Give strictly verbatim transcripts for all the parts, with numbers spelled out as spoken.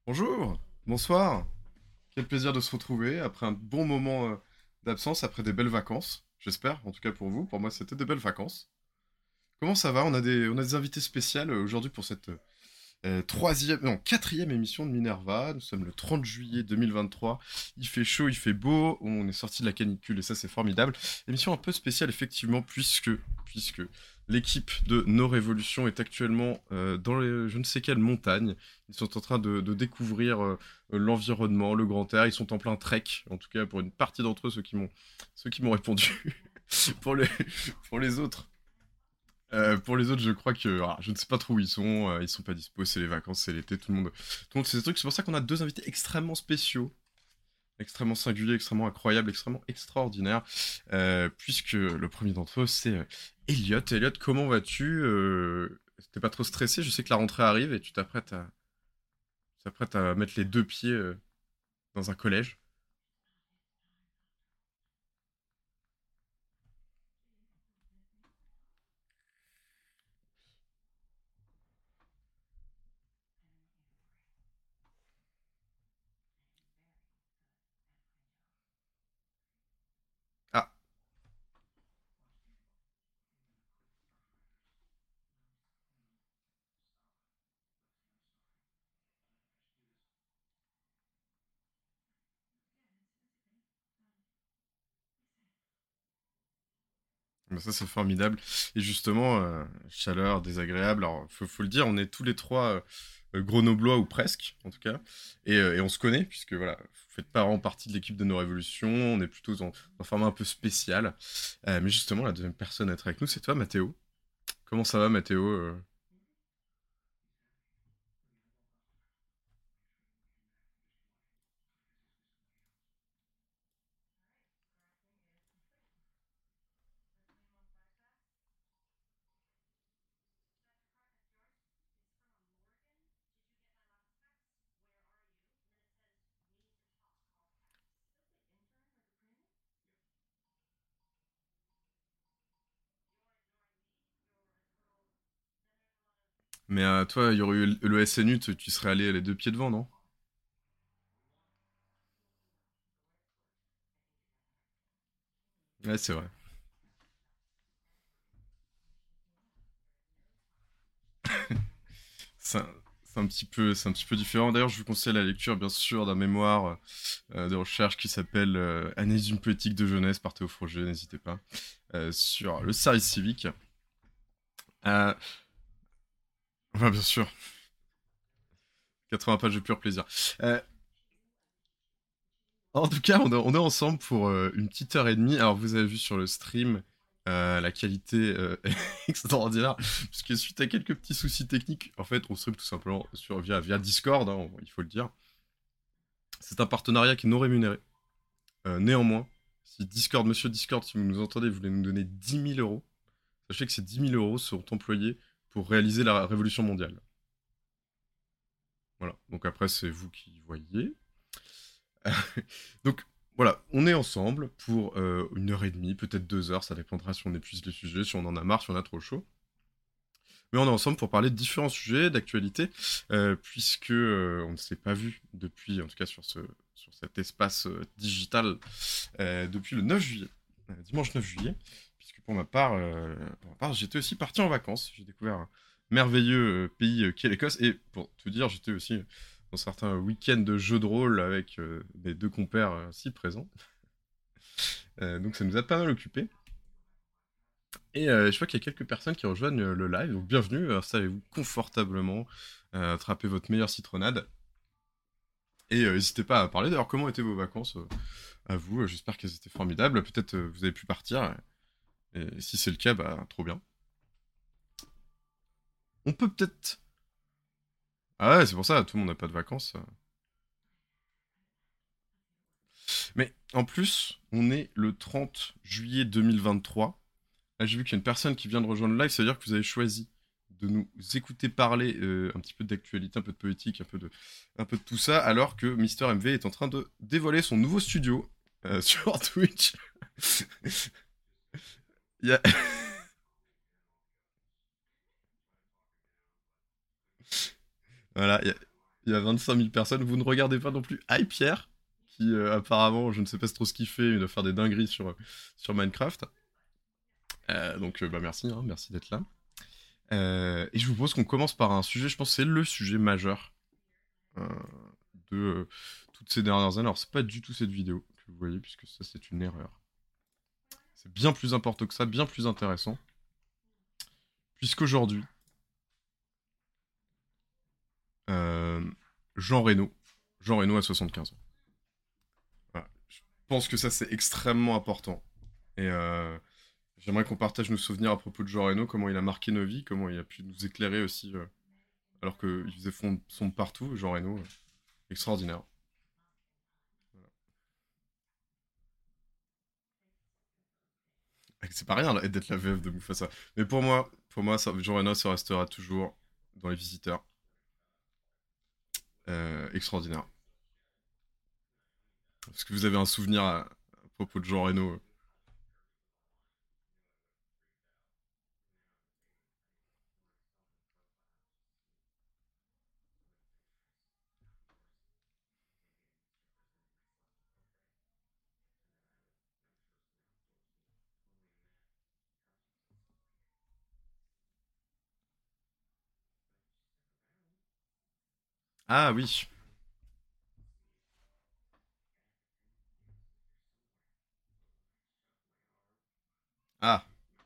Bonjour, bonsoir. Quel plaisir de se retrouver après un bon moment euh, d'absence, après des belles vacances. J'espère, en tout cas pour vous. Pour moi, c'était de belles vacances. Comment ça va? On a des, on a des invités spéciales euh, aujourd'hui pour cette euh, troisième, non, quatrième émission de Minerva. Nous sommes le trente juillet deux mille vingt-trois. Il fait chaud, il fait beau. On est sorti de la canicule et ça, c'est formidable. Émission un peu spéciale, effectivement, puisque, puisque l'équipe de Nos Révolutions est actuellement euh, dans les, je ne sais quelle montagne. Ils sont en train de, de découvrir euh, l'environnement, le grand air. Ils sont en plein trek, en tout cas pour une partie d'entre eux, ceux qui m'ont, ceux qui m'ont répondu. pour les, pour les autres. Euh, pour les autres, je crois que ah, je ne sais pas trop où ils sont. Euh, ils sont pas dispo. C'est les vacances, c'est l'été. Tout le monde, tout le monde, c'est des trucs. C'est pour ça qu'on a deux invités extrêmement spéciaux, extrêmement singuliers, extrêmement incroyables, extrêmement extraordinaires. Euh, puisque le premier d'entre eux, c'est euh, Elliot. Elliot, comment vas-tu? euh, T'es pas trop stressé? Je sais que la rentrée arrive et tu t'apprêtes à, tu t'apprêtes à mettre les deux pieds euh, dans un collège. Ah, bah ça c'est formidable. Et justement, euh, chaleur désagréable. Alors, faut, faut le dire, on est tous les trois euh, grenoblois ou presque, en tout cas. Et, euh, et on se connaît, puisque voilà, vous faites pas vraiment partie de l'équipe de nos révolutions. On est plutôt dans un format un peu spécial. Euh, mais justement, la deuxième personne à être avec nous, c'est toi, Mathéo. Comment ça va, Mathéo? euh Mais euh, toi, il y aurait eu le S N U, tu tu serais allé les deux pieds devant, non? Ouais, c'est vrai. C'est un, c'est un petit peu, c'est un petit peu différent. D'ailleurs, je vous conseille la lecture, bien sûr, d'un mémoire euh, de recherche qui s'appelle euh, Analyse d'une politique de jeunesse par Théo Froger, n'hésitez pas, euh, sur le service civique. Euh, enfin, bien sûr, quatre-vingts pages de pur plaisir. Euh, en tout cas, on est, on est ensemble pour euh, une petite heure et demie. Alors, vous avez vu sur le stream euh, la qualité euh, extraordinaire, puisque suite à quelques petits soucis techniques, en fait, on stream tout simplement sur, via, via Discord, hein, il faut le dire. C'est un partenariat qui est non rémunéré. Euh, néanmoins, si Discord, monsieur Discord, si vous nous entendez, vous voulez nous donner dix mille euros, sachez que ces dix mille euros seront employés pour réaliser la révolution mondiale. Voilà. Donc après, c'est vous qui voyez. Donc voilà, on est ensemble pour euh, une heure et demie, peut-être deux heures, ça dépendra si on épuise le sujet, si on en a marre, si on a trop chaud. Mais on est ensemble pour parler de différents sujets d'actualité, euh, puisque euh, on ne s'est pas vu depuis, en tout cas sur ce sur cet espace euh, digital, euh, depuis le neuf juillet, euh, dimanche neuf juillet, puisque pour ma part, euh, pour ma part, j'étais aussi parti en vacances. J'ai découvert un merveilleux euh, pays euh, qu'est l'Écosse, et pour tout dire, j'étais aussi dans certains week-ends de jeux de rôle avec euh, mes deux compères euh, ainsi présents. Euh, donc ça nous a pas mal occupé. Et euh, je vois qu'il y a quelques personnes qui rejoignent euh, le live, donc bienvenue, installez-vous confortablement, euh, attrapez votre meilleure citronnade, et euh, n'hésitez pas à parler. D'ailleurs, comment étaient vos vacances euh, à vous? Euh, J'espère qu'elles étaient formidables. Peut-être euh, vous avez pu partir, et si c'est le cas, bah trop bien. On peut peut-être... Ah ouais, c'est pour ça, tout le monde n'a pas de vacances. euh. Mais en plus, on est le trente juillet deux mille vingt-trois. Là, j'ai vu qu'il y a une personne qui vient de rejoindre le live, ça veut dire que vous avez choisi de nous écouter parler euh, un petit peu d'actualité, un peu de politique, un peu de, un peu de tout ça, alors que Mister M V est en train de dévoiler son nouveau studio euh, sur Twitch. Il y a... Voilà, il y a, Il y a vingt-cinq mille personnes. Vous ne regardez pas non plus Hype Pierre, qui euh, apparemment, je ne sais pas trop ce qu'il fait, il doit faire des dingueries sur, sur Minecraft. Euh, donc euh, bah merci, hein, merci d'être là. Euh, et je vous propose qu'on commence par un sujet, je pense que c'est le sujet majeur euh, de euh, toutes ces dernières années. Alors c'est pas du tout cette vidéo que vous voyez, puisque ça c'est une erreur. C'est bien plus important que ça, bien plus intéressant. Puisqu'aujourd'hui, euh, Jean Reno, Jean Reno a soixante-quinze ans. Voilà. Je pense que ça c'est extrêmement important. Et euh, j'aimerais qu'on partage nos souvenirs à propos de Jean Reno, comment il a marqué nos vies, comment il a pu nous éclairer aussi, euh, alors qu'il faisait fond, son partout, Jean Reno. Euh, extraordinaire. C'est pas rien là, d'être la veuve de Mufasa. Mais pour moi, pour moi, ça, Jean Reno, ça restera toujours dans les visiteurs. Euh, extraordinaire. Est-ce que vous avez un souvenir à, à propos de Jean Reno? euh Ah oui. Ah.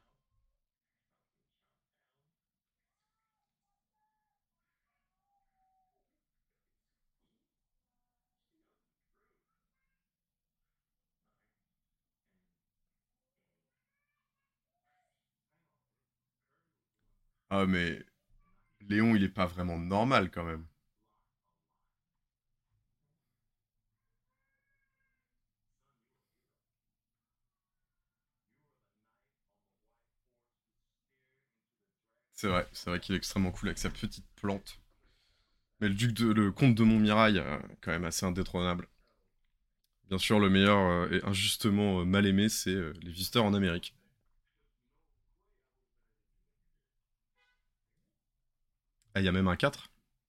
Ah mais Léon, il est pas vraiment normal quand même. C'est vrai, c'est vrai qu'il est extrêmement cool avec sa petite plante. Mais le duc de, le comte de Montmirail, euh, quand même assez indétrônable. Bien sûr, le meilleur euh, et injustement euh, mal aimé, c'est euh, les visiteurs en Amérique. Ah, il y a même un quatre.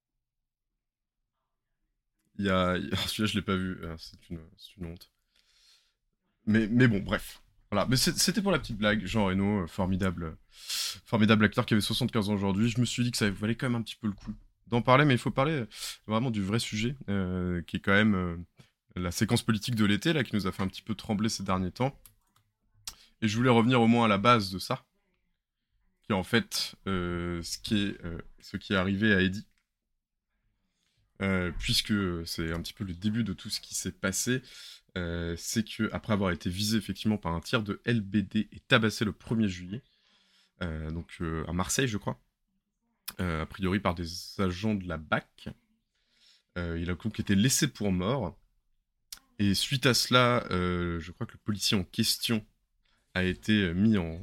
Il y a... Celui-là, je l'ai pas vu. Ah, c'est une... c'est une honte. Mais, mais bon, bref. Voilà, mais c'est- c'était pour la petite blague. Jean Reno, euh, formidable, formidable acteur qui avait soixante-quinze ans aujourd'hui. Je me suis dit que ça valait quand même un petit peu le coup d'en parler, mais il faut parler euh, vraiment du vrai sujet, euh, qui est quand même euh, la séquence politique de l'été, là, qui nous a fait un petit peu trembler ces derniers temps. Et je voulais revenir au moins à la base de ça, qui est en fait euh, ce, qui est, euh, ce qui est arrivé à Eddie. Euh, puisque c'est un petit peu le début de tout ce qui s'est passé, euh, c'est que après avoir été visé effectivement par un tir de L B D et tabassé le premier juillet, euh, donc euh, à Marseille je crois, euh, a priori par des agents de la B A C, euh, il a donc été laissé pour mort. Et suite à cela, euh, je crois que le policier en question a été mis en,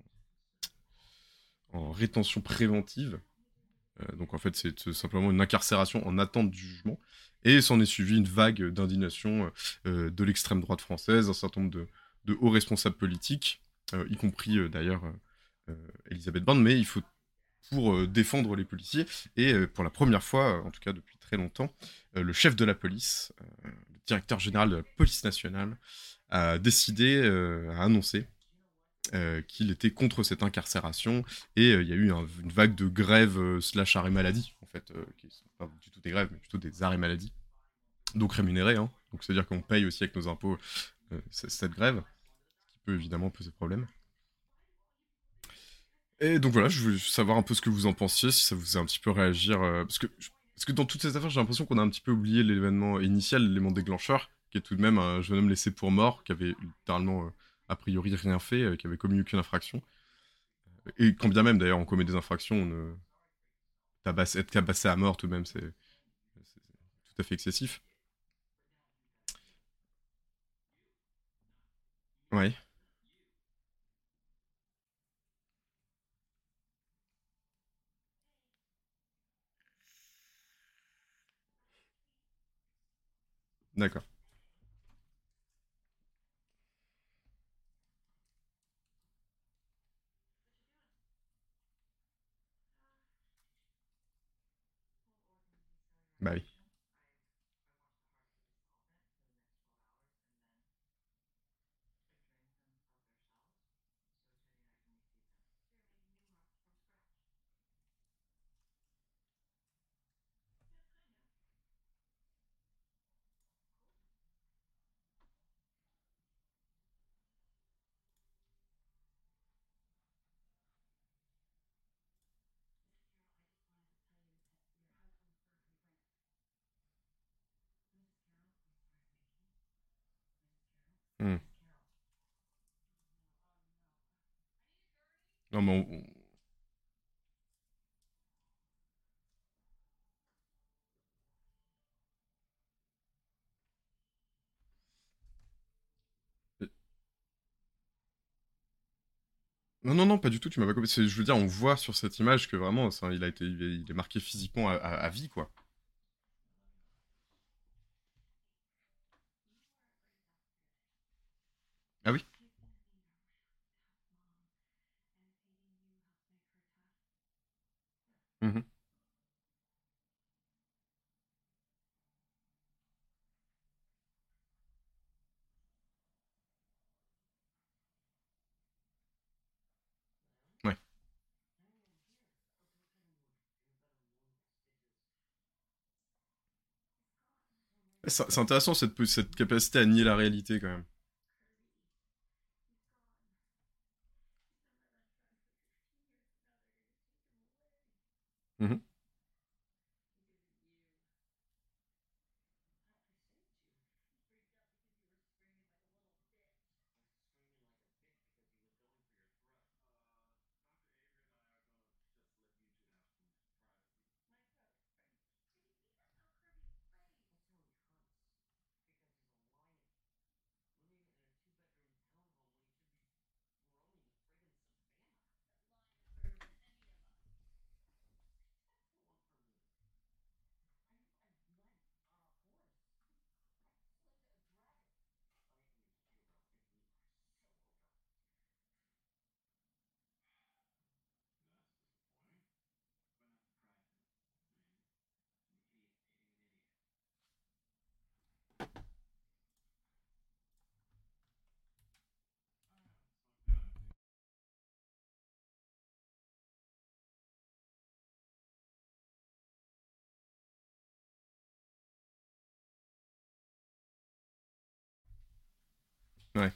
en rétention préventive. Euh, donc en fait, c'est tout simplement une incarcération en attente du jugement. Et s'en est suivi une vague d'indignation euh, de l'extrême droite française, un certain nombre de, de hauts responsables politiques, euh, y compris euh, d'ailleurs euh, euh, Elisabeth Borne, mais il faut pour euh, défendre les policiers. Et euh, pour la première fois, euh, en tout cas depuis très longtemps, euh, le chef de la police, euh, le directeur général de la police nationale, a décidé, euh, a annoncé euh, qu'il était contre cette incarcération, et euh, il y a eu un- une vague de grèves euh, slash arrêt maladie, en fait, euh, qui sont pas du tout des grèves, mais plutôt des arrêts maladie, donc rémunérés, hein. Donc c'est-à-dire qu'on paye aussi avec nos impôts euh, c- cette grève, qui peut évidemment poser problème. Et donc voilà, je voulais savoir un peu ce que vous en pensiez, si ça vous faisait un petit peu réagir, euh, parce que parce que dans toutes ces affaires, j'ai l'impression qu'on a un petit peu oublié l'événement initial, l'élément déclencheur, qui est tout de même un jeune homme laissé pour mort, qui avait littéralement, euh, a priori, rien fait, euh, qui avait commis aucune infraction. Et quand bien même, d'ailleurs, on commet des infractions, on ne... tabasse, être tabassé à mort, tout de même, c'est c'est tout à fait excessif. Ouais, d'accord. Bah oui. Hmm. Non, mais on- on- Non, non, non, pas du tout, tu m'as pas copié. C'est- Je veux dire, on voit sur cette image que vraiment, ça, il a été, il est il est marqué physiquement à, à- à vie, quoi. Ah oui? Mhm. Ouais. C'est c'est intéressant cette, cette capacité à nier la réalité, quand même. Mhm. Ouais.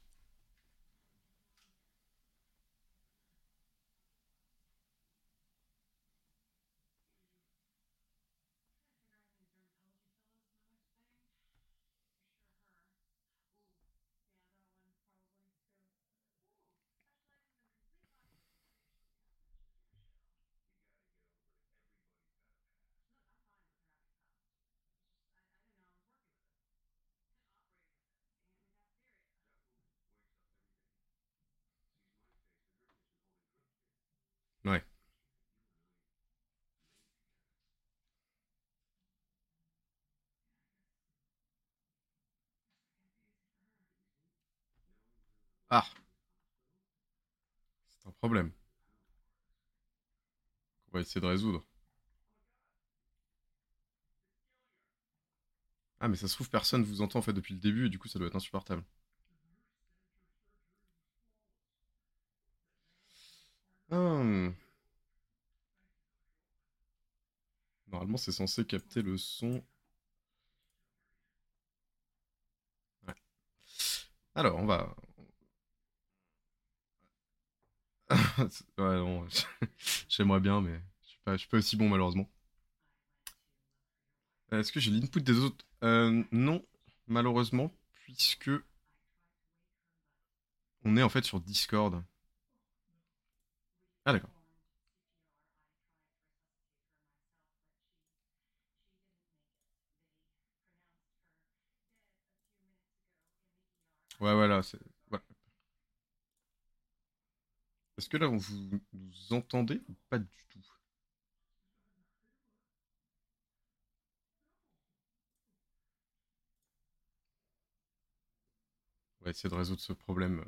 Ouais. Ah, c'est un problème qu'on va essayer de résoudre. Ah, mais ça se trouve, personne vous entend en fait depuis le début, et du coup, ça doit être insupportable. Hum. Normalement, c'est censé capter le son. Ouais. Alors, on va. Ouais, non, j'aimerais bien, mais je suis pas, je suis pas aussi bon, malheureusement. Euh, Est-ce que j'ai l'input des autres? Euh, non, malheureusement, puisque on est en fait sur Discord. Ah, d'accord. Ouais, voilà. c'est- ouais. Est-ce que là, on vous nous entendez ou pas du tout? On va essayer de résoudre ce problème.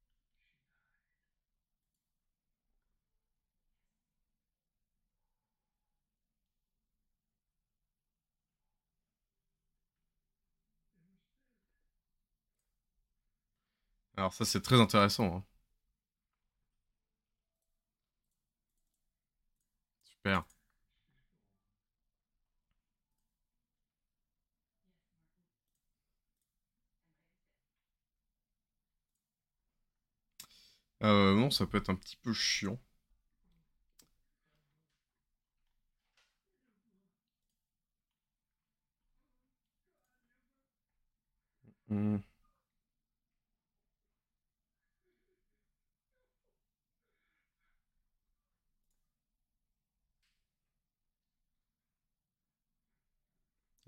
Alors, ça, c'est très intéressant, hein. Super. Euh, non, ça peut être un petit peu chiant. Hmm.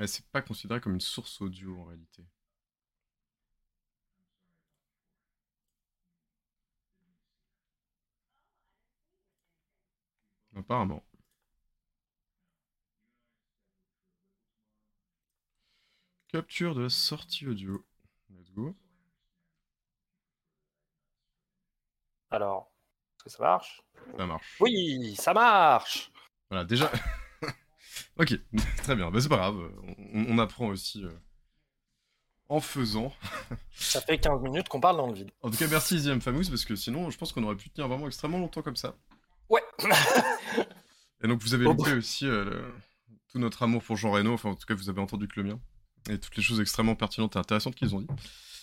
Mais c'est pas considéré comme une source audio en réalité. Apparemment. Capture de la sortie audio. Let's go. Alors, est-ce que ça marche? Ça marche. Oui, ça marche. Voilà, déjà. Ok, très bien. Bah, c'est pas grave. On, on apprend aussi euh, en faisant. Ça fait quinze minutes qu'on parle dans le vide. En tout cas, merci Easy M Famous parce que sinon, je pense qu'on aurait pu tenir vraiment extrêmement longtemps comme ça. Ouais. Et donc, vous avez Oh, loupé aussi euh, le- tout notre amour pour Jean Reno. Enfin, en tout cas, vous avez entendu que le mien. Et toutes les choses extrêmement pertinentes et intéressantes qu'ils ont dit.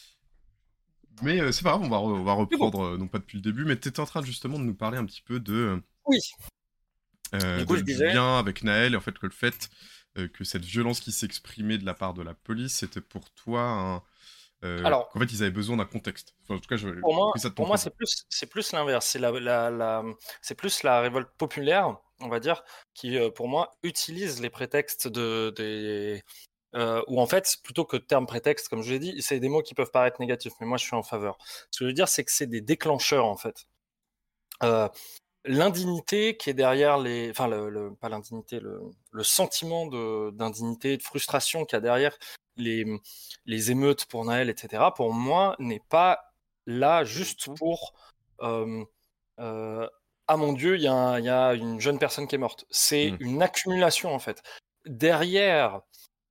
Mais euh, c'est pas grave, on va, re- on va reprendre, euh, non pas depuis le début, mais t'étais en train justement de nous parler un petit peu de, Oui. euh, Du coup, de- je du disais. lien avec Naël, et en fait que le fait euh, que cette violence qui s'exprimait de la part de la police, c'était pour toi un, euh, Alors, qu'en fait ils avaient besoin d'un contexte. Enfin, en tout cas, j'ai pour moi, pris ça de ton pour moi, propos. c'est plus, c'est plus l'inverse. C'est la, la, la- c'est plus la révolte populaire, on va dire, qui, euh, pour moi, utilise les prétextes de, des, euh, ou en fait, plutôt que de terme prétexte, comme je l'ai dit, c'est des mots qui peuvent paraître négatifs, mais moi, je suis en faveur. Ce que je veux dire, c'est que c'est des déclencheurs, en fait. Euh, L'indignité qui est derrière les, enfin, le, le- pas l'indignité, le, le sentiment de, d'indignité, de frustration qu'il y a derrière les, les émeutes pour Naël, et cetera, pour moi, n'est pas là juste pour euh, euh, ah mon Dieu, il y, a un- il y a une jeune personne qui est morte. C'est Hmm. une accumulation, en fait. Derrière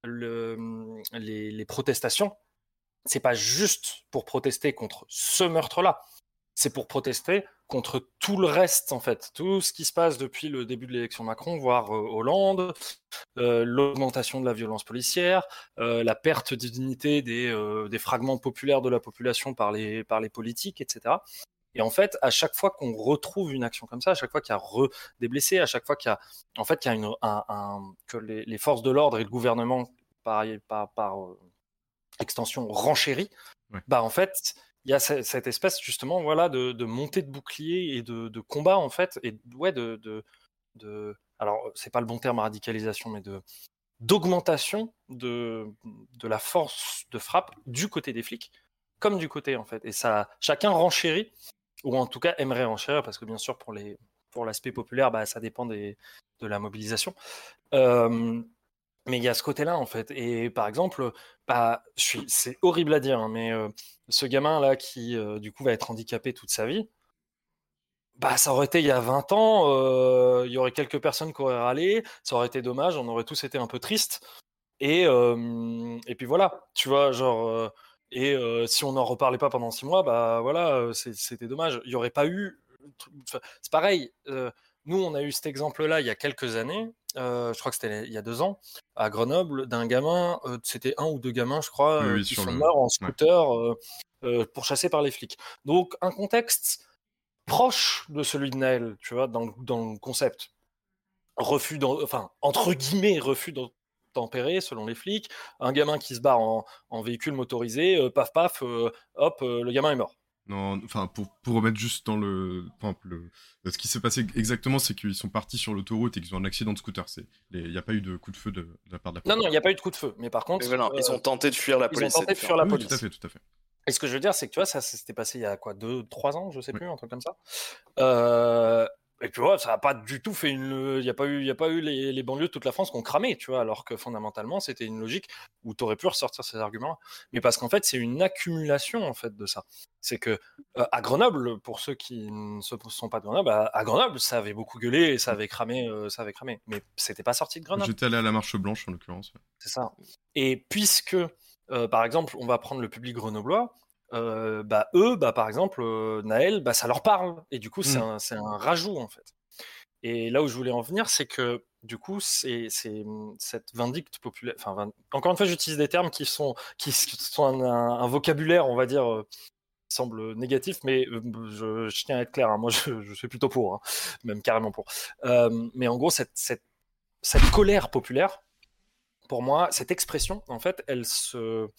le, les, les protestations, c'est pas juste pour protester contre ce meurtre-là, c'est pour protester contre tout le reste, en fait. Tout ce qui se passe depuis le début de l'élection Macron, voire euh, Hollande, euh, l'augmentation de la violence policière, euh, la perte de dignité des, euh, des fragments populaires de la population par les, par les politiques, et cetera. Et en fait, à chaque fois qu'on retrouve une action comme ça, à chaque fois qu'il y a re des blessés, à chaque fois qu'il y a, en fait, qu'il y a une, un, un, que les, les forces de l'ordre et le gouvernement, par, par, par euh, extension, renchérit, Ouais. bah en fait, il y a ce- cette espèce justement, voilà, de, de montée de bouclier et de, de combat en fait, et ouais, de, de, de alors c'est pas le bon terme radicalisation, mais de d'augmentation de, de la force de frappe du côté des flics, comme du côté en fait, et ça, chacun renchérit ou en tout cas aimerait renchérir, parce que bien sûr pour les pour l'aspect populaire, bah ça dépend des de la mobilisation. Euh, mais il y a ce côté-là, en fait. Et par exemple, bah, je suis, c'est horrible à dire, hein, mais euh, ce gamin-là qui, euh, du coup, va être handicapé toute sa vie, bah, ça aurait été il y a vingt ans, euh, il y aurait quelques personnes qui auraient râlé, ça aurait été dommage, on aurait tous été un peu tristes. Et, euh, et puis voilà, tu vois, genre. euh, et euh, si on n'en reparlait pas pendant six mois, bah voilà, euh, c'est- c'était dommage. Il n'y aurait pas eu. Enfin, c'est pareil. euh, nous, on a eu cet exemple-là il y a quelques années. euh, je crois que c'était il y a deux ans, à Grenoble, d'un gamin. euh, c'était un ou deux gamins, je crois, Oui, euh, oui, qui sur sont le. morts en Ouais. scooter euh, euh, pourchassés par les flics. Donc, un contexte proche de celui de Naël, tu vois, dans, dans le concept refus, d'en- enfin, entre guillemets, refus d'obtempérer, selon les flics, un gamin qui se barre en, en véhicule motorisé, euh, paf paf, euh, hop, euh, le gamin est mort. Non, enfin, pour, pour remettre juste dans le. Enfin, le ce qui s'est passé exactement, c'est qu'ils sont partis sur l'autoroute et qu'ils ont un accident de scooter. C'est- les- Il n'y a pas eu de coup de feu de, de la part de la Non, police. non, il n'y a pas eu de coup de feu, mais par Mais contre, voilà, ils euh, ont tenté de fuir la ils ont police, c'est tenté de fuir différent. la Oui, oui, police. tout à fait, tout à fait. Et ce que je veux dire, c'est que tu vois, ça s'était passé il y a quoi, deux, trois ans, je sais Oui. plus, un truc comme ça. Euh, et tu vois, ça n'a pas du tout fait une. Il n'y a pas eu, il y a pas eu les, les banlieues de toute la France qui ont cramé, tu vois, alors que fondamentalement, c'était une logique où tu aurais pu ressortir ces arguments-là. Mais parce qu'en fait, c'est une accumulation en fait de ça. C'est que euh, à Grenoble, pour ceux qui ne se sont pas de Grenoble, à, à Grenoble, ça avait beaucoup gueulé et ça avait cramé, euh, ça avait cramé. Mais c'était pas sorti de Grenoble. J'étais allé à la Marche Blanche en l'occurrence. Ouais. C'est ça. Et puisque, euh, par exemple, on va prendre le public grenoblois, euh, bah, eux, bah, par exemple, euh, Naël, bah, ça leur parle. Et du coup, c'est Mm. un, c'est un rajout, en fait. Et là où je voulais en venir, c'est que, du coup, c'est, c'est cette vindicte populaire. Enfin, vin- encore une fois, j'utilise des termes qui sont, qui sont un, un- un vocabulaire, on va dire, euh, qui semble négatif, mais euh, je, je tiens à être clair, hein, moi, je, je suis plutôt pour, hein, même carrément pour. Euh, mais en gros, cette, cette, cette colère populaire, pour moi, cette expression, en fait, elle se,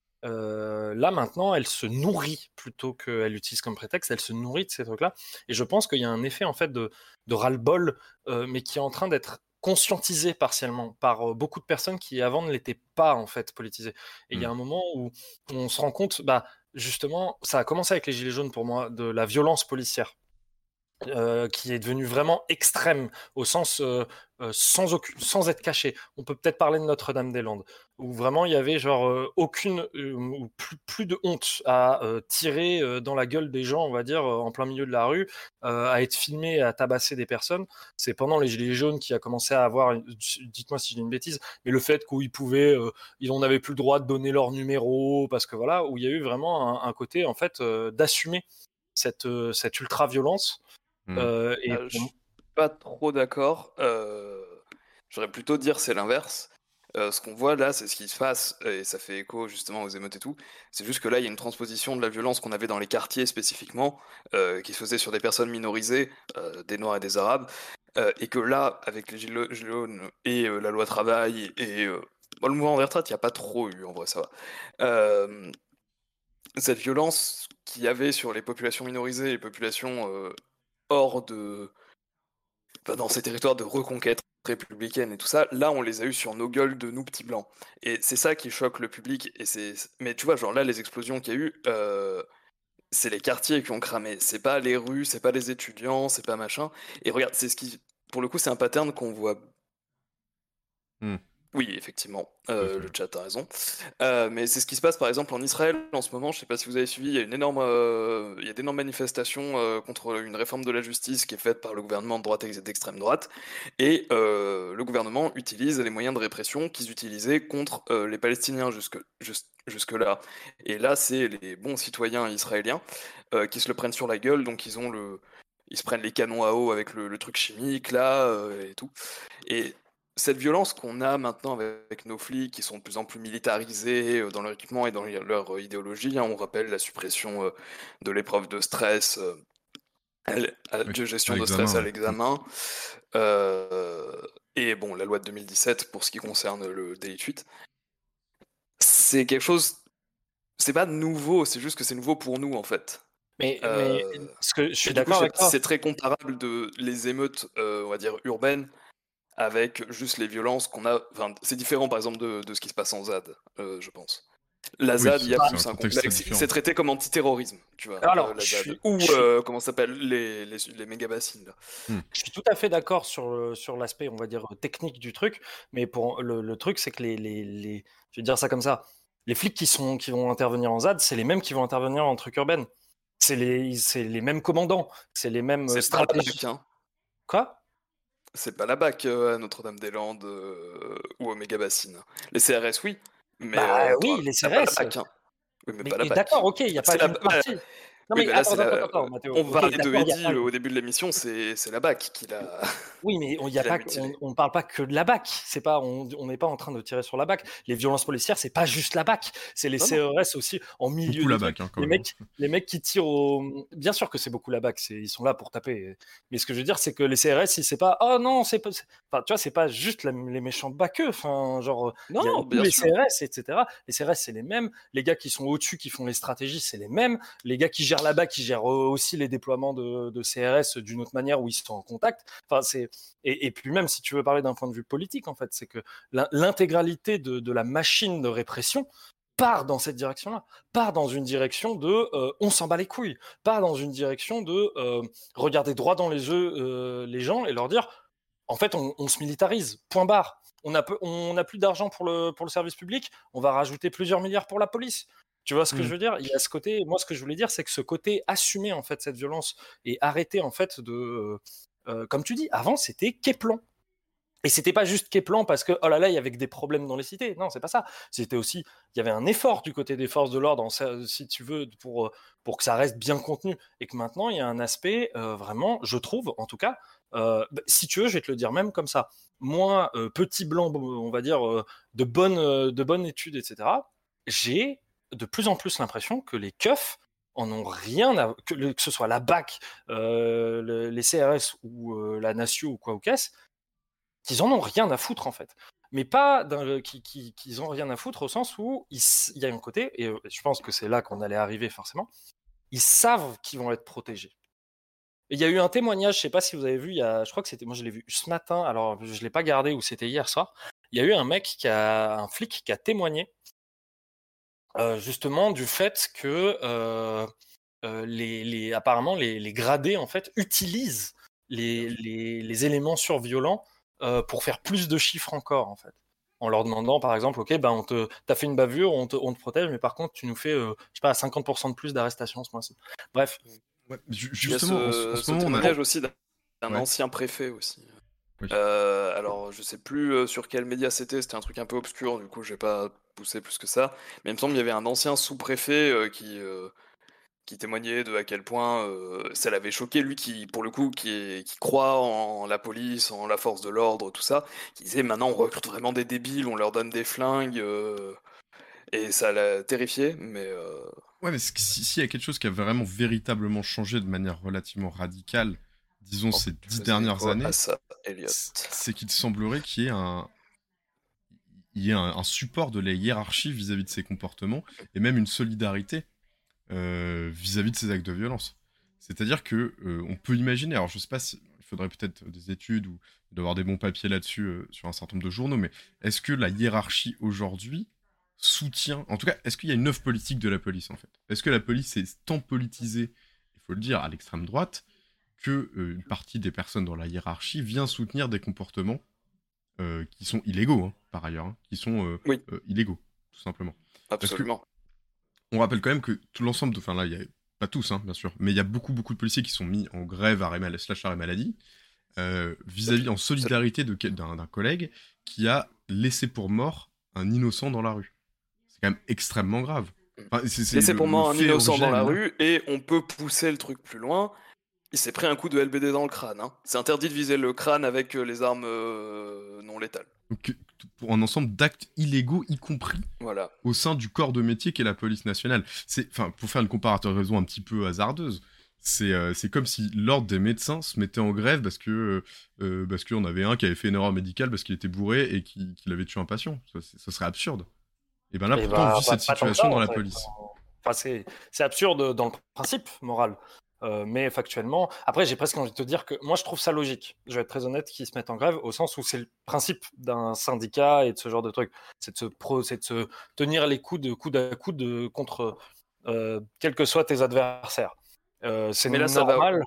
euh, là maintenant, elle se nourrit plutôt qu'elle utilise comme prétexte, elle se nourrit de ces trucs-là. Et je pense qu'il y a un effet en fait de, de ras-le-bol, euh, mais qui est en train d'être conscientisé partiellement par euh, beaucoup de personnes qui avant ne l'étaient pas en fait politisées. Et il y a Mm. un moment où on se rend compte, bah justement, ça a commencé avec les Gilets jaunes pour moi, de la violence policière. Euh, qui est devenue vraiment extrême au sens euh, euh, sans, aucune, sans être caché. On peut peut-être parler de Notre-Dame-des-Landes, où vraiment il y avait genre euh, aucune euh, ou plus, plus de honte à euh, tirer euh, dans la gueule des gens, on va dire, euh, en plein milieu de la rue, euh, à être filmé, à tabasser des personnes. C'est pendant les Gilets jaunes qui a commencé à avoir, dites-moi si j'ai une bêtise, mais le fait qu'ils pouvaient, euh, ils n'avaient plus le droit de donner leur numéro, parce que voilà, où il y a eu vraiment un, un côté en fait euh, d'assumer cette, euh, cette ultra-violence. Mm. Euh, et Euh, je pour... suis pas trop d'accord. Euh, J'aurais plutôt dire c'est l'inverse. Euh, ce qu'on voit là, c'est ce qui se passe, et ça fait écho justement aux émeutes et tout. C'est juste que là, il y a une transposition de la violence qu'on avait dans les quartiers spécifiquement, euh, qui se faisait sur des personnes minorisées, euh, des Noirs et des Arabes, euh, et que là, avec les Gilets jaunes et euh, la loi travail et euh, bon, le mouvement des retraites, il n'y a pas trop eu en vrai, ça va. Euh, cette violence qu'il y avait sur les populations minorisées et les populations euh, hors de, enfin, dans ces territoires de reconquête républicaine et tout ça, là on les a eu sur nos gueules de nous petits blancs. Et c'est ça qui choque le public. Et c'est, mais tu vois, genre là les explosions qu'il y a eu, euh, c'est les quartiers qui ont cramé. C'est pas les rues, c'est pas les étudiants, c'est pas machin. Et regarde, c'est ce qui, pour le coup, c'est un pattern qu'on voit. Mm. Oui, effectivement, Tout à euh, fait. le chat a raison. Euh, mais c'est ce qui se passe par exemple en Israël en ce moment. Je sais pas si vous avez suivi, il y a une énorme, euh, il y a d'énormes manifestations euh, contre une réforme de la justice qui est faite par le gouvernement de droite et d'extrême droite. Et euh, le gouvernement utilise les moyens de répression qu'ils utilisaient contre euh, les Palestiniens jusque, juste- jusque-là. Et là, c'est les bons citoyens israéliens euh, qui se le prennent sur la gueule. Donc ils ont le, ils se prennent les canons à eau avec le, le truc chimique là euh, et tout. Et cette violence qu'on a maintenant avec nos flics qui sont de plus en plus militarisés euh, dans leur équipement et dans leur euh, idéologie, hein, on rappelle la suppression euh, de l'épreuve de stress, euh, à l- à- Oui. de À gestion de stress l'examen, à ouais. Mm. l'examen, euh, et bon, la loi de deux mille dix-sept pour ce qui concerne le délit de fuite. C'est quelque chose, c'est pas nouveau, c'est juste que c'est nouveau pour nous en fait. Mais, mais Euh, ce que je suis et du coup, d'accord je sais avec pas si toi. c'est très comparable de les émeutes, euh, on va dire urbaines, avec juste les violences qu'on a. Enfin, c'est différent par exemple de, de ce qui se passe en ZAD, euh, je pense. La Oui, ZAD, il y c'est a c'est un plus un contexte très complexe. C'est différent. traité comme antiterrorisme, tu vois, Alors, euh, la je ZAD. suis, Ou, je suis, euh, comment ça s'appelle, les, les, les méga bassines, là. Mm. je suis tout à fait d'accord sur, le- sur l'aspect, on va dire, technique du truc. Mais pour le, le truc, c'est que les, les, les- je vais dire ça comme ça, les flics qui sont, qui vont intervenir en ZAD, c'est les mêmes qui vont intervenir en truc urbain. C'est les, c'est les mêmes commandants, c'est les mêmes euh, C'est pas la stratégies. BAC, hein. Quoi? C'est pas la BAC euh, à Notre-Dame-des-Landes euh, ou au méga bassines. Les C R S, oui, mais Bah euh, oui, t'auras- les t'as pas la C R S. BAC, hein. Oui, mais Mais pas la et d'accord, BAC. ok, il n'y a pas C'est la... qu'une bah, partie. Non oui, mais mais là, attends, c'est attends, la... attends, Mathéo. On Ok, parlait de d'accord, il y a Eddy pas. au début de l'émission, c'est c'est la BAC qui l'a Oui, mais il y a qui l'a pas, que- on mutilé. on ne parle pas que de la B A C. C'est pas, on on n'est pas en train de tirer sur la B A C. Les violences policières, c'est pas juste la B A C. C'est les Non, non. C R S aussi en milieu Beaucoup la des trucs. bac, hein, quand Les même. mecs, les mecs qui tirent au. Bien sûr que c'est beaucoup la B A C. c'est- Ils sont là pour taper. Mais ce que je veux dire, c'est que les C R S, si c'est pas. Oh non, c'est pas. c'est- Enfin, tu vois, c'est pas juste la- les méchants baqueux. Enfin, genre, il y a Non, tous bien les sûr. C R S, et cetera. Les C R S, c'est les mêmes. Les gars qui sont au-dessus, qui font les stratégies, c'est les mêmes. Les gars qui gèrent la B A C, qui gèrent euh, aussi les déploiements de, de C R S d'une autre manière où ils sont en contact. Enfin, c'est et, et puis même si tu veux parler d'un point de vue politique, en fait, c'est que l'in- l'intégralité de, de la machine de répression part dans cette direction-là, part dans une direction de euh, on s'en bat les couilles, part dans une direction de euh, regarder droit dans les yeux euh, les gens et leur dire en fait on, on se militarise, point barre. On a, peu- on a plus d'argent pour le, pour le service public, on va rajouter plusieurs milliards pour la police. Tu vois ce que je Mm. veux dire? Il y a ce côté, moi ce que je voulais dire, c'est que ce côté assumer en fait cette violence et arrêter en fait de, euh, euh, comme tu dis, avant c'était Keplan. Et c'était pas juste Keplan parce que oh là là il y avait que des problèmes dans les cités. Non, c'est pas ça. C'était aussi il y avait un effort du côté des forces de l'ordre, en- si tu veux, pour pour que ça reste bien contenu. Et que maintenant il y a un aspect euh, vraiment, je trouve, en tout cas, euh, bah, si tu veux, je vais te le dire même comme ça. Moi, euh, petit blanc, on va dire euh, de bonnes euh, de bonnes études, et cetera. J'ai de plus en plus l'impression que les keufs en ont rien à que, le- que ce soit la B A C, euh, le- les C R S ou euh, la Natio ou quoi ou qu'est-ce qu'ils en ont rien à foutre en fait. Mais pas d'un- qui- qui- qu'ils ont rien à foutre au sens où il s- il y a un côté, et euh, je pense que c'est là qu'on allait arriver forcément, ils savent qu'ils vont être protégés. Il y a eu un témoignage, je sais pas si vous avez vu, il y a, je crois que c'était, moi je l'ai vu ce matin, alors je l'ai pas gardé ou c'était hier soir. Il y a eu un mec qui a, un flic qui a témoigné euh, justement du fait que euh, euh, les, les, apparemment les, les gradés en fait utilisent les, les, les éléments surviolents euh, pour faire plus de chiffres encore en fait. En leur demandant par exemple, ok, ben on te, t'as fait une bavure, on te, on te protège, mais par contre tu nous fais, euh, je sais pas, cinquante pour cent de plus d'arrestations ce mois-ci. Bref. Ouais, ju- Il y a justement, en, ce en ce, ce ce moment, on a. témoignage aussi d'un d'un Ouais, ancien préfet aussi. oui. Euh, alors, je sais plus euh, sur quel média c'était, c'était un truc un peu obscur, du coup, je vais pas pousser plus que ça. Mais il me semble qu'il y avait un ancien sous-préfet euh, qui, euh, qui témoignait de à quel point euh, ça l'avait choqué, lui qui, pour le coup, qui, est- qui croit en la police, en la force de l'ordre, tout ça, qui disait maintenant on recrute vraiment des débiles, on leur donne des flingues, euh, et ça l'a terrifié, mais euh, Ouais, mais c- si- s'il y a quelque chose qui a vraiment véritablement changé de manière relativement radicale, disons oh, ces tu dix faisais dernières écho à années, ça, Elliot. c- c'est qu'il semblerait qu'il y ait un, il y ait un, un support de la hiérarchie vis-à-vis de ces comportements et même une solidarité euh, vis-à-vis de ces actes de violence. C'est-à-dire que euh, on peut imaginer, alors je sais pas si il faudrait peut-être des études ou d'avoir des bons papiers là-dessus euh, sur un certain nombre de journaux, mais est-ce que la hiérarchie aujourd'hui soutient, en tout cas, est-ce qu'il y a une œuvre politique de la police en fait? Est-ce que la police est tant politisée, il faut le dire, à l'extrême droite, que euh, une partie des personnes dans la hiérarchie vient soutenir des comportements euh, qui sont illégaux, hein, par ailleurs, hein, qui sont euh, Oui, euh, illégaux, tout simplement. Parce que absolument. on rappelle quand même que tout l'ensemble de, enfin là, il y a pas tous, hein, bien sûr, mais il y a beaucoup beaucoup de policiers qui sont mis en grève arrêt mal- slash arrêt maladie euh, vis-à-vis en C'est- solidarité de quel- d'un d'un collègue qui a laissé pour mort un innocent dans la rue. C'est quand même extrêmement grave. Enfin, c'est c'est Laissez le, pour le moi un fait innocent dans originel la est là. rue et on peut pousser le truc plus loin. Il s'est pris un coup de L B D dans le crâne. Hein. C'est interdit de viser le crâne avec euh, les armes euh, non létales. Donc, euh, pour un ensemble d'actes illégaux, y compris Voilà. au sein du corps de métier qu'est la police nationale. C'est, enfin, pour faire une comparaison un petit peu hasardeuse, c'est euh, c'est comme si l'ordre des médecins se mettait en grève parce que euh, parce qu'on avait un qui avait fait une erreur médicale parce qu'il était bourré et qu'il qu'il avait tué un patient. Ça, c'est- ça serait absurde. Et ben là, Et pourtant, on bah, vit pas, cette pas tant que situation ça, dans en la fait. police. Enfin, c'est, c'est absurde dans le principe moral. Euh, mais factuellement, après, j'ai presque envie de te dire que moi, je trouve ça logique. Je vais être très honnête qu'ils se mettent en grève au sens où c'est le principe d'un syndicat et de ce genre de truc. C'est de se, pro, c'est de se tenir les coudes coude à coude contre euh, quels que soient tes adversaires. Euh, c'est Mais là, ça va. normal.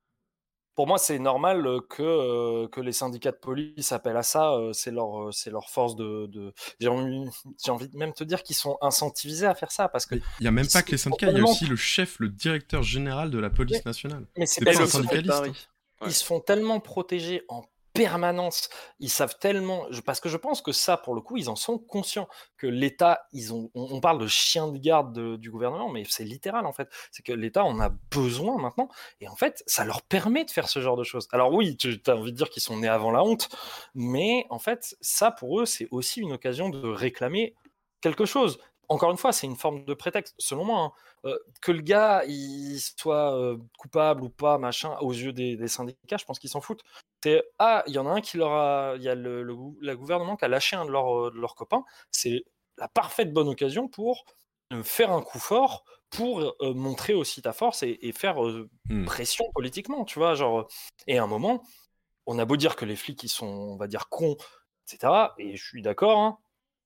Pour moi, c'est normal euh, que, euh, que les syndicats de police appellent à ça. euh, c'est leur, euh, c'est leur force de. de... J'ai, envie, j'ai envie de même te dire qu'ils sont incentivisés à faire ça parce que Mais il y a même ils pas se que les font syndicats, il y a tellement. aussi le chef, le directeur général de la Mais, police nationale. mais c'est C'est Et pas parce un le qu'ils se font, préfet de syndicaliste. hein. Paris. Ouais. ils se font tellement protéger en permanence. Ils savent tellement. je- Parce que je pense que ça, pour le coup, ils en sont conscients. Que l'État, ils ont. On, on parle de chien de garde de- du gouvernement, mais c'est littéral en fait. C'est que l'État en a besoin maintenant. Et en fait, ça leur permet de faire ce genre de choses. Alors oui, tu as envie de dire qu'ils sont nés avant la honte, mais en fait, ça pour eux, c'est aussi une occasion de réclamer quelque chose. Encore une fois, c'est une forme de prétexte, selon moi. hein. Euh, que le gars il soit euh, coupable ou pas, machin, aux yeux des, des syndicats, je pense qu'ils s'en foutent. C'est ah, il y en a un qui leur a, il y a le, le, gou- la gouvernement qui a lâché un de leurs de leurs copains. C'est la parfaite bonne occasion pour euh, faire un coup fort, pour euh, montrer aussi ta force et, et faire euh, Hmm. pression politiquement, tu vois, genre. Et à un moment, on a beau dire que les flics ils sont, on va dire cons, et cetera. Et je suis d'accord. Hein,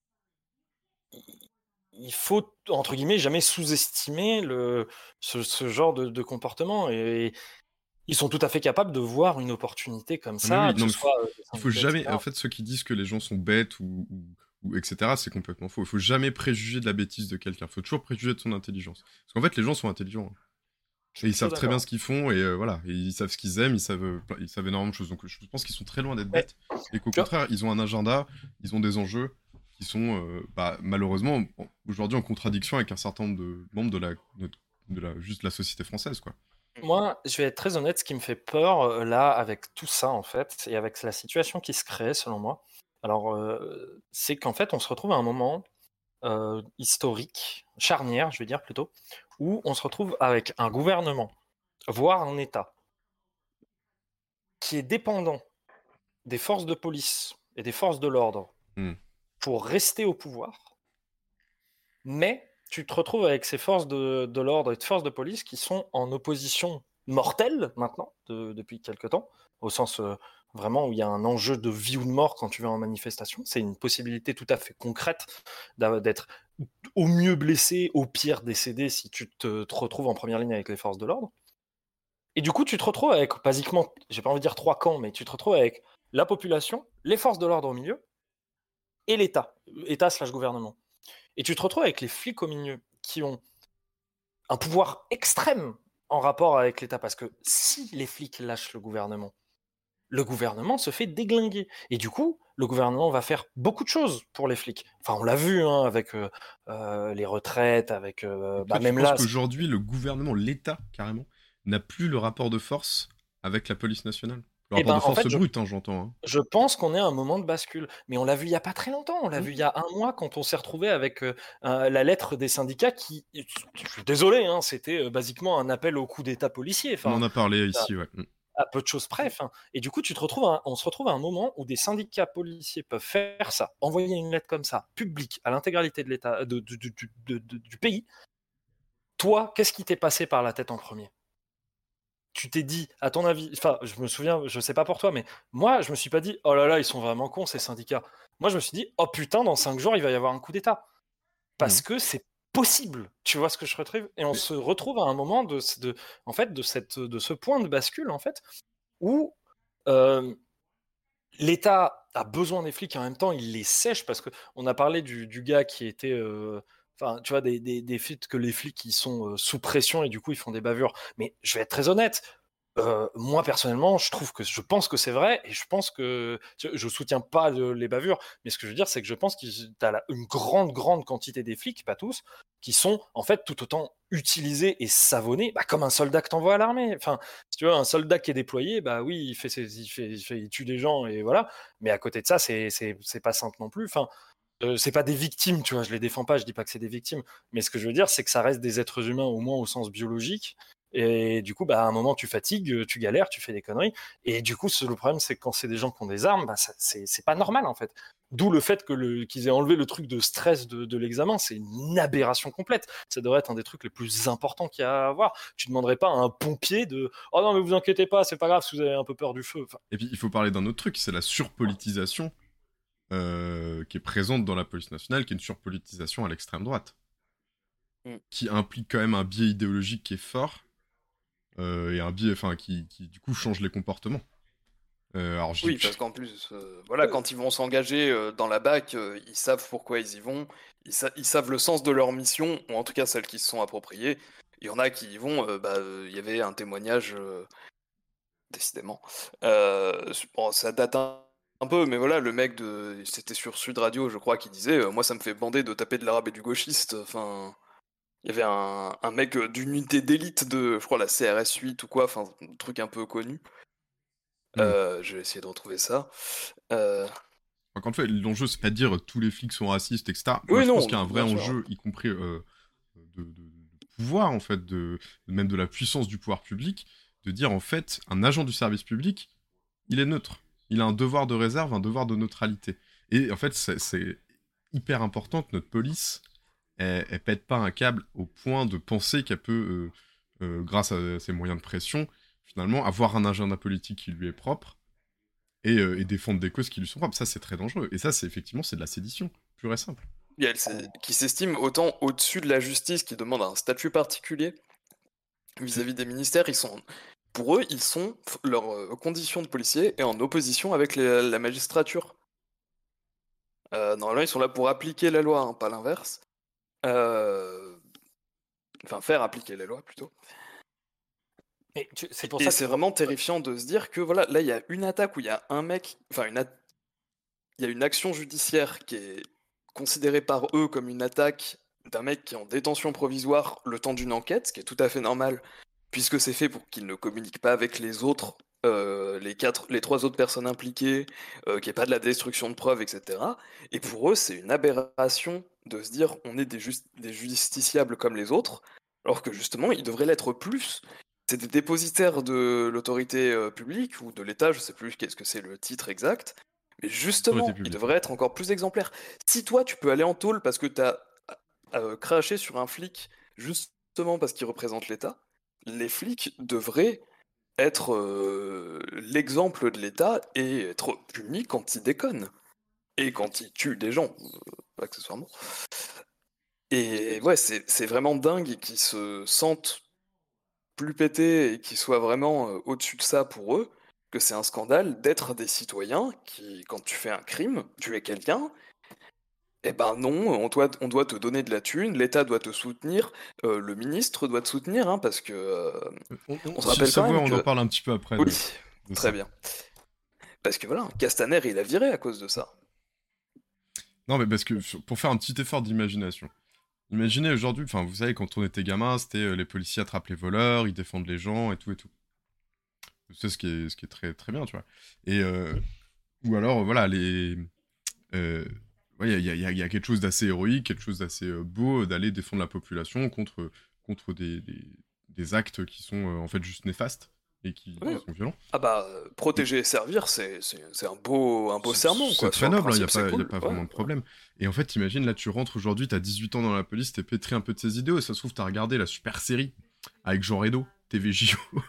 il faut, entre guillemets, jamais sous-estimer le, ce, ce genre de, de comportement. Et ils sont tout à fait capables de voir une opportunité comme Ah, mais ça, oui, que non, ce mais faut- soit euh, des il faut syndicats, jamais. et cetera. En fait, ceux qui disent que les gens sont bêtes ou, ou, ou et cetera, c'est complètement faux. Il faut jamais préjuger de la bêtise de quelqu'un. Il faut toujours préjuger de son intelligence. Parce qu'en fait, les gens sont intelligents. hein. Je Et suis ils plutôt savent très bien d'accord. ce qu'ils font et euh, voilà. Et ils savent ce qu'ils aiment, ils savent, euh, plein- ils savent énormément de choses. Donc je pense qu'ils sont très loin d'être Mais, bêtes et qu'au tu vois, contraire, ils ont un agenda, ils ont des enjeux qui sont euh, bah, malheureusement aujourd'hui en contradiction avec un certain nombre de membres de la, de, de la juste la société française, quoi. moi, je vais être très honnête, ce qui me fait peur euh, là, avec tout ça, en fait, et avec la situation qui se crée, selon moi, alors, euh, c'est qu'en fait, on se retrouve à un moment euh, historique, charnière, je vais dire plutôt, où on se retrouve avec un gouvernement, voire un État, qui est dépendant des forces de police et des forces de l'ordre Hmm. pour rester au pouvoir, mais tu te retrouves avec ces forces de, de l'ordre et de forces de police qui sont en opposition mortelle maintenant, de- depuis quelques temps, au sens euh, vraiment où il y a un enjeu de vie ou de mort quand tu vas en manifestation. C'est une possibilité tout à fait concrète d'a- d'être au mieux blessé, au pire décédé si tu te, te retrouves en première ligne avec les forces de l'ordre. Et du coup, tu te retrouves avec, basiquement, j'ai pas envie de dire trois camps, mais tu te retrouves avec la population, les forces de l'ordre au milieu, et l'État, État slash gouvernement. Et tu te retrouves avec les flics au milieu, qui ont un pouvoir extrême en rapport avec l'État, parce que si les flics lâchent le gouvernement, le gouvernement se fait déglinguer. Et du coup, le gouvernement va faire beaucoup de choses pour les flics. Enfin, on l'a vu hein, avec euh, euh, les retraites, avec... euh, Donc bah, toi, tu même penses là, c'est- qu'aujourd'hui, le gouvernement, l'État, carrément, n'a plus le rapport de force avec la police nationale? Le eh rapport ben, de en force fait, je, brut, hein, j'entends. Hein. je pense qu'on est à un moment de bascule. Mais on l'a vu il y a pas très longtemps. On l'a Hmm. vu il y a un mois quand on s'est retrouvé avec euh, euh, la lettre des syndicats qui, je suis désolé, hein, c'était euh, basiquement un appel au coup d'État policier. On en Enfin, a parlé ici, ouais. Hmm. à peu de choses près. Enfin, et du coup, tu te retrouves à un- on se retrouve à un moment où des syndicats policiers peuvent faire ça, envoyer une lettre comme ça, publique, à l'intégralité de l'État, de- du- du- du- de- de- du pays. Toi, qu'est-ce qui t'est passé par la tête en premier? Tu t'es dit, à ton avis, enfin, je me souviens, je sais pas pour toi, mais moi, je me suis pas dit, oh là là, ils sont vraiment cons, ces syndicats. Moi, je me suis dit, oh putain, dans cinq jours, il va y avoir un coup d'État. Parce Hmm. que c'est possible. Tu vois ce que je retrouve? Et on Mais- se retrouve à un moment de, de, en fait, de, cette, de ce point de bascule, en fait, où euh, l'État a besoin des flics et en même temps il les sèche parce que on a parlé du, du gars qui était, euh, enfin tu vois des, des, des faits que les flics ils sont euh, sous pression et du coup ils font des bavures. Mais je vais être très honnête, euh, moi personnellement je trouve que je pense que c'est vrai et je pense que je, je soutiens pas le- les bavures, mais ce que je veux dire c'est que je pense qu'il y a une grande grande quantité des flics, pas tous, qui sont en fait tout autant utilisés et savonnés bah, comme un soldat que t'envoies à l'armée. Enfin, si tu veux, un soldat qui est déployé, bah oui, il fait, ses, il fait, il fait, il tue des gens et voilà. Mais à côté de ça, c'est, c'est, c'est pas simple non plus. Enfin, euh, c'est pas des victimes, tu vois. Je les défends pas, je dis pas que c'est des victimes. Mais ce que je veux dire, c'est que ça reste des êtres humains au moins au sens biologique. Et du coup, bah, à un moment, tu fatigues, tu galères, tu fais des conneries. Et du coup, ce- le problème, c'est que quand c'est des gens qui ont des armes, bah, ça- c'est, c'est pas normal en fait. D'où le fait que le, qu'ils aient enlevé le truc de stress de, de l'examen, c'est une aberration complète. Ça devrait être un des trucs les plus importants qu'il y a à avoir. Tu demanderais pas à un pompier de oh non mais vous inquiétez pas, c'est pas grave si vous avez un peu peur du feu. Enfin, Et puis, il faut parler d'un autre truc, c'est la surpolitisation euh, qui est présente dans la police nationale, qui est une surpolitisation à l'extrême droite, Mm. qui implique quand même un biais idéologique qui est fort, euh, et un biais, enfin, qui, qui du coup change les comportements. Euh, alors, j'ai- Oui, parce qu'en plus, euh, voilà, quand ils vont s'engager euh, dans la B A C, euh, ils savent pourquoi ils y vont, ils, sa- ils savent le sens de leur mission, ou en tout cas celle qui se sont appropriées. Il y en a qui y vont, euh, bah, euh, il y avait un témoignage, euh, décidément. Euh, bon, ça date un, un peu, mais voilà, le mec de, c'était sur Sud Radio, je crois, qui disait, euh, moi ça me fait bander de taper de l'arabe et du gauchiste. Enfin, il y avait un, un mec euh, d'une unité d'élite de, je crois, la C R S huit ou quoi, enfin, un truc un peu connu. Mm. Euh, je vais essayer de retrouver ça. Euh, Encore une fois, l'enjeu, c'est pas de dire euh, tous les flics sont racistes, et cetera. Moi, Oui, je pense non, qu'il y a un vrai bien sûr. enjeu, y compris euh, de, de- de pouvoir, en fait, de, même de la puissance du pouvoir public, de dire, en fait, un agent du service public, il est neutre. Il a un devoir de réserve, un devoir de neutralité. Et en fait, c'est c'est hyper important que notre police, elle, elle pète pas un câble au point de penser qu'elle peut, euh, euh, grâce à ses moyens de pression, finalement, avoir un agenda politique qui lui est propre, et, euh, et défendre des causes qui lui sont propres. Ça, c'est très dangereux. Et ça, c'est effectivement, c'est de la sédition, pure et simple. Et elle s'est- qui s'estime autant au-dessus de la justice, qui demande un statut particulier vis-à-vis des ministères. Ils sont, pour eux, ils sont leur euh, condition de policier est en opposition avec les- la magistrature. Euh, normalement, ils sont là pour appliquer la loi, hein, pas l'inverse. Euh, Enfin, faire appliquer la loi plutôt. et tu- c'est pour Et ça c'est que vraiment terrifiant de se dire que voilà, là, il y a une attaque où il y a un mec, enfin une, a- il y a une action judiciaire qui est considérée par eux comme une attaque d'un mec qui est en détention provisoire le temps d'une enquête, ce qui est tout à fait normal, puisque c'est fait pour qu'il ne communique pas avec les autres, euh, les quatre, les trois autres personnes impliquées, euh, qu'il n'y ait pas de la destruction de preuves, et cetera. Et pour eux, c'est une aberration de se dire on est des, just- des justiciables comme les autres, alors que justement, ils devraient l'être plus. C'est des dépositaires de l'autorité euh, publique ou de l'État, je sais plus qu'est-ce que c'est le titre exact. Mais justement, Autorité ils publique. devraient être encore plus exemplaires. Si toi, tu peux aller en tôle parce que t'as euh, craché sur un flic justement parce qu'il représente l'État, les flics devraient être euh, l'exemple de l'État et être punis quand ils déconnent. Et quand ils tuent des gens, euh, accessoirement. Et ouais, c'est c'est vraiment dingue qu'ils se sentent plus pétés et qu'ils soient vraiment euh, au-dessus de ça pour eux, que c'est un scandale d'être des citoyens qui, quand tu fais un crime, tuer quelqu'un, eh ben non, on doit, on doit te donner de la thune, l'État doit te soutenir, euh, le ministre doit te soutenir, hein, parce que euh, On, on- on se si rappelle ça quand va, même on en que... parle un petit peu après Oui, de, de très ça. bien. Parce que voilà, Castaner, il a viré à cause de ça. Non, mais parce que sur- pour faire un petit effort d'imagination. Imaginez aujourd'hui, enfin, vous savez, quand on était gamin, c'était euh, les policiers attrapent les voleurs, ils défendent les gens et tout et tout. C'est ce qui est, ce qui est très, très bien, tu vois. Et, euh, ou alors, euh, voilà, les. euh, ouais, il y a, il y a- il y a quelque chose d'assez héroïque, quelque chose d'assez euh, beau euh, d'aller défendre la population contre, contre des, des, des actes qui sont euh, en fait juste néfastes et qui, Oui. qui sont violents. Ah bah, euh, protéger et servir, c'est c'est- c'est un beau, un beau C'est serment, c'est quoi. très Sur le noble, il n'y a, principe, c'est pas- y a cool. pas Ouais, vraiment de problème. Et en fait, t'imagines, là, tu rentres aujourd'hui, t'as dix-huit ans dans la police, t'es pétri un peu de ces idéaux, et ça se trouve, t'as regardé la super série avec Jean Reno, T V J O,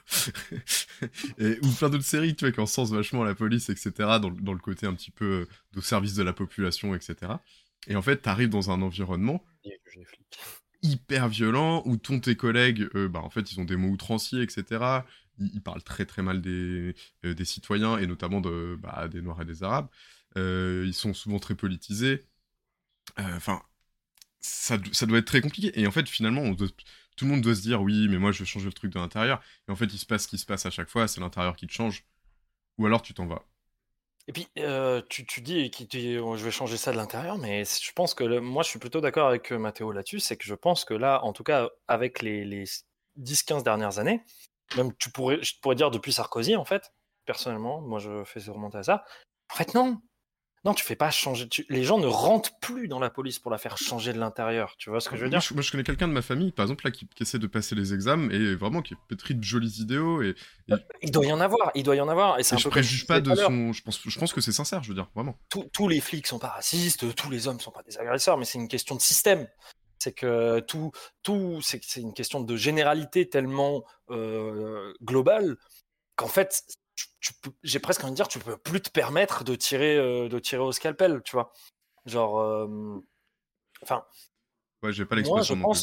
et, ou plein d'autres séries, tu vois, qui encensent vachement la police, et cetera, dans, le- dans le côté un petit peu euh, au service de la population, et cetera. Et en fait, t'arrives dans un environnement Et que j'ai flic. hyper violent, où ton tes collègues, euh, bah, en fait, ils ont des mots outranciers, et cetera. Ils, ils parlent très très mal des, euh, des citoyens, et notamment de, bah, des Noirs et des Arabes. Euh, ils sont souvent très politisés. Euh, Enfin, ça, do- ça doit être très compliqué. Et en fait, finalement, on doit- tout le monde doit se dire, oui, mais moi, je vais changer le truc de l'intérieur. Et en fait, il se passe ce qui se passe à chaque fois, c'est l'intérieur qui te change. Ou alors, tu t'en vas. Et puis, euh, tu, tu dis que je vais changer ça de l'intérieur, mais c- je pense que le- moi, je suis plutôt d'accord avec euh, Mathéo là-dessus. C'est que je pense que là, en tout cas, avec les, les dix quinze dernières années, même tu pourrais, je pourrais dire depuis Sarkozy, en fait, personnellement, moi, je fais remonter à ça. En fait, non. Non, tu fais pas changer. tu- Les gens ne rentrent plus dans la police pour la faire changer de l'intérieur. Tu vois ce que je veux Moi, dire? je, moi, je connais quelqu'un de ma famille, par exemple, là, qui, qui essaie de passer les examens, et vraiment, qui est pétri de jolis idéaux, et, et, Il doit y en avoir, il doit y en avoir. Et c'est et un je peu comme je préjuge pas disais tout de à l'heure. son... Je pense, je pense que c'est sincère, je veux dire, vraiment. Tous tous les flics sont pas racistes, tous les hommes sont pas des agresseurs, mais c'est une question de système. C'est que tout, tout, c'est c'est une question de généralité tellement euh, globale qu'en fait, tu- tu peux- j'ai presque envie de dire, tu peux plus te permettre de tirer, euh, de tirer au scalpel, tu vois. Genre, euh, enfin, Ouais, j'ai pas moi, je l'expression non plus. pense,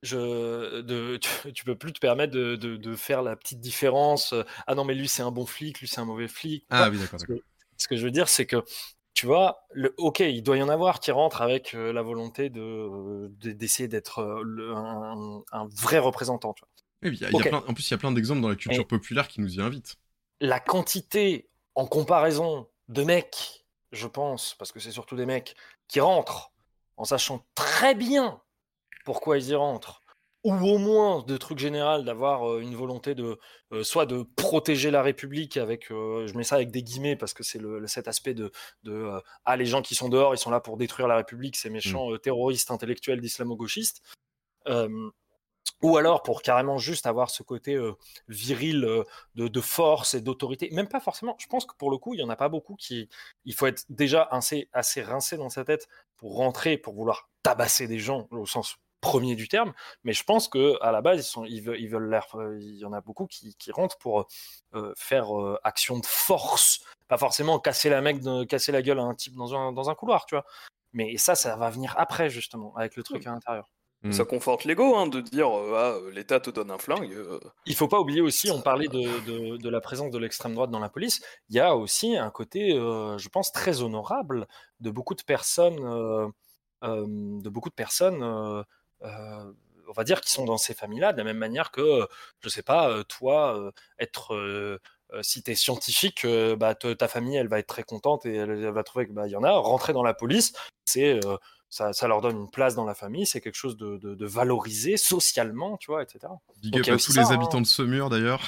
je, de, tu, tu peux plus te permettre de, de, de faire la petite différence. euh, Ah non, mais lui, c'est un bon flic, lui, c'est un mauvais flic. ou Ah quoi. oui, d'accord, Ce d'accord. que, ce que je veux dire, c'est que, tu vois, le, ok, il doit y en avoir qui rentrent avec euh, la volonté de, euh, de- d'essayer d'être euh, le- un, un vrai représentant. Tu vois. Oui, il y a, il y a Ok, plein... En plus, il y a plein d'exemples dans la culture mais populaire qui nous y invitent. la quantité en comparaison de mecs, je pense, parce que c'est surtout des mecs qui rentrent en sachant très bien pourquoi ils y rentrent, ou au moins de truc général d'avoir euh, une volonté de euh, soit de protéger la République avec, euh, je mets ça avec des guillemets parce que c'est le, cet aspect de, de euh, ah les gens qui sont dehors ils sont là pour détruire la République, ces Hmm. méchants euh, terroristes intellectuels d'islamo-gauchistes, euh, ou alors pour carrément juste avoir ce côté euh, viril euh, de, de force et d'autorité, même pas forcément, je pense que pour le coup il y en a pas beaucoup qui, il faut être déjà assez, assez rincé dans sa tête pour rentrer, pour vouloir tabasser des gens au sens premier du terme, mais je pense que à la base ils, sont, ils veulent, ils veulent l'air, il y en a beaucoup qui, qui rentrent pour euh, faire euh, action de force, pas forcément casser la mec, de, casser la gueule à un type dans un, dans un couloir, tu vois, mais ça ça va venir après justement avec le truc à l'intérieur. Hmm. Ça conforte l'ego, hein, de dire euh, ah, euh, l'État te donne un flingue. euh, Il faut pas oublier aussi, on ça- parlait de, de, de la présence de l'extrême droite dans la police, il y a aussi un côté, euh, je pense, très honorable de beaucoup de personnes, euh, euh, de beaucoup de personnes, euh, euh, on va dire, qui sont dans ces familles-là, de la même manière que, je sais pas, euh, toi, euh, être, euh, euh, si tu es scientifique, euh, bah, te- ta famille, elle va être très contente et elle, elle va trouver qu'il bah, y en a. Rentrer dans la police, c'est, euh, ça, ça leur donne une place dans la famille, c'est quelque chose de, de, de valorisé socialement, tu vois, et cetera. Big Donc up il y a à aussi tous ça, les hein. habitants de Saumur, d'ailleurs.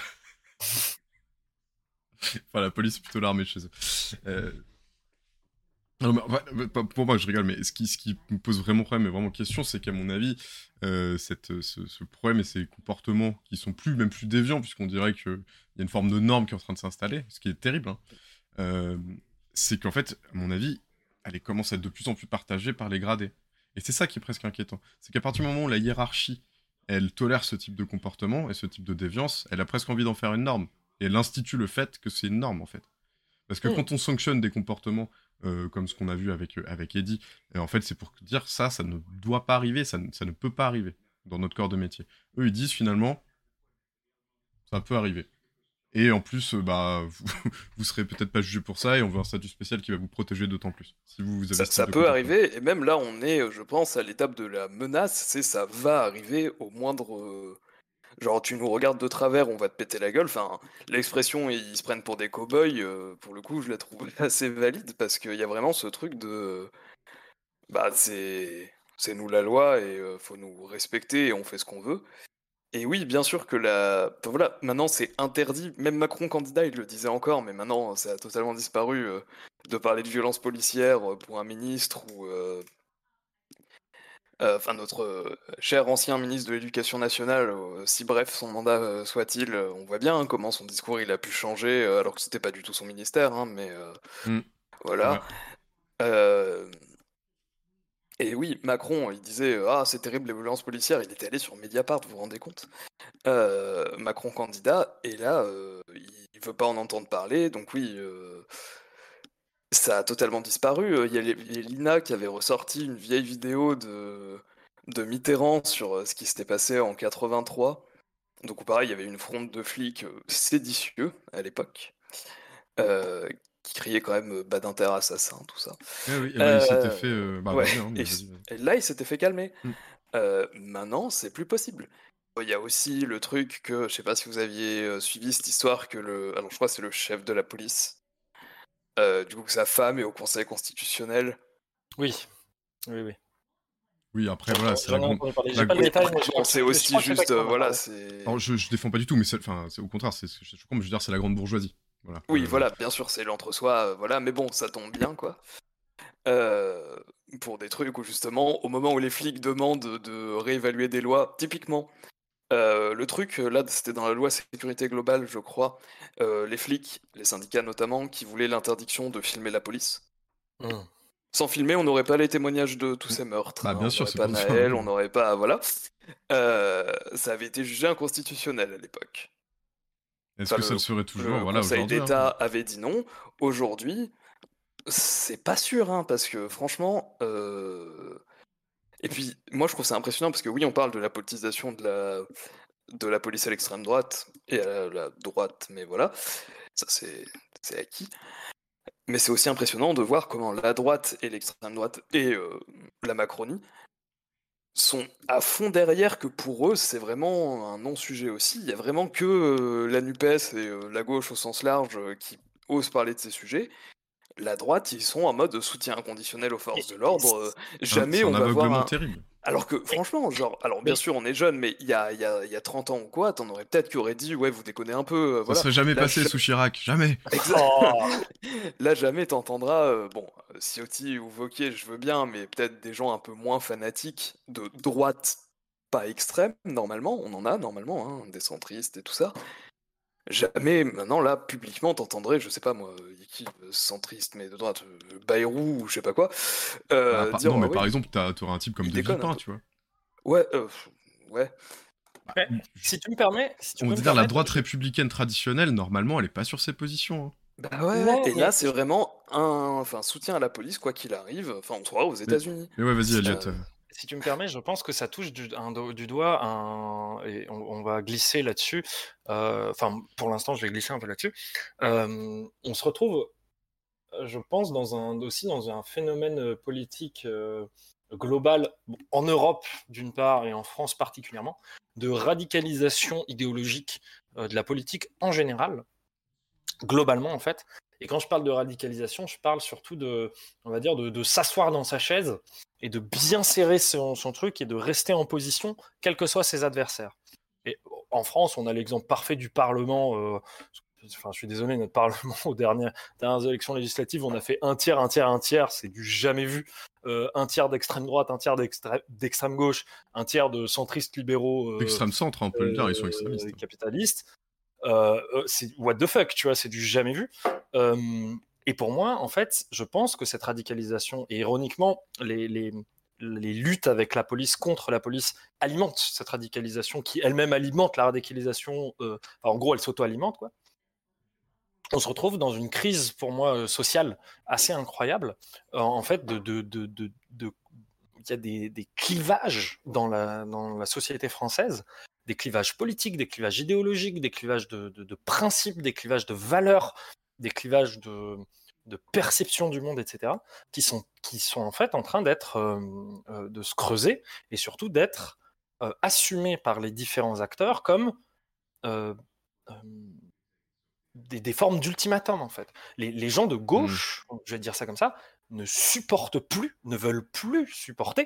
Enfin, la police, c'est plutôt l'armée chez eux. Euh, non, mais, ouais, pas- pour moi, je rigole, mais ce qui, ce qui me pose vraiment problème et vraiment question, c'est qu'à mon avis, euh, cette, ce, ce problème et ces comportements qui sont plus, même plus déviants, puisqu'on dirait qu'il y a une forme de norme qui est en train de s'installer, ce qui est terrible, hein, euh, c'est qu'en fait, à mon avis, elle est- commence à être de plus en plus partagée par les gradés. Et c'est ça qui est presque inquiétant. C'est qu'à partir du moment où la hiérarchie, elle tolère ce type de comportement et ce type de déviance, elle a presque envie d'en faire une norme. Et elle institue le fait que c'est une norme, en fait. Parce que Mm. quand on sanctionne des comportements euh, comme ce qu'on a vu avec, euh, avec Eddie, et en fait, c'est pour dire ça, ça ne doit pas arriver, ça ne, ça ne peut pas arriver dans notre corps de métier. Eux, ils disent finalement, ça peut arriver. Et en plus, euh, bah, vous, vous serez peut-être pas jugé pour ça, et on veut un statut spécial qui va vous protéger d'autant plus. Si vous, vous avez Ça, ce type ça de peut comportement. arriver, et même là, on est, euh, je pense, à l'étape de la menace, c'est ça va arriver au moindre. euh, Genre, tu nous regardes de travers, on va te péter la gueule. Enfin, l'expression ils se prennent pour des cow-boys, euh, pour le coup, je la trouve assez valide parce qu'il y a vraiment ce truc de. Bah, c'est. C'est nous la loi et euh, faut nous respecter et on fait ce qu'on veut. Et oui, bien sûr que la. Enfin, voilà, maintenant c'est interdit. Même Macron candidat, il le disait encore, mais maintenant ça a totalement disparu euh, de parler de violence policière euh, pour un ministre ou. euh, euh, Enfin, notre euh, cher ancien ministre de l'Éducation nationale, euh, si bref son mandat euh, soit-il, euh, on voit bien hein, comment son discours il a pu changer, euh, alors que c'était pas du tout son ministère, hein, mais euh, Mm, c'est voilà. vrai. Euh, et oui, Macron, il disait euh, ah c'est terrible les violences policières, il était allé sur Mediapart, vous vous rendez compte? Euh, Macron candidat, et là euh, il veut pas en entendre parler, donc oui. euh, Ça a totalement disparu. Euh, Il y a les- il y a l'I N A qui avait ressorti une vieille vidéo de, de Mitterrand sur euh, ce qui s'était passé en quatre-vingt-trois. Donc, pareil, il y avait une fronde de flics euh, séditieux à l'époque, euh, qui criaient quand même euh, Badinter assassin, tout ça. Eh oui, et bah, il s'était Euh, fait... euh, Bah, ouais, vas-y, hein, et, mais vas-y, vas-y. et là, il s'était fait calmer. Mm. Euh, maintenant, c'est plus possible. Il y a aussi le truc que, je sais pas si vous aviez euh, suivi cette histoire que le. Alors, je crois que c'est le chef de la police. Euh, du coup, que sa femme est au Conseil constitutionnel. Oui, oui, oui. Oui, après, J'en voilà, c'est la j'en ai grande... entendu parler. J'ai la- pas le Oui, détail, après, mais je bon, crois que c'est c'est je aussi crois que c'est ça juste, que euh, t'en as voilà, parlé. Alors, c'est... je, je défends pas du tout, mais c'est, enfin, c'est au contraire, c'est, je, je, comme je veux dire, c'est la grande bourgeoisie. Voilà. Oui, Euh, voilà, bien sûr, c'est l'entre-soi, euh, voilà, mais bon, ça tombe bien, quoi. Euh, pour des trucs où, justement, au moment où les flics demandent de réévaluer des lois, typiquement, euh, le truc, euh, là, c'était dans la loi sécurité globale, je crois, euh, les flics, les syndicats notamment, qui voulaient l'interdiction de filmer la police. Hmm. Sans filmer, on n'aurait pas les témoignages de tous ces meurtres, Bah, hein, bien on sûr, n'aurait c'est pas pour ça. Naël, Oui. on n'aurait pas... Voilà. Euh, ça avait été jugé inconstitutionnel à l'époque. Est-ce Enfin, que ça le le, serait toujours, le voilà, Conseil aujourd'hui, hein. d'État avait dit non. Aujourd'hui, c'est pas sûr, hein, parce que franchement. euh, Et puis, moi, je trouve ça impressionnant parce que oui, on parle de la politisation de la, de la police à l'extrême droite et à la droite, mais voilà, ça c'est c'est acquis. Mais c'est aussi impressionnant de voir comment la droite et l'extrême droite et euh, la Macronie sont à fond derrière, que pour eux c'est vraiment un non-sujet aussi. Il y a vraiment que euh, la NUPES et euh, la gauche au sens large euh, qui osent parler de ces sujets. La droite, ils sont en mode soutien inconditionnel aux Et- forces de et l'ordre. euh, c- C'est un, Jamais c'est on un va voir aveuglement un. terrible. Alors que mais- franchement, genre, alors bien mais- sûr on est jeune, mais il y a, il y, a, il y a trente ans ou quoi, t'en aurais peut-être qui aurait dit ouais vous déconnez un peu, euh, Ça voilà. serait jamais Là, passé ja- sous Chirac, jamais. Exa- Oh, Là jamais t'entendras, euh, bon, euh, Ciotti ou Wauquiez je veux bien, mais peut-être des gens un peu moins fanatiques de droite, pas extrême normalement, on en a normalement, hein, des centristes et tout ça. Jamais, maintenant là, publiquement, t'entendrais, je sais pas moi, euh, y a qui, euh, centriste mais de droite, euh, Bayrou ou je sais pas quoi, Bah, euh, par- dire non, ah mais par oui, exemple, t'as- t'aurais un type comme il De déconne un Villepin, peu. tu vois. Ouais, euh, ouais. Bah, ouais. je- Si tu me permets, si tu on peux va me dire la permettre, droite je- républicaine traditionnelle, normalement, elle est pas sur ses positions, hein. Bah ouais, ouais. non, Et là mais c'est vraiment un enfin, soutien à la police quoi qu'il arrive, enfin on soit aux Mais, États-Unis. mais ouais, vas-y, si tu, Elliot. Euh, euh, si tu me permets, je pense que ça touche du, un do- du doigt un, et on, on va glisser là-dessus. euh, Enfin, pour l'instant, je vais glisser un peu là-dessus. Euh, on se retrouve, euh, je pense, dans un, aussi dans un phénomène euh, politique euh, global bon, en Europe d'une part et en France particulièrement, de radicalisation idéologique euh, de la politique en général, globalement en fait. Et quand je parle de radicalisation, je parle surtout de, on va dire, de, de s'asseoir dans sa chaise et de bien serrer son, son truc et de rester en position, quels que soient ses adversaires. Et en France, on a l'exemple parfait du Parlement. Euh, enfin, je suis désolé, notre Parlement aux dernières, dernières élections législatives, on a fait un tiers, un tiers, un tiers, c'est du jamais vu. Euh, un tiers d'extrême droite, un tiers d'extrême, d'extrême gauche, un tiers de centristes libéraux euh, D'extrême centre, hein, on peut le dire, ils sont euh, extrémistes. capitalistes. Euh, euh, c'est what the fuck, tu vois, c'est du jamais vu. Euh, et pour moi, en fait, je pense que cette radicalisation, et ironiquement, les, les, les luttes avec la police, contre la police, alimentent cette radicalisation qui elle-même alimente la radicalisation. Euh, enfin, en gros, elle s'auto-alimente, quoi. On se retrouve dans une crise, pour moi, euh, sociale assez incroyable. Euh, en fait, de, de, de, de, de il y a des, des clivages dans la, dans la société française, des clivages politiques, des clivages idéologiques, des clivages de, de, de principes, des clivages de valeurs, des clivages de, de perception du monde, et cetera, qui sont, qui sont en fait en train d'être, euh, euh, de se creuser et surtout d'être euh, assumés par les différents acteurs comme euh, euh, des, des formes d'ultimatum, en fait. Les, les gens de gauche, mmh. je vais dire ça comme ça, ne supportent plus, ne veulent plus supporter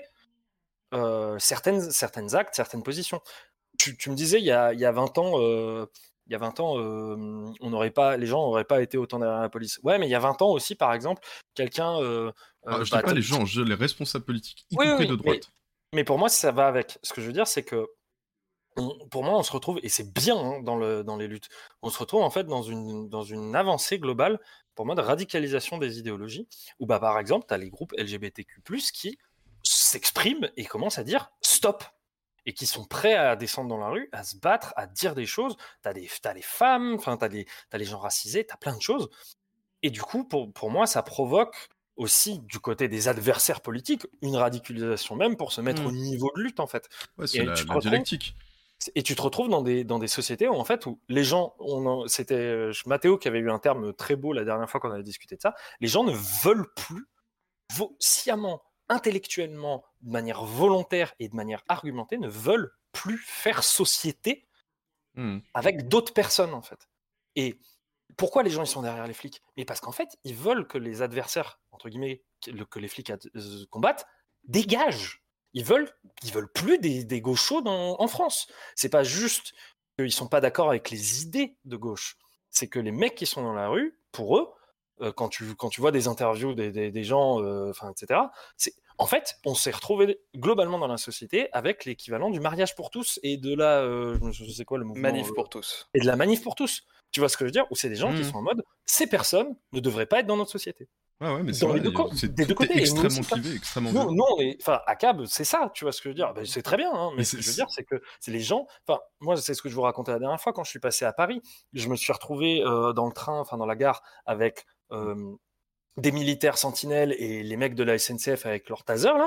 euh, certaines, certaines actes, certaines positions. Tu, tu me disais, il y a, il y a vingt ans, euh, il y a vingt ans euh, on n'aurait pas, les gens n'auraient pas été autant derrière la police. Ouais, mais il y a vingt ans aussi, par exemple, quelqu'un... Euh, ah, euh, je ne bah, dis pas les gens, je les responsables politiques, y oui, compris oui, de droite. Mais, mais pour moi, ça va avec. Ce que je veux dire, c'est que on, pour moi, on se retrouve, et c'est bien hein, dans, le, dans les luttes, on se retrouve en fait dans une, dans une avancée globale, pour moi, de radicalisation des idéologies, où bah, par exemple, tu as les groupes L G B T Q plus, qui s'expriment et commencent à dire stop, et qui sont prêts à descendre dans la rue, à se battre, à dire des choses. Tu as, as les femmes, tu as les, les gens racisés, tu as plein de choses. Et du coup, pour, pour moi, ça provoque aussi, du côté des adversaires politiques, une radicalisation même pour se mettre mmh. au niveau de lutte, en fait. Ouais, c'est et la, la dialectique. Et tu te retrouves dans des, dans des sociétés où, en fait, où les gens, on, c'était Mathéo qui avait eu un terme très beau la dernière fois qu'on avait discuté de ça, les gens ne veulent plus, sciemment, intellectuellement, de manière volontaire et de manière argumentée, ne veulent plus faire société mmh. avec d'autres personnes, en fait. Et pourquoi les gens ils sont derrière les flics ? Mais parce qu'en fait, ils veulent que les adversaires, entre guillemets, que les flics combattent, dégagent. Ils veulent, ils veulent plus des, des gauchos dans, en France. C'est pas juste qu'ils sont pas d'accord avec les idées de gauche. C'est que les mecs qui sont dans la rue, pour eux, euh, quand tu quand tu vois des interviews des, des, des gens, enfin, euh, et cetera. C'est en fait, on s'est retrouvé globalement dans la société avec l'équivalent du mariage pour tous et de la, euh, je sais quoi le mouvement. Manif euh, pour tous. Et de la manif pour tous. Tu vois ce que je veux dire ? Où c'est des gens mmh. qui sont en mode, ces personnes ne devraient pas être dans notre société. Ah ouais, mais c'est vrai, les deux, c'est des deux côtés. extrêmement clivé, extrêmement nous, nous, on est, enfin, à C A B, c'est ça, tu vois ce que je veux dire. Ben, c'est très bien, hein, mais, mais ce que je veux dire, c'est que c'est les gens. Enfin, moi, c'est ce que je vous racontais la dernière fois quand je suis passé à Paris. Je me suis retrouvé euh, dans le train, enfin dans la gare, avec euh, des militaires sentinelles et les mecs de la S N C F avec leur taser là.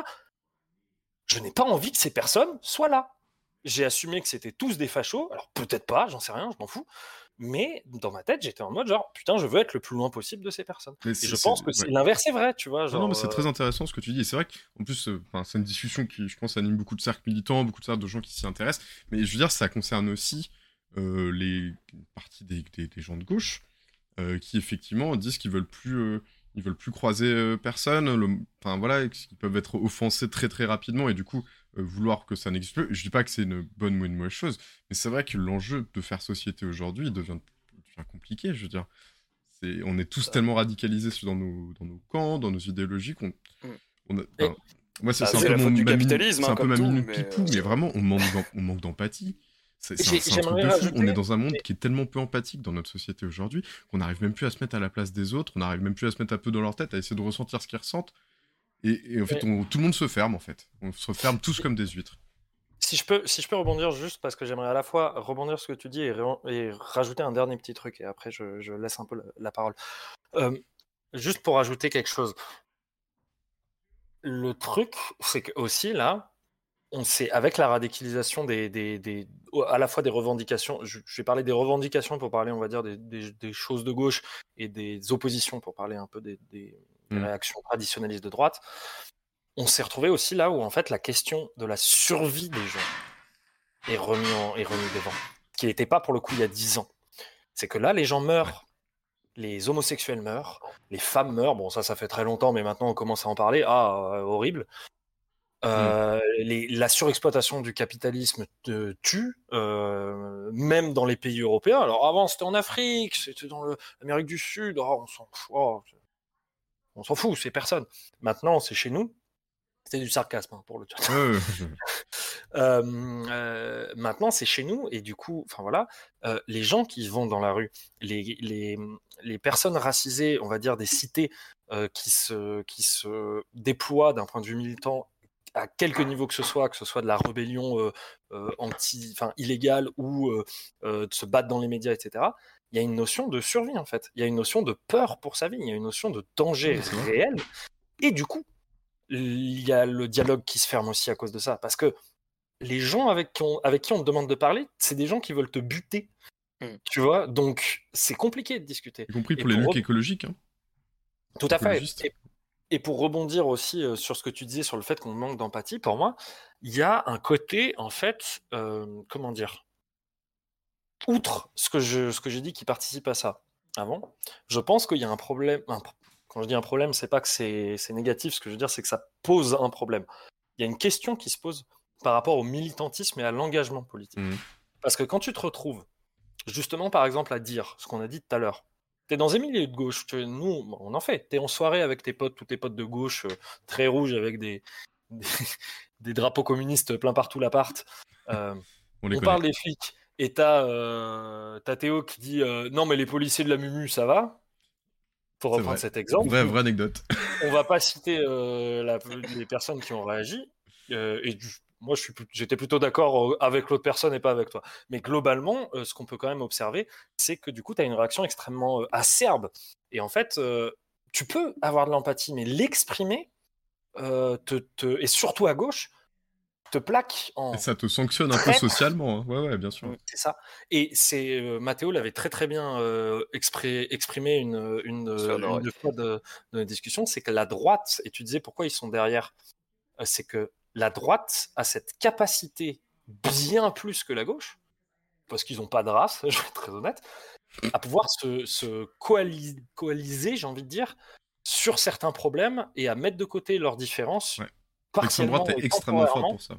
Je n'ai pas envie que ces personnes soient là. J'ai assumé que c'était tous des fachos. Alors peut-être pas, j'en sais rien, je m'en fous. Mais dans ma tête, j'étais en mode genre, putain, je veux être le plus loin possible de ces personnes. Mais et je pense que ouais. l'inverse est vrai, tu vois. Genre, non, non, mais c'est euh... très intéressant ce que tu dis. Et c'est vrai qu'en plus, euh, c'est une discussion qui, je pense, anime beaucoup de cercles militants, beaucoup de cercles de gens qui s'y intéressent. Mais je veux dire, ça concerne aussi euh, les une partie des, des, des gens de gauche euh, qui, effectivement, disent qu'ils veulent plus... Euh, ils veulent plus croiser euh, personne, le... enfin voilà, ils peuvent être offensés très très rapidement et du coup euh, vouloir que ça n'existe plus. Je dis pas que c'est une bonne ou une mauvaise chose, mais c'est vrai que l'enjeu de faire société aujourd'hui devient, devient compliqué. Je veux dire, c'est... on est tous tellement radicalisés dans nos dans nos camps, dans nos idéologies qu'on, on a... enfin, moi c'est, bah, c'est, c'est un peu mon, mon, capitalisme, c'est hein, un peu ma tout, minute mais... pipou, mais vraiment on manque on manque d'empathie. C'est, c'est, un, c'est un truc de fou. Rajouter... On est dans un monde qui est tellement peu empathique dans notre société aujourd'hui qu'on n'arrive même plus à se mettre à la place des autres, on n'arrive même plus à se mettre un peu dans leur tête, à essayer de ressentir ce qu'ils ressentent. Et, et en fait, on, tout le monde se ferme, en fait. On se ferme tous comme des huîtres. Si je peux, si je peux rebondir juste parce que j'aimerais à la fois rebondir sur ce que tu dis et, ré- et rajouter un dernier petit truc, et après je, je laisse un peu la, la parole. Euh, juste pour rajouter quelque chose. Le truc, c'est que aussi là, on sait, avec la radicalisation des, des, des, à la fois des revendications, je, je vais parler des revendications pour parler, on va dire, des, des, des choses de gauche et des oppositions pour parler un peu des, des, des mmh. réactions traditionnalistes de droite. On s'est retrouvé aussi là où en fait la question de la survie des gens est remis, en, est remis devant, ce qui n'était pas pour le coup il y a dix ans. C'est que là, les gens meurent. Les homosexuels meurent, les femmes meurent. Bon, ça, ça fait très longtemps, mais maintenant on commence à en parler. Ah, euh, horrible. Euh, mmh. les, la surexploitation du capitalisme te tue, euh, même dans les pays européens. Alors avant c'était en Afrique, c'était dans le, l'Amérique du Sud, oh, on s'en fout, oh, on s'en fout, c'est personne. Maintenant c'est chez nous, c'était du sarcasme hein, pour le chat. euh, euh, maintenant c'est chez nous et du coup, enfin voilà, euh, les gens qui vont dans la rue, les, les, les personnes racisées, on va dire des cités euh, qui se, qui se déploient d'un point de vue militant, à quelque niveau que ce soit, que ce soit de la rébellion euh, euh, anti, enfin illégale ou euh, euh, de se battre dans les médias, et cetera. Il y a une notion de survie en fait. Il y a une notion de peur pour sa vie. Il y a une notion de danger Ouais, réel. Et du coup, il y a le dialogue qui se ferme aussi à cause de ça, parce que les gens avec qui on, avec qui on te demande de parler, c'est des gens qui veulent te buter. Mm. Tu vois, donc c'est compliqué de discuter. Y compris pour et les luttes re... écologiques. Hein. Tout à fait. Et, et pour rebondir aussi euh, sur ce que tu disais sur le fait qu'on manque d'empathie, pour moi, il y a un côté, en fait, euh, comment dire, outre ce que, je, ce que j'ai dit qui participe à ça avant, je pense qu'il y a un problème. Un, quand je dis un problème, c'est pas que c'est, c'est négatif, ce que je veux dire, c'est que ça pose un problème. Il y a une question qui se pose par rapport au militantisme et à l'engagement politique. Mmh. Parce que quand tu te retrouves, justement, par exemple, à dire ce qu'on a dit tout à l'heure, tu es dans un milieu de gauche, tu, nous, on en fait, tu es en soirée avec tes potes, tous tes potes de gauche, euh, très rouges, avec des, des, des drapeaux communistes plein partout l'appart. Euh, on on parle des flics, et tu as euh, Théo qui dit euh, non, mais les policiers de la Mumu, ça va. Pour reprendre vrai. cet exemple. Vraie, vraie anecdote. On va pas citer euh, la, les personnes qui ont réagi. Euh, et du, moi, je suis, j'étais plutôt d'accord avec l'autre personne et pas avec toi. Mais globalement, euh, ce qu'on peut quand même observer, c'est que du coup, tu as une réaction extrêmement euh, acerbe. Et en fait, euh, tu peux avoir de l'empathie, mais l'exprimer, euh, te, te, et surtout à gauche, te plaque en... Et ça te sanctionne un peu socialement, hein. Ouais, ouais, bien sûr. C'est ça. Et c'est, euh, Mathéo l'avait très très bien euh, expré, exprimé une, une, une, une fois de, de la discussion, c'est que la droite, et tu disais pourquoi ils sont derrière, euh, c'est que la droite a cette capacité, bien plus que la gauche, parce qu'ils n'ont pas de race, je vais être très honnête, à pouvoir se, se coaliser, coaliser, j'ai envie de dire, sur certains problèmes et à mettre de côté leurs différences. Ouais. L'extrême droite est extrêmement forte pour ça.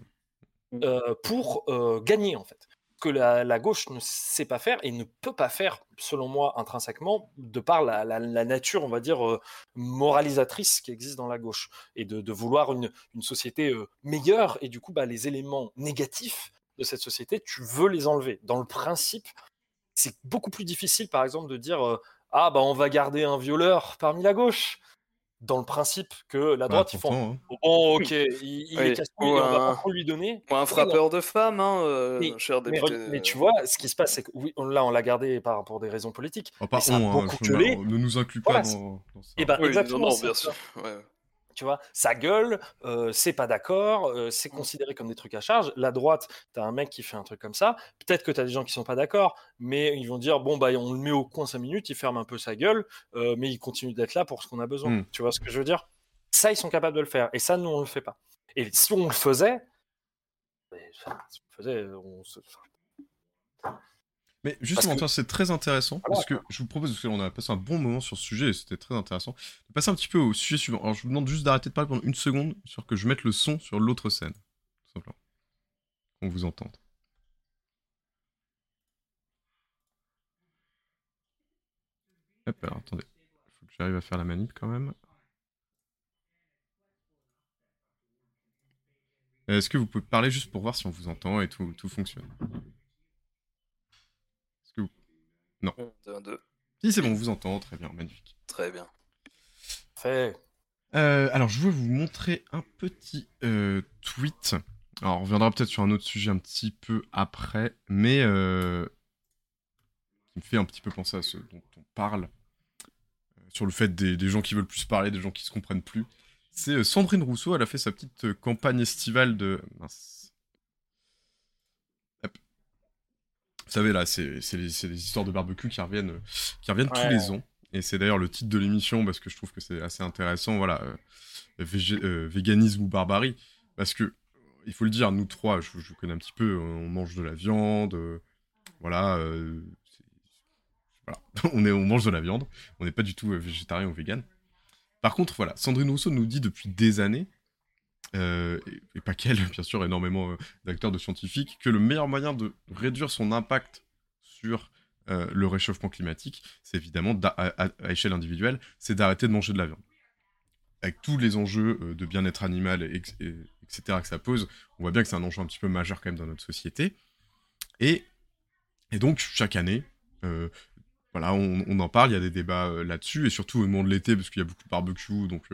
Euh, pour euh, gagner, en fait. Que la, la gauche ne sait pas faire et ne peut pas faire, selon moi, intrinsèquement, de par la, la, la nature, on va dire, euh, moralisatrice qui existe dans la gauche. Et de, de vouloir une, une société euh, meilleure. Et du coup, bah, les éléments négatifs de cette société, tu veux les enlever. Dans le principe, c'est beaucoup plus difficile, par exemple, de dire euh, ah, bah, on va garder un violeur parmi la gauche. Dans le principe que la droite, bah, ils font hein. Bon, ok, il, il oui. est casse couille, un... on va pas trop lui donner. Ou un frappeur ouais, de femmes, hein, euh, mais, cher député. Mais, mais tu vois, ce qui se passe, c'est que oui, là, on l'a gardé par, pour des raisons politiques. Oh, pas mais ça a on, beaucoup hein, gueulé. Ne nous inclus pas voilà, dans, dans ça. Et bah, oui, exactement. Non, non, bien sûr. Ouais. Tu vois, ça gueule, euh, c'est pas d'accord, euh, c'est considéré comme des trucs à charge. La droite, t'as un mec qui fait un truc comme ça. Peut-être que t'as des gens qui sont pas d'accord, mais ils vont dire bon bah on le met au coin cinq minutes, il ferme un peu sa gueule, euh, mais il continue d'être là pour ce qu'on a besoin. Mm. Tu vois ce que je veux dire? Ça, ils sont capables de le faire. Et ça, nous, on le fait pas. Et si on le faisait, enfin, si on le faisait, on se... Mais justement, que... c'est très intéressant, voilà, parce que quoi. Je vous propose, parce qu'on a passé un bon moment sur ce sujet, et c'était très intéressant, de passer un petit peu au sujet suivant. Alors, je vous demande juste d'arrêter de parler pendant une seconde, sur que je mette le son sur l'autre scène, tout simplement. Qu'on vous entende. Hop, alors, attendez. Il faut que j'arrive à faire la manip, quand même. Est-ce que vous pouvez parler juste pour voir si on vous entend et tout, tout fonctionne? Est-ce que vous... Non. un, deux. Si, c'est bon, on vous entend, très bien, magnifique. Très bien. Fait. Euh, alors, je veux vous montrer un petit euh, tweet. Alors, on reviendra peut-être sur un autre sujet un petit peu après, mais euh, qui me fait un petit peu penser à ce dont on parle, euh, sur le fait des, des gens qui veulent plus parler, des gens qui se comprennent plus. C'est euh, Sandrine Rousseau, elle a fait sa petite euh, campagne estivale de... Mince. Hop. Vous savez, là, c'est, c'est, les, c'est les histoires de barbecue qui reviennent, euh, qui reviennent ouais. tous les ans. Et c'est d'ailleurs le titre de l'émission, parce que je trouve que c'est assez intéressant, voilà, euh, végé, euh, véganisme ou barbarie. Parce que, il faut le dire, nous trois, je, je connais un petit peu, on mange de la viande, euh, voilà, euh, c'est, voilà. on, est, on mange de la viande, on n'est pas du tout euh, végétarien ou vegan. Par contre, voilà, Sandrine Rousseau nous dit depuis des années, euh, et, et pas qu'elle, bien sûr, énormément euh, d'acteurs, de scientifiques, que le meilleur moyen de réduire son impact sur euh, le réchauffement climatique, c'est évidemment, à, à, à échelle individuelle, c'est d'arrêter de manger de la viande. Avec tous les enjeux euh, de bien-être animal, et, et, et cetera que ça pose, on voit bien que c'est un enjeu un petit peu majeur quand même dans notre société. Et, et donc, chaque année... Euh, Voilà, on, on en parle, il y a des débats euh, là-dessus, et surtout au moment de l'été, parce qu'il y a beaucoup de barbecue, donc euh,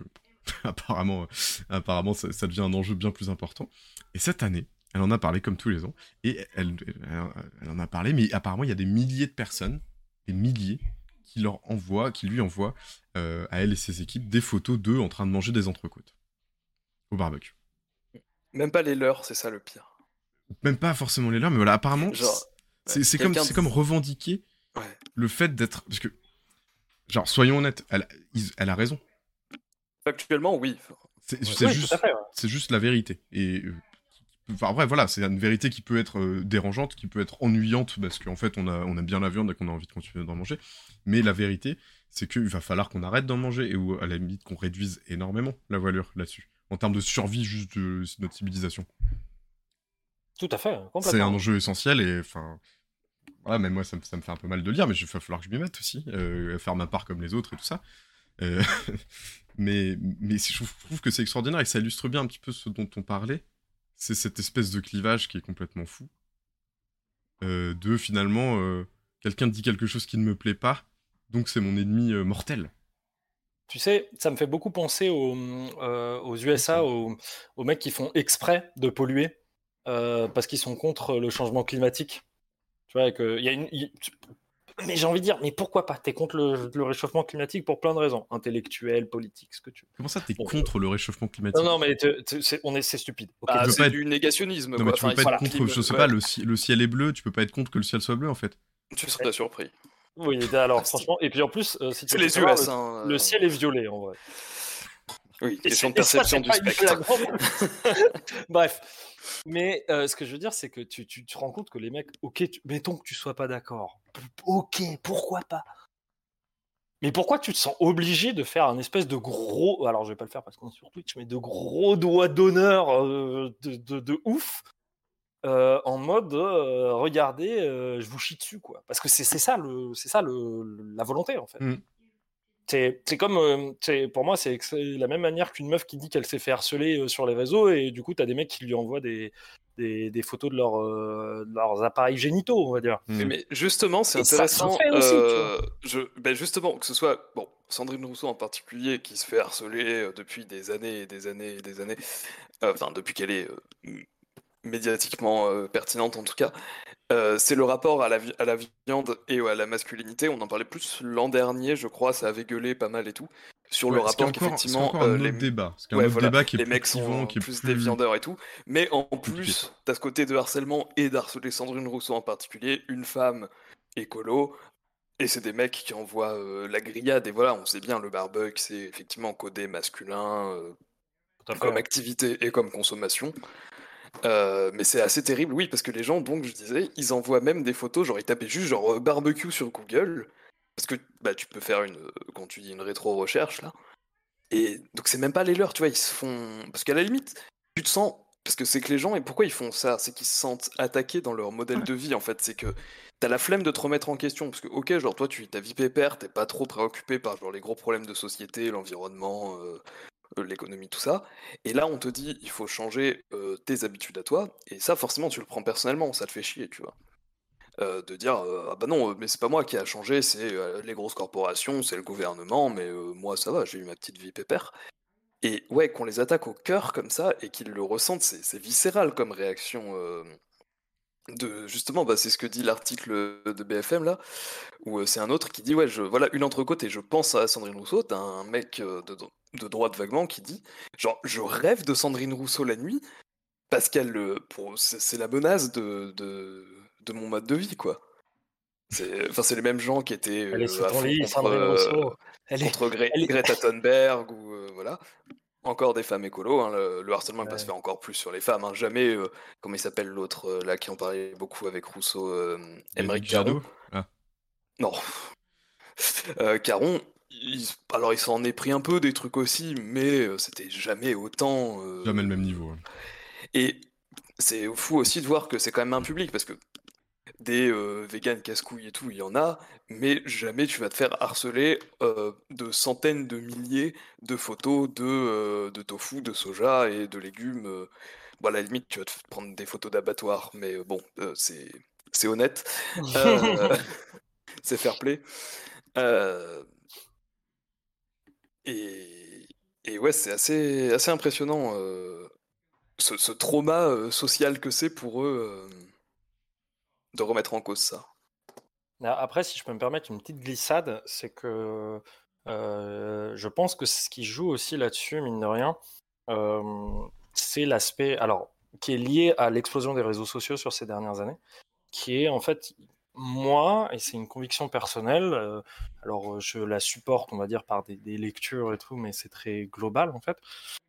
apparemment, euh, apparemment ça, ça devient un enjeu bien plus important. Et cette année, elle en a parlé comme tous les ans, et elle, elle, elle en a parlé, mais apparemment il y a des milliers de personnes, des milliers, qui leur envoient, qui lui envoient euh, à elle et ses équipes des photos d'eux en train de manger des entrecôtes au barbecue. Même pas les leurs, c'est ça le pire. Même pas forcément les leurs, mais voilà, apparemment, Genre, c'est, ouais, c'est comme, quelqu'un c'est dit- comme revendiquer Ouais. le fait d'être... Parce que, genre, soyons honnêtes, elle, ils- elle a raison. Factuellement, oui. C'est, Ouais. c'est Oui, juste, tout à fait, ouais. c'est juste la vérité. Et... euh, Enfin, après, voilà, c'est une vérité qui peut être euh, dérangeante, qui peut être ennuyante, parce qu'en fait, on, a, on aime bien la viande et qu'on a envie de continuer d'en manger. Mais la vérité, c'est qu'il va falloir qu'on arrête d'en manger, et ou à la limite qu'on réduise énormément la voilure là-dessus, en termes de survie juste de notre civilisation. Tout à fait, complètement. C'est un enjeu essentiel, et enfin... Voilà, même moi, ça me, ça me fait un peu mal de le dire, mais il va falloir que je m'y mette aussi, euh, faire ma part comme les autres et tout ça. Euh, mais mais je trouve, je trouve que c'est extraordinaire, et que ça illustre bien un petit peu ce dont on parlait. C'est cette espèce de clivage qui est complètement fou. Euh, de finalement, euh, quelqu'un dit quelque chose qui ne me plaît pas, donc c'est mon ennemi euh, mortel. Tu sais, ça me fait beaucoup penser aux, euh, aux U S A, aux, aux mecs qui font exprès de polluer euh, parce qu'ils sont contre le changement climatique. Tu vois, que il y a une. il- Mais j'ai envie de dire, mais pourquoi pas? T'es contre le, le réchauffement climatique pour plein de raisons, intellectuelles, politiques, ce que tu veux. Comment ça, t'es Bon, contre le réchauffement climatique? Non, non, mais te- te- c'est, on est, c'est stupide. Ok, Ah, tu peux c'est pas être- du négationnisme. Non, quoi. mais tu peux Enfin, pas ils être sont contre, climat- je sais ouais. pas, le, ci- le ciel est bleu, tu peux pas être contre que le ciel soit bleu, en fait. Tu serais surpris. Oui, alors Ah, franchement, et puis en plus, euh, si tu C'est veux les savoir, U S. le, Hein, le euh, ciel est violet en vrai. Oui, Et question de c'est- et ça, perception c'est du pas une spectre. flagrante- Bref. Mais euh, ce que je veux dire, c'est que tu, tu te rends compte que les mecs, ok, tu- mettons que tu sois pas d'accord. Ok, pourquoi pas? Mais pourquoi tu te sens obligé de faire un espèce de gros, alors je vais pas le faire parce qu'on est sur Twitch, mais de gros doigt d'honneur euh, de, de, de ouf euh, en mode euh, regardez, euh, je vous chie dessus quoi. Parce que c'est c'est ça le, c'est ça le, le- la volonté en fait. Mm. C'est c'est comme, euh, c'est- pour moi, c'est c'est la même manière qu'une meuf qui dit qu'elle s'est fait harceler euh, sur les réseaux et du coup, t'as des mecs qui lui envoient des, des, des photos de, leur, euh, de leurs appareils génitaux, on va dire. Mm. Mais justement, c'est Et ça se intéressant. fait aussi, tu euh, je, ben justement, que ce soit bon, Sandrine Rousseau en particulier, qui se fait harceler euh, depuis des années et des années et des années, euh, enfin depuis qu'elle est euh, m- médiatiquement euh, pertinente en tout cas. Euh, c'est le rapport à la, vi- à la viande et à la masculinité. On en parlait plus l'an dernier, je crois, ça avait gueulé pas mal et tout. Sur Ouais, le ce qui est rapport encore, ce qui est qu'effectivement, encore un euh, autre les, débat. Ce qui est ouais, un autre voilà, débat qui est les plus mecs clivant, sont qui est plus plus... des viandeurs et tout. Mais en compliqué. plus, t'as ce côté de harcèlement et d'harceler Sandrine Rousseau en particulier, une femme écolo. Et c'est des mecs qui envoient euh, la grillade. Et voilà, on sait bien, le barbecue, c'est effectivement codé masculin euh, Tout à fait, comme ouais. activité et comme consommation. Euh, mais c'est assez terrible, oui, parce que les gens, donc, je disais, ils envoient même des photos, genre ils tapaient juste genre euh, barbecue sur Google, parce que bah tu peux faire une, euh, quand tu dis une rétro-recherche là, et donc c'est même pas les leurs, tu vois, ils se font, parce qu'à la limite, tu te sens, parce que c'est que les gens, et pourquoi ils font ça, c'est qu'ils se sentent attaqués dans leur modèle de vie, en fait, c'est que t'as la flemme de te remettre en question, parce que ok, genre toi, tu vis ta vie pépère, t'es pas trop préoccupé par genre les gros problèmes de société, l'environnement, euh, euh, l'économie, tout ça. Et là, on te dit, il faut changer euh, tes habitudes à toi. Et ça, forcément, tu le prends personnellement, ça te fait chier, tu vois. Euh, de dire, euh, ah bah non, euh, mais c'est pas moi qui a changé, c'est euh, les grosses corporations, c'est le gouvernement, mais euh, moi, ça va, j'ai eu ma petite vie pépère. Et ouais, qu'on les attaque au cœur comme ça et qu'ils le ressentent, c'est c'est viscéral comme réaction. euh, de justement, bah, c'est ce que dit l'article de B F M là, où euh, c'est un autre qui dit ouais, je voilà une entrecôte et je pense à Sandrine Rousseau. T'as un mec euh, de, de droite vaguement qui dit genre je rêve de Sandrine Rousseau la nuit parce qu'elle euh, pour c'est c'est la menace de, de de mon mode de vie quoi. C'est enfin c'est les mêmes gens qui étaient Elle est euh, sur à ton fond lit, contre Sandrine euh, Rousseau. Elle est, contre Gre- elle est- Greta Thunberg ou euh, voilà. Encore des femmes écolos, hein, le, le harcèlement il peut se Ouais. faire encore plus sur les femmes, hein, jamais, euh, comment il s'appelle l'autre euh, là qui en parlait beaucoup avec Rousseau, euh, Émeric David Caron. Jadot. Ah. Non, Euh, Caron, il- alors il s'en est pris un peu des trucs aussi, mais euh, c'était jamais autant. euh, Jamais le même niveau. hein. Et c'est fou aussi de voir que c'est quand même un public, parce que des euh, véganes casse-couilles et tout, il y en a, mais jamais tu vas te faire harceler euh, de centaines de milliers de photos de, euh, de tofu, de soja et de légumes. euh. Bon, à la limite, tu vas te prendre des photos d'abattoir, mais euh, bon, euh, c'est c'est honnête. Euh, c'est fair play. Euh, et, Et ouais, c'est assez, assez impressionnant euh, ce, ce trauma euh, social que c'est pour eux euh, de remettre en cause ça. Après, si je peux me permettre une petite glissade, c'est que euh, je pense que ce qui joue aussi là-dessus, mine de rien, euh, c'est l'aspect, alors, qui est lié à l'explosion des réseaux sociaux sur ces dernières années, qui est en fait, moi, et c'est une conviction personnelle, euh, alors je la supporte, on va dire, par des, des lectures et tout, mais c'est très global en fait.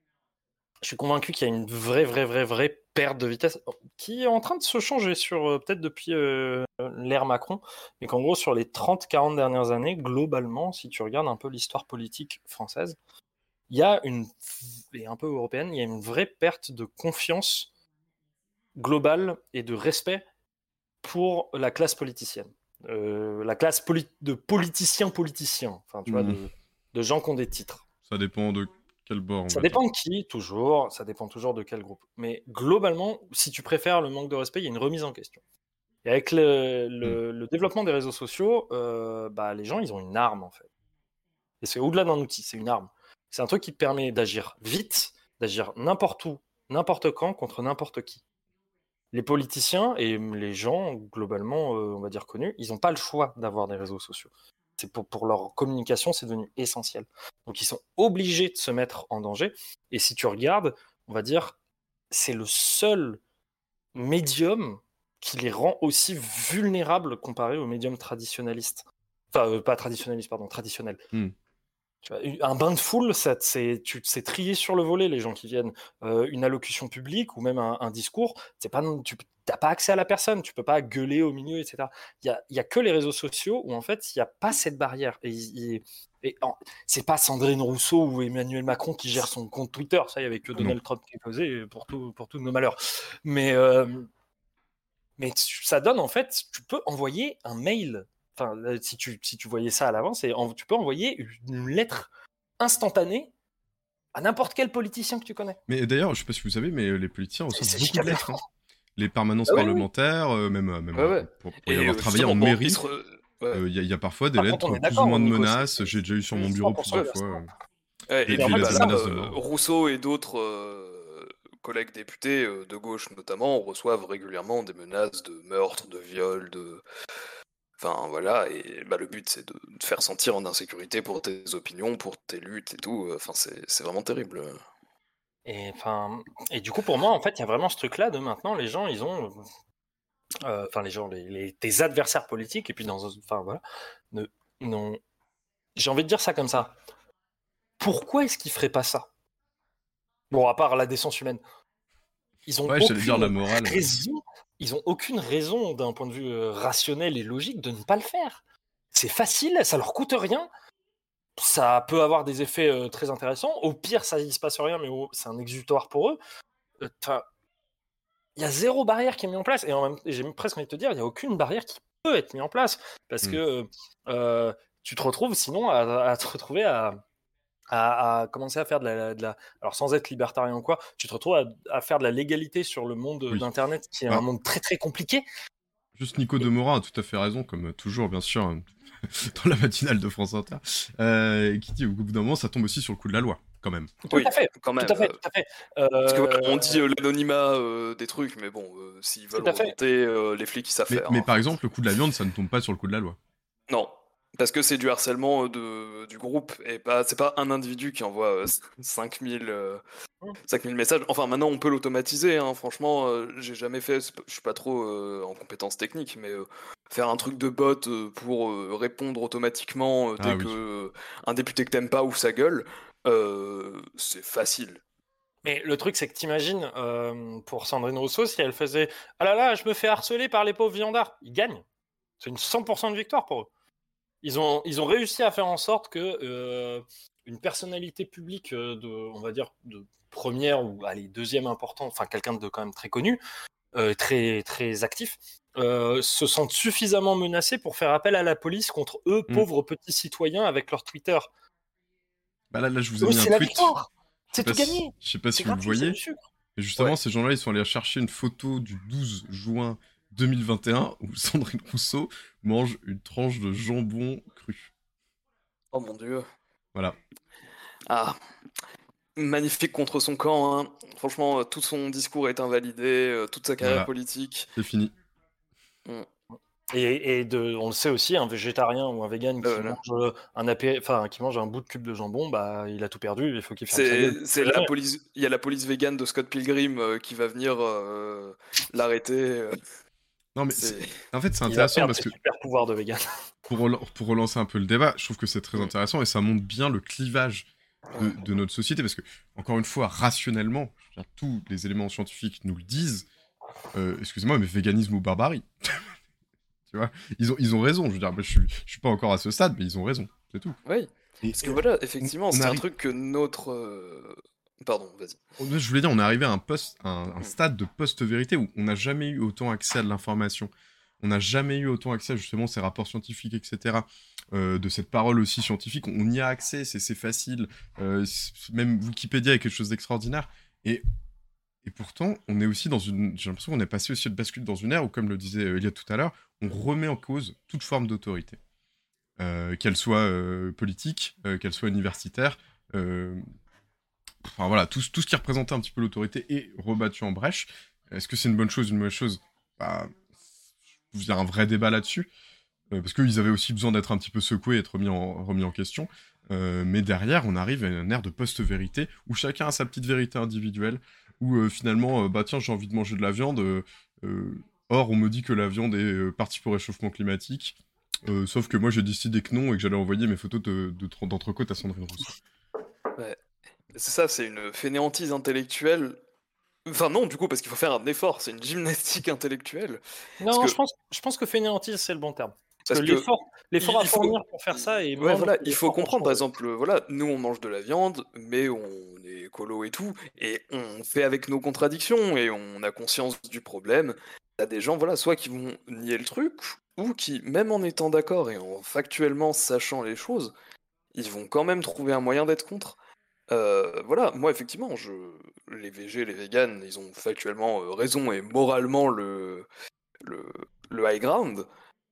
Je suis convaincu qu'il y a une vraie, vraie, vraie, vraie perte de vitesse qui est en train de se changer sur euh, peut-être depuis euh, l'ère Macron, mais qu'en gros, sur les trente quarante dernières années, globalement, si tu regardes un peu l'histoire politique française, il y a une, et un peu européenne, il y a une vraie perte de confiance globale et de respect pour la classe politicienne. Euh, la classe poli- de politiciens-politiciens, enfin, tu vois, Mmh. de, de gens qui ont des titres. Ça dépend de quel bord, on Ça va dire. dépend de qui, toujours, ça dépend toujours de quel groupe. Mais globalement, si tu préfères le manque de respect, il y a une remise en question. Et avec le, le- le développement des réseaux sociaux, euh, bah, les gens, ils ont une arme, en fait. Et c'est au-delà d'un outil, c'est une arme. C'est un truc qui te permet d'agir vite, d'agir n'importe où, n'importe quand, contre n'importe qui. Les politiciens et les gens, globalement, euh, on va dire connus, ils n'ont pas le choix d'avoir des réseaux sociaux. C'est pour, pour leur communication, c'est devenu essentiel. Donc ils sont obligés de se mettre en danger. Et si tu regardes, on va dire, c'est le seul médium qui les rend aussi vulnérables comparé aux médiums traditionnalistes. Enfin, euh, pas traditionnalistes, pardon, traditionnels. Hmm. Tu vois, un bain de foule, ça, c'est, tu sais trier sur le volet les gens qui viennent. Euh, une allocution publique ou même un, un discours, c'est pas, tu n'as pas accès à la personne, tu peux pas gueuler au milieu, et cetera. Il y a, y a que les réseaux sociaux où en fait il n'y a pas cette barrière. Et, et, et en, c'est pas Sandrine Rousseau ou Emmanuel Macron qui gère son compte Twitter, ça, il y avait que Donald Trump qui est posé pour, tout, pour tous nos malheurs. Mais, euh, mais ça donne en fait, tu peux envoyer un mail. Enfin, si tu, si tu voyais ça à l'avance, et en, tu peux envoyer une lettre instantanée à n'importe quel politicien que tu connais. Mais d'ailleurs, je sais pas si vous savez, mais les politiciens reçoivent C'est beaucoup de lettres. Hein. Les permanences Ah oui, parlementaires, euh, même, euh, même Ouais, ouais. pour, pour y Et avoir euh, travaillé en justement, bon, mairie, ils il se re- ouais. euh, y, a- y a parfois des Par contre, lettres on est plus d'accord, ou moins de Nico, menaces. c'est- J'ai déjà eu sur c'est mon bureau cent pour cent plusieurs fois. versement. euh, Ouais, des, et Mais en des- puis fait, bah, des là, menaces de euh, mort. Rousseau et d'autres euh, collègues députés euh, de gauche notamment reçoivent régulièrement des menaces de meurtre, de viol, de... Enfin voilà, et bah, le but c'est de te faire sentir en insécurité pour tes opinions, pour tes luttes et tout. Enfin, c'est c'est vraiment terrible. Et, enfin, et du coup, pour moi, en fait, il y a vraiment ce truc-là de maintenant, les gens, ils ont. euh, Enfin, les gens, les, les- tes adversaires politiques, et puis dans. Enfin, voilà. Ne, non, j'ai envie de dire ça comme ça. Pourquoi est-ce qu'ils feraient pas ça? Bon, à part la décence humaine. Ils ont Ouais, j'allais dire la aucune morale. raison, ils ont aucune raison d'un point de vue euh, rationnel et logique de ne pas le faire. C'est facile, ça leur coûte rien, ça peut avoir des effets euh, très intéressants. Au pire, ça il se passe rien, mais au- c'est un exutoire pour eux. Enfin, il y a zéro barrière qui est mise en place, et en même, et j'ai presque envie de te dire, il y a aucune barrière qui peut être mise en place parce Mm. que euh, tu te retrouves sinon à, à te retrouver à À, à commencer à faire de la, de la- alors sans être libertarien ou quoi, tu te retrouves à, à faire de la légalité sur le monde Oui. d'internet qui est Ah. un monde très très compliqué. Juste Nico Demora a tout à fait raison, comme toujours, bien sûr, hein, dans la matinale de France Inter, euh, qui dit au bout d'un moment, ça tombe aussi sur le coup de la loi, quand même. Tout Oui, à fait, quand même. tout à fait, euh, tout à fait. Parce que voilà, Euh, on dit euh, l'anonymat euh, des trucs, mais bon, euh, s'ils veulent Tout à fait. remonter, euh, les flics ils savent Mais, faire. mais hein. par exemple, le coup de la viande, ça ne tombe pas sur le coup de la loi. Non, parce que c'est du harcèlement euh, de, du groupe et pas, c'est pas un individu qui envoie euh, cinq mille, euh, cinq mille messages. Enfin, maintenant on peut l'automatiser, hein, franchement, euh, j'ai jamais fait, c'est pas- je suis pas trop euh, en compétences techniques, mais euh, faire un truc de bot euh, pour euh, répondre automatiquement euh, dès Ah oui. que euh, un député que t'aimes pas ouvre sa gueule, euh, c'est facile. Mais le truc, c'est que t'imagines, euh, pour Sandrine Rousseau, si elle faisait « Ah là là, je me fais harceler par les pauvres viandards », ils gagnent. C'est une cent pour cent de victoire pour eux. Ils ont, ils ont réussi à faire en sorte que euh, une personnalité publique euh, de, on va dire, de première ou allez, deuxième important, enfin quelqu'un de quand même très connu, euh, très, très actif, euh, se sentent suffisamment menacés pour faire appel à la police contre eux, Mm. pauvres petits citoyens, avec leur Twitter. Bah là, là, je vous ai Eux, mis c'est un la tweet. victoire. Je sais C'est pas tout si- gagné. Je sais pas C'est si vous le gratuit, c'est voyez. du sucre. Et justement, Ouais. ces gens-là, ils sont allés chercher une photo du douze juin deux mille vingt et un où Sandrine Rousseau mange une tranche de jambon cru. Oh mon dieu. Voilà. Ah. magnifique contre son camp, hein. Franchement, euh, tout son discours est invalidé, euh, toute sa carrière Voilà, politique. c'est fini. Mm. Et, et de, on le sait aussi, un végétarien ou un vegan Bah qui voilà. mange euh, un apé- enfin qui mange un bout de cube de jambon, bah il a tout perdu. Il faut qu'il ferme sa gueule. C'est, c'est la police, il y a la police végane de Scott Pilgrim euh, qui va venir euh, l'arrêter. euh. Non, mais C'est- c'est- en fait, c'est Il va intéressant perdre parce ses que super pouvoirs de vegan. pour, rela- pour relancer un peu le débat, je trouve que c'est très Mm. intéressant et ça montre bien le clivage de, Ouais. de notre société parce que, encore une fois, rationnellement, je veux dire, tous les éléments scientifiques nous le disent. euh, excusez-moi, mais véganisme ou barbarie. Tu vois, ils ont, ils ont raison. Je veux dire, moi, je suis, je suis pas encore à ce stade, mais ils ont raison. C'est tout. Oui, Et- parce que voilà, effectivement, on c'est un arrive- truc que notre. euh, Pardon, vas-y. on- Je voulais dire, on est arrivé à un, post, un, un Mm. stade de post-vérité où on n'a jamais eu autant accès à de l'information. On n'a jamais eu autant accès à justement ces rapports scientifiques, et cetera. euh, de cette parole aussi scientifique. On y a accès, c'est c'est facile. euh, c- même Wikipédia est quelque chose d'extraordinaire. Et, et pourtant, on est aussi dans une. J'ai l'impression qu'on est passé aussi de bascule dans une ère où, comme le disait euh, Elliot tout à l'heure, on remet en cause toute forme d'autorité. Euh, qu'elle soit euh, politique, euh, qu'elle soit universitaire. euh, Enfin voilà, tout, tout ce qui représentait un petit peu l'autorité est rebattu en brèche. Est-ce que c'est une bonne chose, une mauvaise chose? Bah, il y a un vrai débat là-dessus. Euh, parce qu'ils avaient aussi besoin d'être un petit peu secoués et être remis en, remis en question. Euh, mais derrière, on arrive à une ère de post-vérité où chacun a sa petite vérité individuelle. Où euh, finalement, euh, bah tiens, j'ai envie de manger de la viande. euh, euh, or, on me dit que la viande est euh, partie pour le réchauffement climatique. Euh, sauf que moi, j'ai décidé que non et que j'allais envoyer mes photos de, de, d'entrecôte à Sandrine Rousseau. Ouais. C'est ça, c'est une fainéantise intellectuelle. Enfin non, du coup, parce qu'il faut faire un effort, c'est une gymnastique intellectuelle. Non, que- je pense, je pense que fainéantise c'est le bon terme. Parce Parce que que l'effort, l'effort il- à il faut- fournir pour faire ça est Ouais, moindre voilà, que il faut l'effort pour comprendre, par changer. exemple, euh, voilà, nous on mange de la viande, mais on est écolo et tout, et on fait avec nos contradictions, et on a conscience du problème. T'as des gens, voilà, soit qui vont nier le truc, ou qui, même en étant d'accord et en factuellement sachant les choses, ils vont quand même trouver un moyen d'être contre. Euh, voilà, moi effectivement, je... les végés, les véganes, ils ont factuellement euh, raison et moralement le... le, le high ground.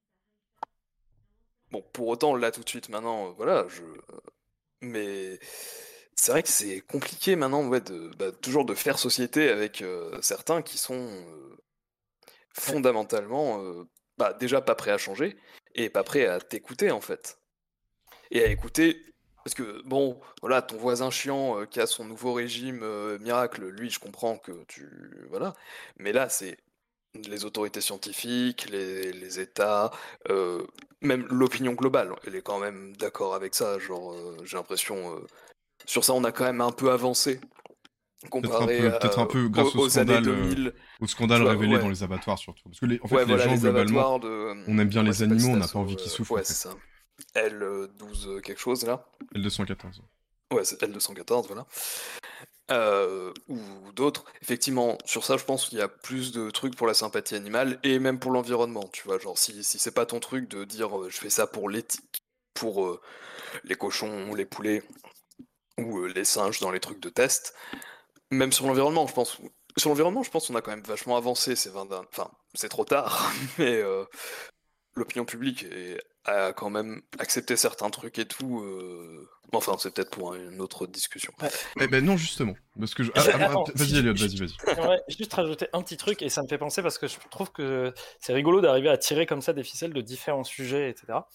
Bon, pour autant, là tout de suite, maintenant, euh, voilà, je. Mais c'est vrai que c'est compliqué maintenant, ouais, de, bah, toujours de faire société avec euh, certains qui sont euh, fondamentalement euh, bah, déjà pas prêts à changer et pas prêts à t'écouter en fait. Et à écouter, parce que bon, voilà, ton voisin chiant euh, qui a son nouveau régime euh, miracle, lui, je comprends que tu. Voilà. Mais là, c'est les autorités scientifiques, les, les États, euh, même l'opinion globale, elle est quand même d'accord avec ça. Genre, euh, j'ai l'impression, euh, sur ça, on a quand même un peu avancé Peut-être un comparé peu, à- peut-être un peu aux, grâce au aux années scandale, deux euh, mille. au scandale tu vois, révélé ouais. dans les abattoirs surtout. Parce que les, en fait, Ouais, les voilà, gens les globalement, abattoirs de. on aime bien comment les ça s'appelle animaux, on cet n'a pas envie assaut, qu'ils euh, souffrent. Ouais, en fait. c'est ça. L douze quelque chose là. L deux cent quatorze. Ouais, c'est L deux cent quatorze, voilà. Euh, ou d'autres. Effectivement, sur ça, je pense qu'il y a plus de trucs pour la sympathie animale et même pour l'environnement. Tu vois, genre, si, si c'est pas ton truc de dire euh, je fais ça pour l'éthique, pour euh, les cochons, les poulets ou euh, les singes dans les trucs de test, même sur l'environnement, je pense. Sur l'environnement, je pense qu'on a quand même vachement avancé ces vingt dernières. Enfin, c'est trop tard, mais euh, l'opinion publique est- a quand même accepté certains trucs et tout. euh, Enfin, c'est peut-être pour une autre discussion. Eh ben non, justement. Parce que je... Je- ah, ah, attends, vas-y, si- Elliot, je- vas-y, vas-y. J'aimerais juste rajouter un petit truc et ça me fait penser parce que je trouve que c'est rigolo d'arriver à tirer comme ça des ficelles de différents sujets, et cetera.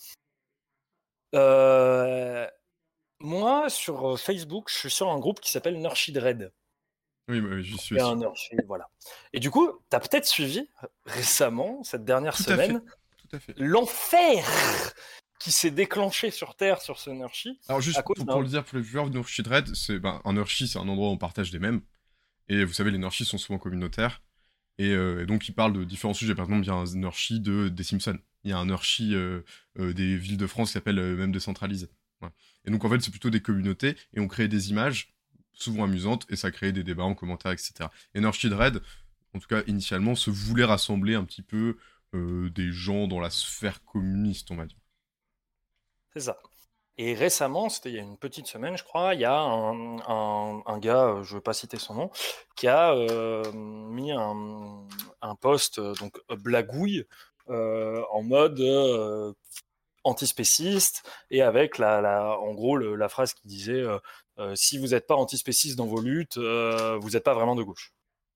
Euh, Moi, sur Facebook, je suis sur un groupe qui s'appelle Nurshid Red. Oui, bah, oui, j'y suis Et aussi. un Nurshid, voilà. Et du coup, tu as peut-être suivi récemment, cette dernière Tout à semaine, fait. Tout à fait. l'enfer qui s'est déclenché sur Terre sur ce Nurshid. Alors juste à cause pour, d'un- pour le dire pour les viewers, Nurshid Red, c'est ben, un Nurshi, c'est un endroit où on partage des mèmes. Et vous savez, les Nurshis sont souvent communautaires. Et, euh, et donc ils parlent de différents sujets. Par exemple, il y a un Nurshi de, des Simpsons. Il y a un Nurshi euh, euh, des villes de France qui s'appelle euh, même décentralisé. Voilà. Et donc en fait, c'est plutôt des communautés et on crée des images souvent amusantes et ça crée des débats en commentaire, et cetera. Et Nurshid Red, en tout cas initialement, se voulait rassembler un petit peu euh, des gens dans la sphère communiste, on va dire. C'est ça. Et récemment, c'était il y a une petite semaine, je crois, il y a un, un- un gars, euh, je ne veux pas citer son nom, qui a euh, mis un, un post, euh, donc euh, blagouille, euh, en mode euh, antispéciste, et avec la, la, en gros le- la phrase qui disait euh, euh, si vous n'êtes pas antispéciste dans vos luttes, euh, vous n'êtes pas vraiment de gauche.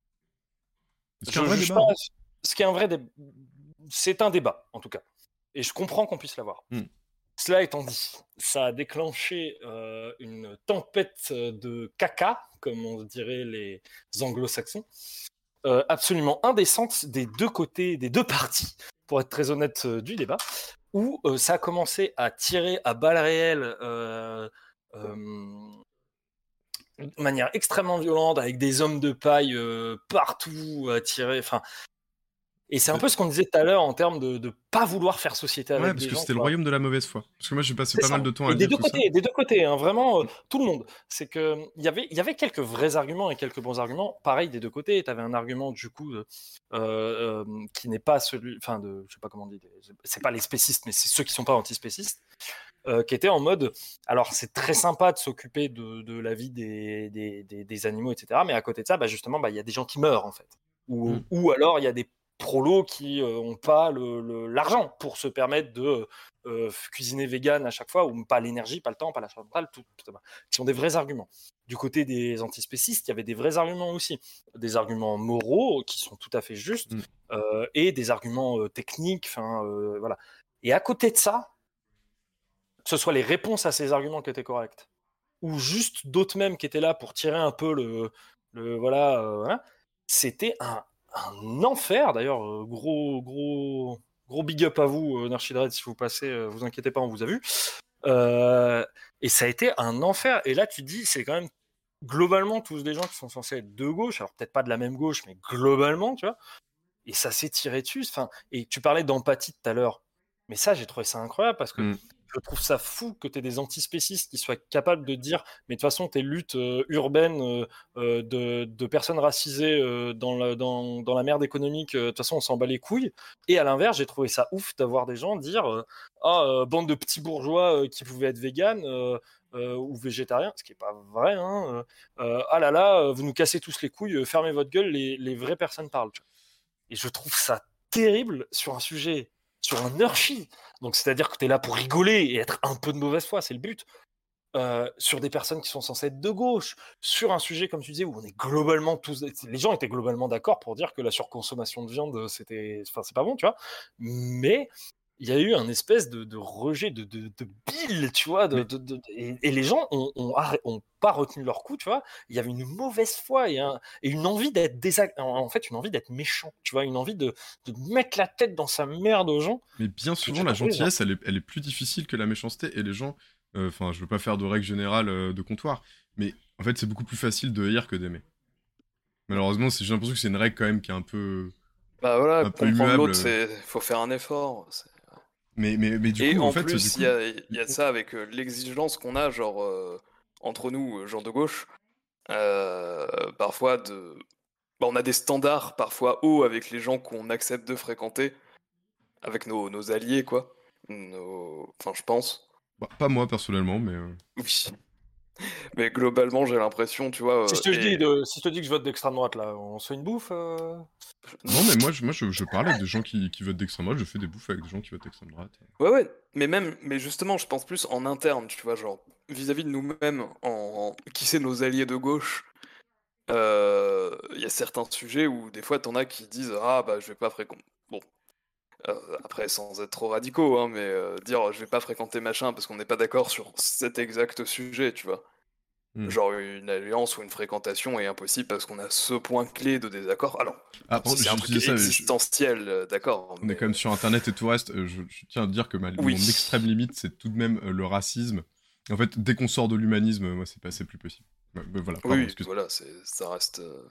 C'est un vrai débat. Pas, ce qui est un vrai débat, c'est un débat en tout cas, et je comprends qu'on puisse l'avoir. Mm. Cela étant dit, ça a déclenché euh, une tempête de caca, comme on dirait les anglo-saxons, euh, absolument indécente des deux côtés, des deux parties, pour être très honnête euh, du débat, où euh, ça a commencé à tirer à balles réelles euh, euh, de manière extrêmement violente, avec des hommes de paille euh, partout à tirer, enfin... Et c'est un peu ce qu'on disait tout à l'heure en termes de ne pas vouloir faire société avec ouais, des gens. parce que gens, c'était le quoi. royaume de la mauvaise foi. Parce que moi, j'ai passé c'est pas ça. mal de temps à et lire des deux tout côtés, ça. Des deux côtés, hein, vraiment, euh, tout le monde. C'est qu'il y avait, y avait quelques vrais arguments et quelques bons arguments. Pareil, des deux côtés. Tu avais un argument, du coup, euh, euh, qui n'est pas celui... Enfin, de, je sais pas comment on dit. C'est pas les spécistes, mais c'est ceux qui sont pas antispécistes. Euh, qui était en mode... Alors, c'est très sympa de s'occuper de, de la vie des, des, des, des animaux, et cetera. Mais à côté de ça, bah, justement, bah, y a des gens qui meurent, en fait. Ou, mm. ou alors, il y a des prolos qui n'ont euh, pas le, le, l'argent pour se permettre de euh, cuisiner vegan à chaque fois, ou pas l'énergie, pas le temps, pas la charge mentale, tout, tout, tout, qui ont des vrais arguments. Du côté des antispécistes, il y avait des vrais arguments aussi, des arguments moraux qui sont tout à fait justes, mm. euh, et des arguments euh, techniques, enfin euh, voilà. Et à côté de ça, que ce soit les réponses à ces arguments qui étaient correctes, ou juste d'autres mêmes qui étaient là pour tirer un peu le, le voilà, euh, hein, c'était un un enfer, d'ailleurs, euh, gros, gros, gros big up à vous, euh, Narchidred, si vous passez, euh, vous inquiétez pas, on vous a vu. Euh, et ça a été un enfer. Et là, tu te dis, c'est quand même globalement tous des gens qui sont censés être de gauche, alors peut-être pas de la même gauche, mais globalement, tu vois. Et ça s'est tiré dessus. Enfin, et tu parlais d'empathie tout à l'heure. Mais ça, j'ai trouvé ça incroyable parce que mm. je trouve ça fou que tu aies des antispécistes qui soient capables de dire mais de toute façon, tes luttes euh, urbaines euh, de, de personnes racisées euh, dans, la, dans, dans la merde économique, euh, de toute façon, on s'en bat les couilles. Et à l'inverse, j'ai trouvé ça ouf d'avoir des gens dire euh, ah, euh, bande de petits bourgeois euh, qui pouvaient être véganes euh, euh, ou végétariens, ce qui n'est pas vrai. Hein, euh, ah là là, vous nous cassez tous les couilles, fermez votre gueule, les, les vraies personnes parlent. Tu vois. Et je trouve ça terrible sur un sujet, sur un Hershey. Donc, c'est-à-dire que tu es là pour rigoler et être un peu de mauvaise foi, c'est le but. Euh, sur des personnes qui sont censées être de gauche, sur un sujet, comme tu disais, où on est globalement tous... Les gens étaient globalement d'accord pour dire que la surconsommation de viande, c'était... Enfin, c'est pas bon, tu vois. Mais... il y a eu un espèce de, de rejet de, de, de bile, tu vois, de, de, de, et, et les gens ont, ont, ont pas retenu leur coup, tu vois. Il y avait une mauvaise foi et, un, et une envie d'être désag... en fait, une envie d'être méchant, tu vois, une envie de, de mettre la tête dans sa merde aux gens. Mais bien souvent, la gentillesse, elle est, elle est plus difficile que la méchanceté, et les gens, enfin, euh, je veux pas faire de règle générale euh, de comptoir, mais en fait, c'est beaucoup plus facile de haïr que d'aimer. Malheureusement, j'ai l'impression que c'est une règle quand même qui est un peu. Bah voilà, comprendre l'autre, c'est faut faire un effort. C'est... Mais, mais, mais du et coup, en, en fait, plus, il y, y, y a ça avec euh, l'exigence qu'on a, genre, euh, entre nous, gens de gauche, euh, parfois, de... bah, on a des standards parfois hauts avec les gens qu'on accepte de fréquenter, avec nos, nos alliés, quoi. Nos... Enfin, je pense. Bah, pas moi, personnellement, mais... Euh... Oui. Mais globalement, j'ai l'impression, tu vois... Si je te, et... dis, de, si je te dis que je vote d'extrême droite, là, on se fait une bouffe euh... Non, mais moi, je, moi je, je parle avec des gens qui, qui votent d'extrême droite, je fais des bouffes avec des gens qui votent d'extrême droite. Ouais, ouais, mais même, mais justement, je pense plus en interne, tu vois, genre, vis-à-vis de nous-mêmes, en, en... qui c'est nos alliés de gauche, il euh, y a certains sujets où des fois, t'en as qui disent « Ah, bah, je vais pas fréquenter... » Bon, euh, après, sans être trop radicaux, hein, mais euh, dire « Je vais pas fréquenter machin parce qu'on n'est pas d'accord sur cet exact sujet, tu vois. » Mmh. Genre une alliance ou une fréquentation est impossible parce qu'on a ce point clé de désaccord. Alors, ah, si c'est un truc ça, existentiel, je... d'accord. On mais... est quand même sur Internet et tout le reste. Je, je tiens à dire que ma, oui. mon extrême limite, c'est tout de même euh, le racisme. En fait, dès qu'on sort de l'humanisme, moi, c'est pas c'est plus possible. Ouais, bah, voilà, pardon, oui, voilà, c'est, ça reste euh...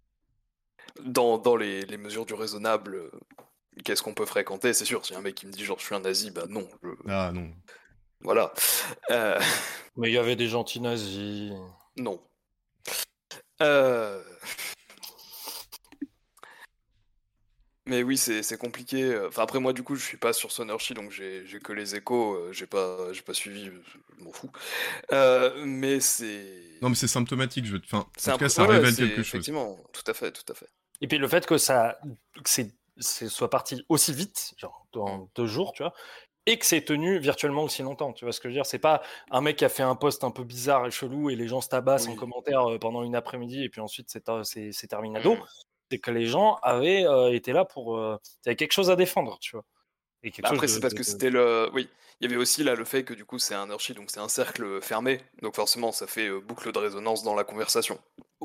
dans, dans les, les mesures du raisonnable. Euh, qu'est-ce qu'on peut fréquenter? C'est sûr, si y a un mec qui me dit genre je suis un nazi, bah non. Je... Ah non. Voilà. Euh... Mais il y avait des gentils nazis. Non. Euh... Mais oui, c'est, c'est compliqué. Enfin, après, moi, du coup, je suis pas sur Sonergy, donc j'ai, j'ai que les échos. J'ai pas, j'ai pas suivi, je m'en fous. Euh, mais c'est... Non, mais c'est symptomatique. Je... Enfin, c'est en tout peu... cas, ça ouais, révèle c'est... quelque chose. Effectivement, tout à fait, tout à fait. Et puis le fait que ça, que c'est, c'est soit parti aussi vite, genre dans deux jours, tu vois, et que c'est tenu virtuellement aussi longtemps. Tu vois ce que je veux dire? C'est pas un mec qui a fait un post un peu bizarre et chelou et les gens se tabassent en Oui. commentaire euh, pendant une après-midi et puis ensuite c'est euh, c'est c'est terminado. Mm. C'est que les gens avaient euh, été là pour. Euh, il y avait quelque chose à défendre, tu vois. Et quelque Bah, chose après, de. c'est parce de- que de- c'était le. Oui, il y avait aussi là le fait que du coup c'est un Hershey, donc c'est un cercle fermé, donc forcément ça fait euh, boucle de résonance dans la conversation.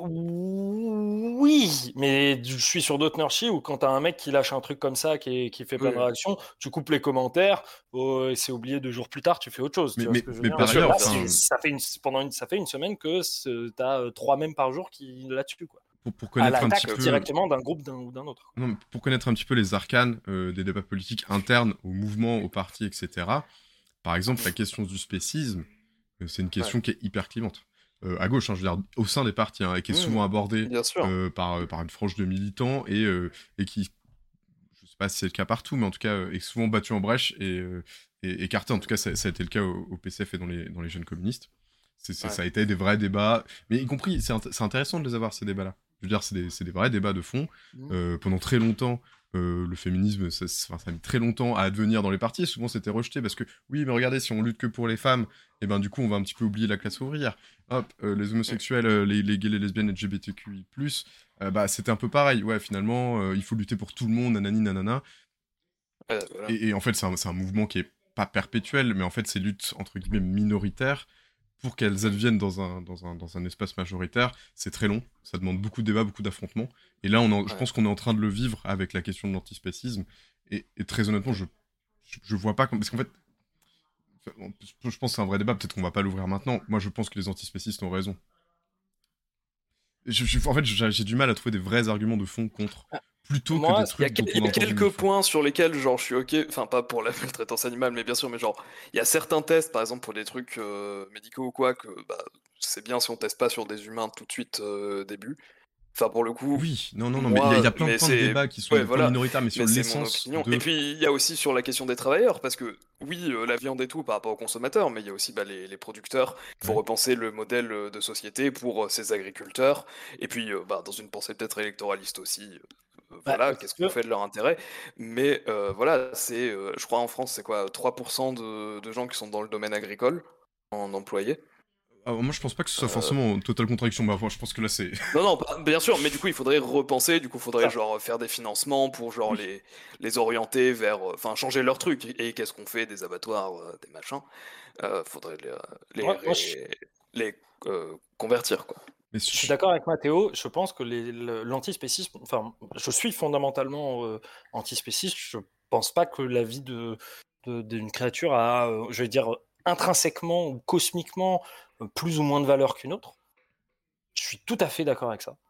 Oui, mais je suis sur d'autres nurseries où quand t'as un mec qui lâche un truc comme ça, qui, est- qui fait plein de Oui, réactions, tu coupes les commentaires, oh, et c'est oublié deux jours plus tard, tu fais autre chose. Mais, Tu vois mais, ce que je veux mais dire? par Bien sûr, ailleurs, Là, bien sûr. c'est- enfin, ça fait une, pendant une, ça fait une semaine que ce- t'as euh, trois mèmes par jour qui là-dessus, quoi. pour, pour À connaître un petit l'attaque peu, directement d'un groupe d'un ou d'un autre. non, mais pour connaître un petit peu les arcanes euh, des débats politiques internes au mouvement, au parti, et cetera. Par exemple, la question du spécisme, euh, c'est une question Ouais. qui est hyper clivante. Euh, à gauche, hein, je veux dire, au sein des partis, hein, et qui est Mmh, souvent abordée bien sûr. euh, par, euh, par une frange de militants et, euh, et qui, je sais pas si c'est le cas partout, mais en tout cas, euh, est souvent battu en brèche et, euh, et écarté. En tout cas, ça, ça a été le cas au, au P C F et dans les, dans les jeunes communistes. C'est, c'est- Ouais. Ça a été des vrais débats, mais y compris, c'est, int- c'est intéressant de les avoir, ces débats-là. Je veux dire, c'est des, c'est des vrais débats de fond. Mmh. Euh, pendant très longtemps, euh, le féminisme, ça, ça, ça a mis très longtemps à advenir dans les partis, et souvent c'était rejeté parce que, oui, mais regardez, si on lutte que pour les femmes, et ben du coup, on va un petit peu oublier la classe ouvrière. Hop, euh, les homosexuels, euh, les, les gays, les lesbiennes, L G B T Q I plus, euh, bah c'était un peu pareil. Ouais, finalement, euh, il faut lutter pour tout le monde, nanani, nanana. Ouais, voilà. Et, et en fait, c'est un, c'est un mouvement qui est pas perpétuel, mais en fait, ces luttes, entre guillemets, minoritaires, pour qu'elles adviennent dans un, dans, un, dans un espace majoritaire, c'est très long, ça demande beaucoup de débats, beaucoup d'affrontements. Et là, on en- je Ouais. pense qu'on est en train de le vivre avec la question de l'antispécisme. Et, et très honnêtement, je, je, je vois pas... Comme, parce qu'en fait, je je pense que c'est un vrai débat, peut-être qu'on va pas l'ouvrir maintenant. Moi, je pense que les antispécistes ont raison. Je, je- en fait, j'ai j'ai du mal à trouver des vrais arguments de fond contre, plutôt que Moi, des Il y a, trucs quel- dont il on y a a entendu quelques mille fois. points sur lesquels genre je suis ok, enfin pas pour la maltraitance animale, mais bien sûr, mais genre il y a certains tests, par exemple pour des trucs euh, médicaux ou quoi, que bah, c'est bien si on teste pas sur des humains tout de suite euh, début. Enfin pour le coup, Oui, non, non, non, mais il y, a- il y moi, a plein, mais plein de c'est débats qui sont ouais des points voilà, minoritaires, mais sur mais c'est mon l'essence opinion. Et de... puis il y a aussi sur la question des travailleurs, parce que oui, euh, la viande et tout par rapport aux consommateurs, mais il y a aussi bah, les, les producteurs. Il faut Ouais. repenser le modèle euh, de société pour euh, ces agriculteurs. Et puis euh, bah, dans une pensée peut-être électoraliste aussi. euh, bah, Voilà, si qu'est-ce tu qu'on veux, fait de leur intérêt? Mais euh, voilà, c'est, euh, je crois en France, c'est quoi, trois pour cent de, de gens qui sont dans le domaine agricole, en employés. Alors, moi, je pense pas que ce soit Euh, forcément en totale contradiction. Bah, moi, je pense que là, c'est... Non, non, pas- bien sûr, mais du coup, il faudrait repenser, du coup, il faudrait ça, genre faire des financements pour genre oui. les, les orienter vers, euh, enfin, changer leur truc. Et qu'est-ce qu'on fait des abattoirs, euh, des machins? Euh, faudrait les, euh, les, Moi, moi, je, les, les, euh, convertir, quoi. Mais je suis je- d'accord avec Mathéo. Je pense que les- le- l'antispécisme, enfin, je suis fondamentalement euh, antispéciste. Je pense pas que la vie de de- d'une créature a, euh, je vais dire, intrinsèquement ou cosmiquement euh, plus ou moins de valeur qu'une autre. Je suis tout à fait d'accord avec ça.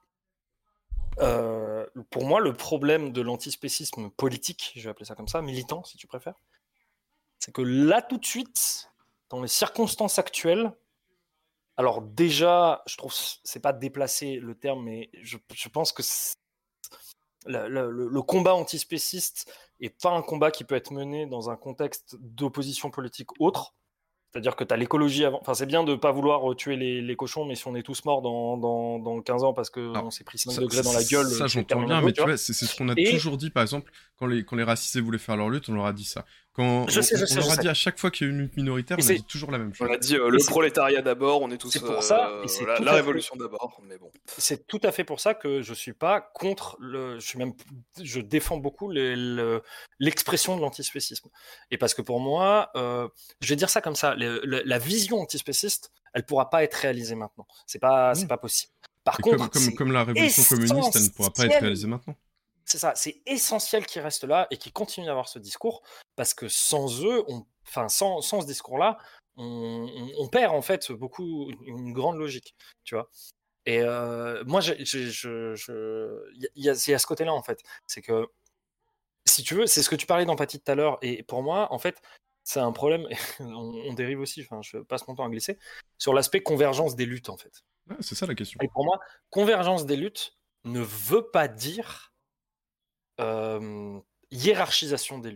Euh, pour moi, le problème de l'antispécisme politique, je vais appeler ça comme ça, militant si tu préfères, c'est que là tout de suite, dans les circonstances actuelles, alors déjà, je trouve que c'est pas déplacé le terme, mais je, je pense que c'est- le, le- le combat antispéciste est pas un combat qui peut être mené dans un contexte d'opposition politique autre. C'est-à-dire que tu as l'écologie avant. Enfin, c'est bien de ne pas vouloir euh, tuer les, les cochons, mais si on est tous morts dans, dans, dans quinze ans parce qu'on Alors, s'est pris cinq ça, degrés ça, dans la gueule, ça, c'est j'entends bien, terminado, mais tu tu vois. vois, c'est c'est ce qu'on a Et toujours dit, par exemple, quand les, quand les racisés voulaient faire leur lutte, on leur a dit ça. Quand je on, sais, je on sais, leur je a sais. dit à chaque fois qu'il y a eu une lutte minoritaire, Et on a c'est dit toujours la même On chose. a dit euh, et le c'est- prolétariat d'abord, on est c'est tous pour ça, et euh, c'est la, tout la à fait. révolution d'abord, mais bon. C'est tout à fait pour ça que je suis pas contre le. Je suis même, je défends beaucoup les- le- l'expression de l'antispécisme. Et parce que pour moi, euh, je vais dire ça comme ça, le- le- la vision antispéciste, elle pourra pas être réalisée maintenant. C'est pas, c'est Non. pas possible. Par Et comme, contre, comme, c'est comme la révolution communiste, elle ne pourra pas être essentiel. réalisée maintenant. C'est ça, c'est essentiel qu'ils restent là et qu'ils continuent d'avoir ce discours parce que sans eux, on, enfin sans, sans ce discours-là, on, on- on perd en fait beaucoup une grande logique, tu vois. Et euh, moi, j'ai- j'ai- je, je, il y a, il y a- il y a ce côté-là en fait, c'est que si tu veux, c'est ce que tu parlais d'empathie tout à l'heure et pour moi, en fait, c'est un problème. on, on dérive aussi, enfin, je passe mon temps à glisser sur l'aspect convergence des luttes en fait. Ouais, c'est ça la question. Et pour moi, convergence des luttes ne veut pas dire euh, hiérarchisation des luttes.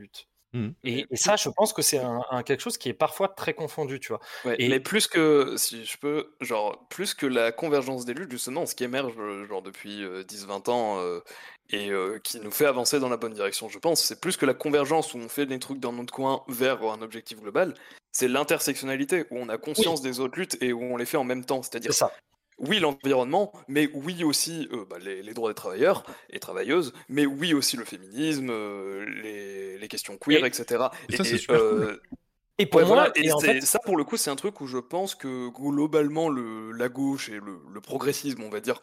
Mmh. Et, Mais et plus, ça, je pense que c'est un, un quelque chose qui est parfois très confondu, tu vois. ouais, mais Et plus que, si je peux, genre, plus que la convergence des luttes, justement, ce qui émerge, euh, genre, depuis euh, dix vingt ans, euh, et euh, qui nous fait avancer dans la bonne direction, je pense, c'est plus que la convergence où on fait des trucs dans notre coin vers un objectif global, c'est l'intersectionnalité, où on a oui, conscience des autres luttes et où on les fait en même temps. c'est C'est-à-dire, ça. oui, l'environnement, mais oui aussi euh, bah, les, les droits des travailleurs et travailleuses, mais oui aussi le féminisme, euh, les, les questions queer, Et, et cetera. Et ça, c'est Et super cool. euh, et pour ouais, voilà, moi, et et en c'est fait, ça pour le coup, c'est un truc où je pense que globalement le, la gauche et le, le progressisme, on va dire,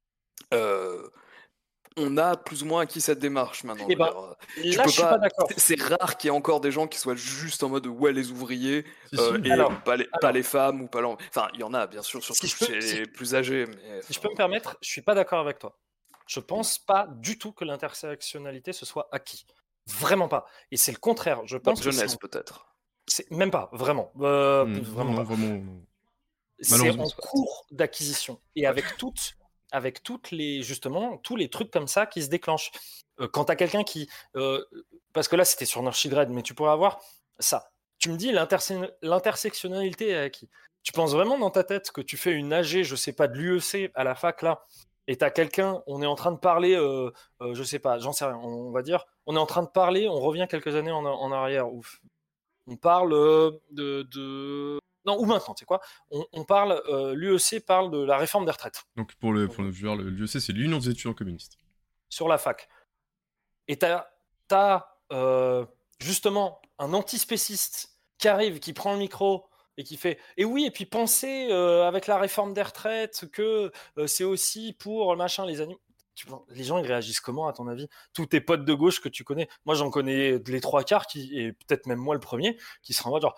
euh, on a plus ou moins acquis cette démarche maintenant. eh Je veux ben, dire, euh, tu là, peux je suis pas pas, d'accord. c'est c'est rare qu'il y ait encore des gens qui soient juste en mode ouais les ouvriers Si, euh, si. et Alors, pas les, pas alors, les femmes ou pas l'en... Enfin, il y en a bien sûr, si surtout je peux, chez si, les plus âgés, mais si je enfin, peux me permettre, je suis pas d'accord avec toi. Je pense pas du tout que l'intersectionnalité se soit acquis. Vraiment pas. Et c'est le contraire. Je dans pense la que c'est, jeunesse peut-être. c'est même pas, vraiment, Euh, Mmh. Non, vraiment non, pas. vraiment. non. C'est Malheureusement, en c'est pas. cours d'acquisition et Ouais. avec toutes, avec toutes les justement tous les trucs comme ça qui se déclenchent. Euh, quand t'as quelqu'un qui, euh, parce que là c'était sur Nurshidred, mais tu pourrais avoir ça. Tu me dis l'interse- l'intersectionnalité est acquis. Tu penses vraiment dans ta tête que tu fais une A G, je sais pas, de l'U E C à la fac là, et t'as quelqu'un, on est en train de parler, euh, euh, je sais pas, j'en sais rien, on va dire, on est en train de parler, on revient quelques années en, en arrière, ouf. On parle euh, de, de... Non, ou maintenant, tu sais quoi on, on parle, euh, l'U E C parle de la réforme des retraites Donc, pour le, pour le viewers, le- l'U E C, c'est l'Union des étudiants communistes. sur la fac. Et t'as, t'as euh, justement un antispéciste qui arrive, qui prend le micro et qui fait et oui, et puis pensez euh, avec la réforme des retraites que euh, c'est aussi pour machin les animaux. Tu vois, les gens ils réagissent comment à ton avis? Tous tes potes de gauche que tu connais, moi j'en connais les trois quarts qui, et peut-être même moi le premier, qui sera en mode genre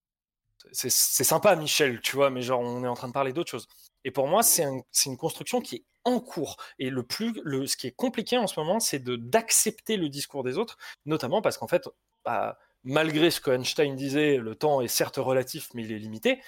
c'est c'est sympa, Michel, tu vois, mais genre, on est en train de parler d'autre chose. Et pour moi, c'est un- c'est une construction qui est en cours. Et le plus, le, ce qui est compliqué en ce moment, c'est de d'accepter le discours des autres, notamment parce qu'en fait, bah, malgré ce que Einstein disait, le temps est certes relatif, mais il est limité.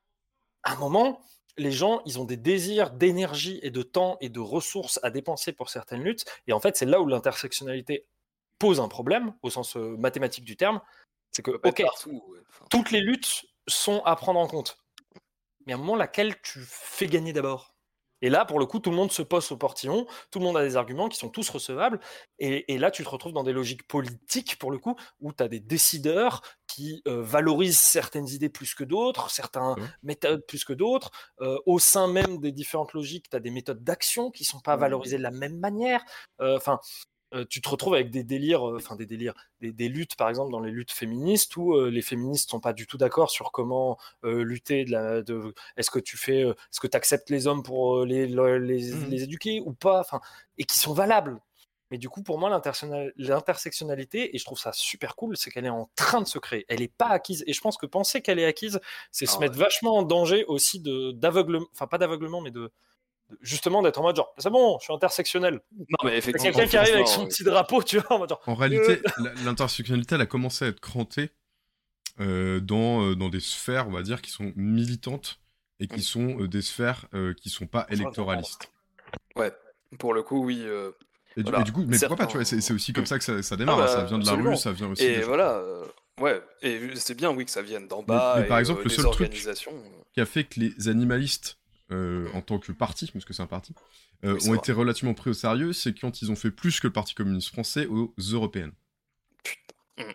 À un moment, les gens, ils ont des désirs d'énergie et de temps et de ressources à dépenser pour certaines luttes. Et en fait, c'est là où l'intersectionnalité pose un problème, au sens euh, mathématique du terme. C'est Ça peut que, pas être ok, partout. Ouais. Enfin, toutes les luttes sont à prendre en compte. Mais à un moment, laquelle tu fais gagner d'abord? Et là, pour le coup, tout le monde se pose au portillon, tout le monde a des arguments qui sont tous recevables, et, et là, tu te retrouves dans des logiques politiques, pour le coup, où tu as des décideurs qui euh, valorisent certaines idées plus que d'autres, certaines Ça va méthodes plus que d'autres. Euh, au sein même des différentes logiques, tu as des méthodes d'action qui ne sont pas valorisées de la même manière. Enfin, euh, tu te retrouves avec des délires, enfin euh, des délires, des, des, luttes par exemple dans les luttes féministes où euh, les féministes sont pas du tout d'accord sur comment euh, lutter. De la, de, est-ce que tu fais, euh, est-ce que tu acceptes les hommes pour euh, les, les, les, Mmh. les éduquer ou pas, enfin, et qui sont valables. Mais du coup, pour moi, l'intersectionnalité, et je trouve ça super cool, c'est qu'elle est en train de se créer. Elle n'est pas acquise. Et je pense que penser qu'elle est acquise, c'est ah se ouais. mettre vachement en danger aussi de, d'aveuglement, enfin pas d'aveuglement, mais de, justement d'être en mode genre c'est bon, je suis intersectionnel. Non, mais T'as effectivement, quelqu'un qui arrive avec franchement, son ouais. petit drapeau, tu vois, en mode genre. En réalité, la- l'intersectionnalité, elle a commencé à être crantée euh, dans, euh, dans des sphères, on va dire, qui sont militantes et qui Mm. sont euh, des sphères euh, qui sont pas électoralistes. Ouais, pour le coup, oui. euh, Et du, et voilà. du coup, mais pourquoi pas, tu vois, c'est Certains- c'est aussi comme ça que ça, ça Ah démarre, hein, ça bah, vient de la rue, absolument. ça vient aussi Et des gens. voilà, euh, ouais, et c'est bien, oui, que ça vienne d'en Mais, bas mais par et exemple, euh, le des seul truc organisations. qui a fait que les animalistes, euh, en tant que parti, parce que c'est un parti, euh, Oui, c'est ont vrai. été relativement pris au sérieux, c'est quand ils ont fait plus que le Parti communiste français aux européennes. Mm.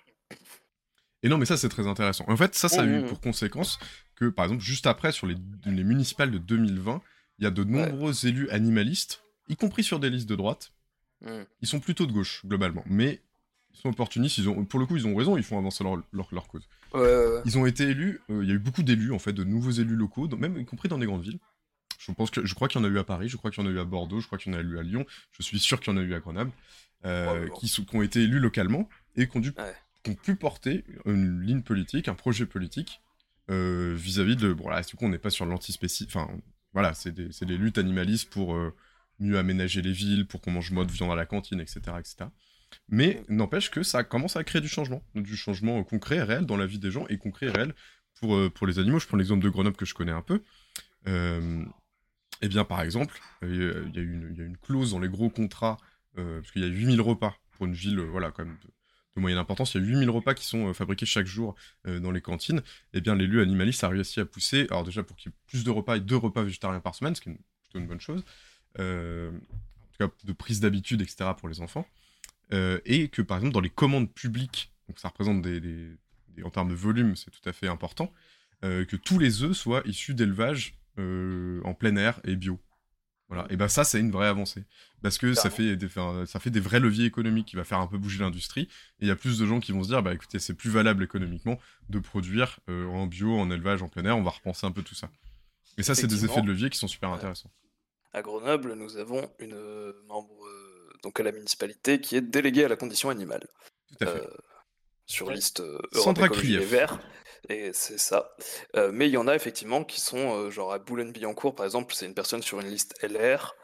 Et non, mais ça, c'est très intéressant. En fait, ça, ça a eu Mmh, pour conséquence que, par exemple, juste après, sur les, les municipales de deux mille vingt, il y a de nombreux élus animalistes, y compris sur des listes de droite. mm. Ils sont plutôt de gauche, globalement. Mais ils sont opportunistes, ils ont, pour le coup, ils ont raison, ils font avancer leur, leur, leur cause. Ouais, ouais, ouais. Ils ont été élus, euh, il y a eu beaucoup d'élus, en fait, de nouveaux élus locaux, dans- même y compris dans des grandes villes. Je, pense que, je crois qu'il y en a eu à Paris, je crois qu'il y en a eu à Bordeaux, je crois qu'il y en a eu à Lyon, je suis sûr qu'il y en a eu à Grenoble, euh, Ouais, bon. qui, sont- qui ont été élus localement et qui ont, dû, Ouais. qui ont pu porter une ligne politique, un projet politique euh, vis-à-vis de... Bon, là, du coup, on n'est pas sur l'antispécie... Enfin, voilà, c'est des, c'est des luttes animalistes pour euh, mieux aménager les villes, pour qu'on mange moins de viande à la cantine, et cetera, et cetera. Mais n'empêche que ça commence à créer du changement, du changement concret, réel dans la vie des gens, et concret, réel pour, euh, pour les animaux. Je prends l'exemple de Grenoble que je connais un peu. Euh, eh bien, par exemple, il euh, y, y, y a une clause dans les gros contrats, euh, parce qu'il y a huit mille repas pour une ville, euh, voilà, quand même, de moyenne importance, il y a huit mille repas qui sont euh, fabriqués chaque jour euh, dans les cantines, et bien l'élu animaliste a réussi à pousser, alors déjà pour qu'il y ait plus de repas et deux repas végétariens par semaine, ce qui est une, plutôt une bonne chose, euh, en tout cas de prise d'habitude, et cetera pour les enfants, euh, et que par exemple dans les commandes publiques, donc ça représente des, des, des en termes de volume, c'est tout à fait important, euh, que tous les œufs soient issus d'élevage euh, en plein air et bio. Voilà. Et ben ça, c'est une vraie avancée. Parce que ça fait, des, enfin, ça fait des vrais leviers économiques qui va faire un peu bouger l'industrie. Et il y a plus de gens qui vont se dire, bah écoutez, c'est plus valable économiquement de produire euh, en bio, en élevage, en plein air. On va repenser un peu tout ça. Et ça, c'est des effets de levier qui sont super Ouais. intéressants. À Grenoble, nous avons une euh, membre euh, donc à la municipalité qui est déléguée à la condition animale. Tout à fait. Euh, sur Ouais. liste euh, Europe Sandra Écologie Les Krief. Verts. Et c'est ça. Euh, mais il y en a effectivement qui sont, euh, genre à Boulogne-Billancourt par exemple, c'est une personne sur une liste L R.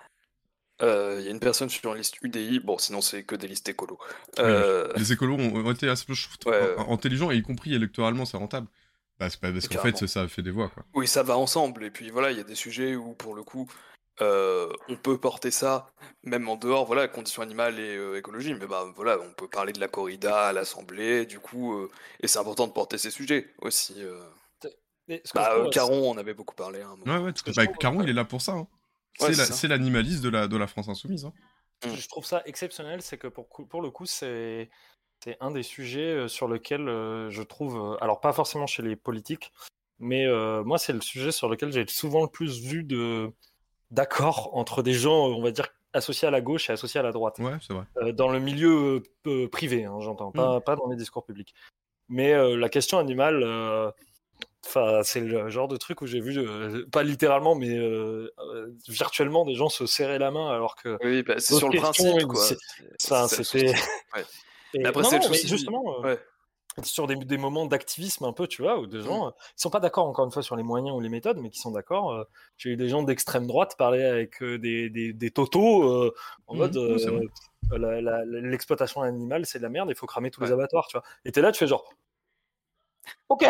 Euh, Il y a une personne sur une liste U D I. Bon, sinon c'est que des listes écolos. Oui, oui. Euh, Les écolos ont, ont été assez, je trouve, Ouais, in- intelligents, et y compris électoralement, c'est rentable. Bah, c'est pas parce qu'en fait, Carrément. ça fait des voix, quoi. Oui, ça va ensemble. Et puis voilà, il y a des sujets où pour le coup, euh, on peut porter ça, même en dehors, voilà, conditions animales et euh, écologie. Mais bah voilà, on peut parler de la corrida à l'Assemblée, du coup, euh, et c'est important de porter ces sujets aussi. euh. Mais ce que je Bah, trouve euh, assez- Caron, on avait beaucoup parlé à un moment. Ouais, ouais, tout ce que à je fait. Bah, trouve- Caron, ouais. il est là pour ça. Hein. Ouais, C'est c'est la- ça. c'est l'animaliste de la, de la France insoumise. Hein. Mm. je trouve ça exceptionnel, c'est que pour, cou- pour le coup, c'est c'est un des sujets euh, sur lequel euh, je trouve, euh, alors pas forcément chez les politiques, mais euh, moi, c'est le sujet sur lequel j'ai souvent le plus vu de d'accord entre des gens, on va dire, associés à la gauche et associés à la droite. Ouais, c'est vrai. Euh, dans le milieu euh, privé, hein, j'entends, pas, pas dans les discours publics. Mais euh, la question animale, euh, 'fin, c'est le genre de truc où j'ai vu, euh, pas littéralement, mais euh, euh, virtuellement, des gens se serrer la main alors que Oui, bah, c'est d'autres sur le questions, principe, ils- quoi. c'est- C'est- enfin, c'est le c'était. souci. Ouais. Et- Mais après, non, c'est le non, mais souci. justement, euh, Ouais. sur des, des moments d'activisme un peu, tu vois, où des gens, euh, ils sont pas d'accord encore une fois sur les moyens ou les méthodes, mais qui sont d'accord. euh, J'ai eu des gens d'extrême droite parler avec euh, des, des, des totos euh, en Mhm, mode oui, c'est vrai. euh, la- la- l'exploitation animale, c'est de la merde, il faut cramer tous les Ouais. abattoirs, tu vois. Et t'es là, tu fais genre, ok.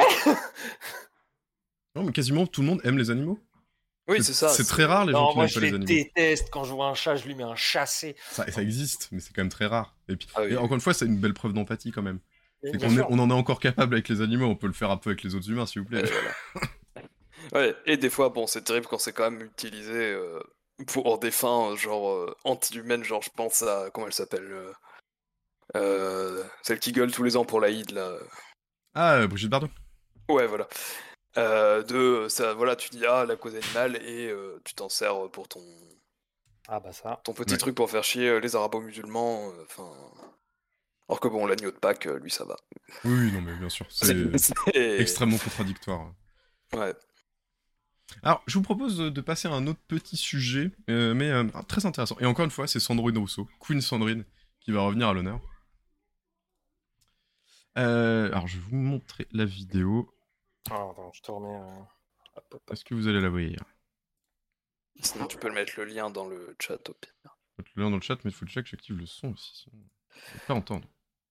Non, mais quasiment tout le monde aime les animaux. Oui, c'est ça. C'est très rare les gens Non, qui moi n'aiment pas je les les animaux. déteste. Quand je vois un chat, je lui mets un chassé. Ça, ça existe, mais c'est quand même très rare. Et puis, Ah oui, et oui. encore une fois, c'est une belle preuve d'empathie quand même. Et C'est bien qu'on est- sûr. on en est encore capable avec les animaux, on peut le faire un peu avec les autres humains, s'il vous plaît. Et voilà. Ouais, et des fois, bon, c'est terrible quand c'est quand même utilisé euh, pour des fins euh, genre euh, anti-humaines, genre je pense à, comment elle s'appelle euh, euh, celle qui gueule tous les ans pour l'Aïd, là. Ah, euh, Brigitte Bardot. Ouais, voilà. Euh, de, ça, voilà, tu dis, ah, la cause animale, et euh, tu t'en sers pour ton, Ah bah ça. ton petit Ouais. truc pour faire chier euh, les arabo-musulmans, enfin... Alors que bon, l'agneau de Pâques, euh, lui, ça va. Oui, oui, non, mais bien sûr, c'est C'est- extrêmement contradictoire. Ouais. Alors, je vous propose de, de passer à un autre petit sujet, euh, mais euh, très intéressant. Et encore une fois, c'est Sandrine Rousseau, Queen Sandrine, qui va revenir à l'honneur. Euh, alors, je vais vous montrer la vidéo. Alors, attends, je te remets. euh, hop, hop, hop. Est-ce que vous allez la voir? Sinon, tu peux le mettre le lien dans le chat au pire. Je vais mettre le lien dans le chat, mais il faut déjà que j'active le son aussi, sinon je ne peux pas entendre.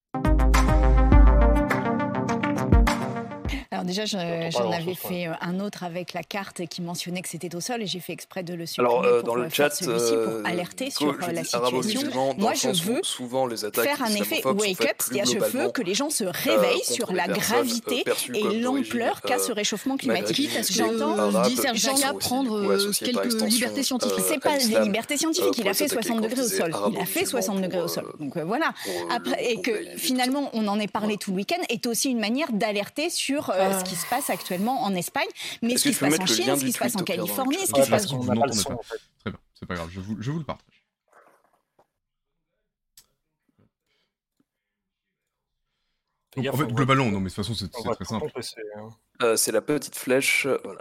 Alors déjà, je- J'entends pas j'en grand-chose, avais quoi. fait euh, un autre avec la carte qui mentionnait que c'était au sol et j'ai fait exprès de le supprimer Alors, euh, pour dans euh, le faire chat, celui-ci euh, pour alerter Nico, sur je euh, la dis situation. arabo-musulman, dans Moi, le je sens où veux souvent les attaques faire un effet islamophobes sont wake faites up, plus c'est-à-dire je veux globalement, que les gens se euh, réveillent contre sur des la personnes, euh, gravité perçues et comme l'ampleur d'origine, qu'a euh, ce réchauffement climatique. maghrébine, Parce que et j'entends, arabe, dit Serge qui sont Jacques, aussi, prendre, du coup, euh, associés par quelques extension, libertés scientifiques. euh, C'est à pas des l'islam, libertés euh, scientifiques, il pour a fait les attaquer soixante quand degrés au ils disaient sol. Il a fait arabo-musulmans soixante degrés au pour, sol. euh, Donc euh, voilà. pour, euh, Après, le et bon que pays et tout ça. finalement, on en est parlé Voilà. tout le week-end, est aussi une manière d'alerter sur euh, ce qui se passe actuellement en Espagne, mais Est-ce ce que qui tu se peux passe mettre en le Chine, lien ce du qui se passe en tweet au pire dans le Californie, chat? ce qui Ouais, se parce passe... qu'on Vous n'a pas le l'entendez son, pas. en fait. Très bien, c'est pas grave, je vous, je vous le partage. Fais Donc, gaffe, en fait, on voit- globalement, non, mais de toute façon, c'est on c'est voit très tout le simple. temps que c'est, euh, Euh, c'est la petite flèche, euh, voilà.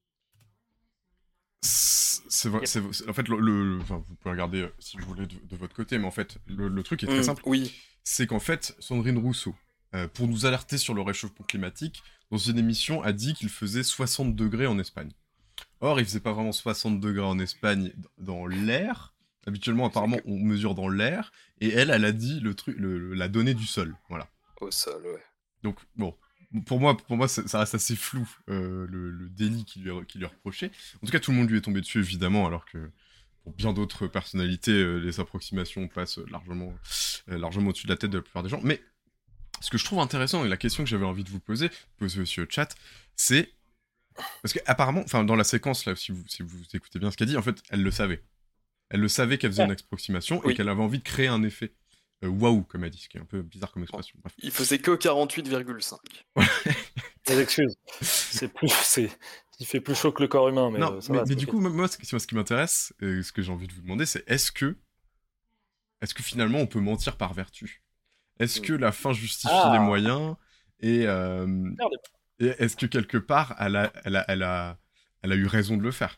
C'est vrai, Yep. c'est c'est- en fait le, le- enfin, vous pouvez regarder euh, si vous voulez de, de votre côté, mais en fait le, le truc est très Mm, simple, oui, c'est qu'en fait Sandrine Rousseau, euh, pour nous alerter sur le réchauffement climatique, dans une émission a dit qu'il faisait soixante degrés en Espagne. Or il faisait pas vraiment soixante degrés en Espagne d- dans l'air. Habituellement apparemment on mesure dans l'air, et elle elle a dit le truc, le- le- la donnée du sol, voilà. au sol, ouais. Donc bon, pour moi, pour moi ça, ça reste assez flou, euh, le, le délit qui lui, est- qui lui est reproché. En tout cas, tout le monde lui est tombé dessus, évidemment, alors que pour bien d'autres personnalités, euh, les approximations passent largement, euh, largement au-dessus de la tête de la plupart des gens. Mais ce que je trouve intéressant et la question que j'avais envie de vous poser, poser aussi au chat, c'est parce que apparemment, enfin dans la séquence là, si vous si vous écoutez bien ce qu'elle dit, en fait, elle le savait. Elle le savait qu'elle faisait Ouais. une approximation et Oui. qu'elle avait envie de créer un effet euh, waouh, comme elle dit, ce qui est un peu bizarre comme expression. Bref. Il faisait que quarante-huit virgule cinq. Mes excuses. C'est plus, c'est, il fait plus chaud que le corps humain, mais non, euh, ça mais, va. mais c'est du ok. coup, moi, moi, ce qui moi, ce qui m'intéresse, et ce que j'ai envie de vous demander, c'est est-ce que, est-ce que finalement on peut mentir par vertu? Est-ce que la fin justifie Ah. les moyens? Et, euh, Merde. et est-ce que quelque part, elle a, elle, a, elle, a, elle a eu raison de le faire?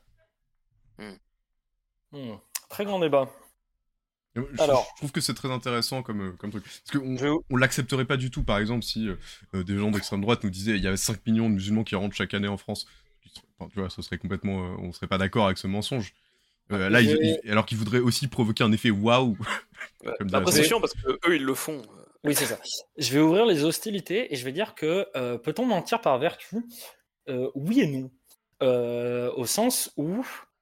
Hmm. Très grand débat. Je, Alors. je trouve que c'est très intéressant comme, euh, comme truc. Parce qu'on Je- on l'accepterait pas du tout, par exemple, si euh, des gens d'extrême droite nous disaient il y avait cinq millions de musulmans qui rentrent chaque année en France. Enfin, tu vois, ce serait complètement, euh, on serait pas d'accord avec ce mensonge. Euh, là, Je- il- il- alors qu'ils voudraient aussi provoquer un effet waouh. Ouais. Comme dirait Après, ça. c'est chiant parce que eux, ils le font. Oui, c'est ça. Je vais ouvrir les hostilités et je vais dire que euh, peut-on mentir par vertu? Euh, Oui et non. Euh, au sens où,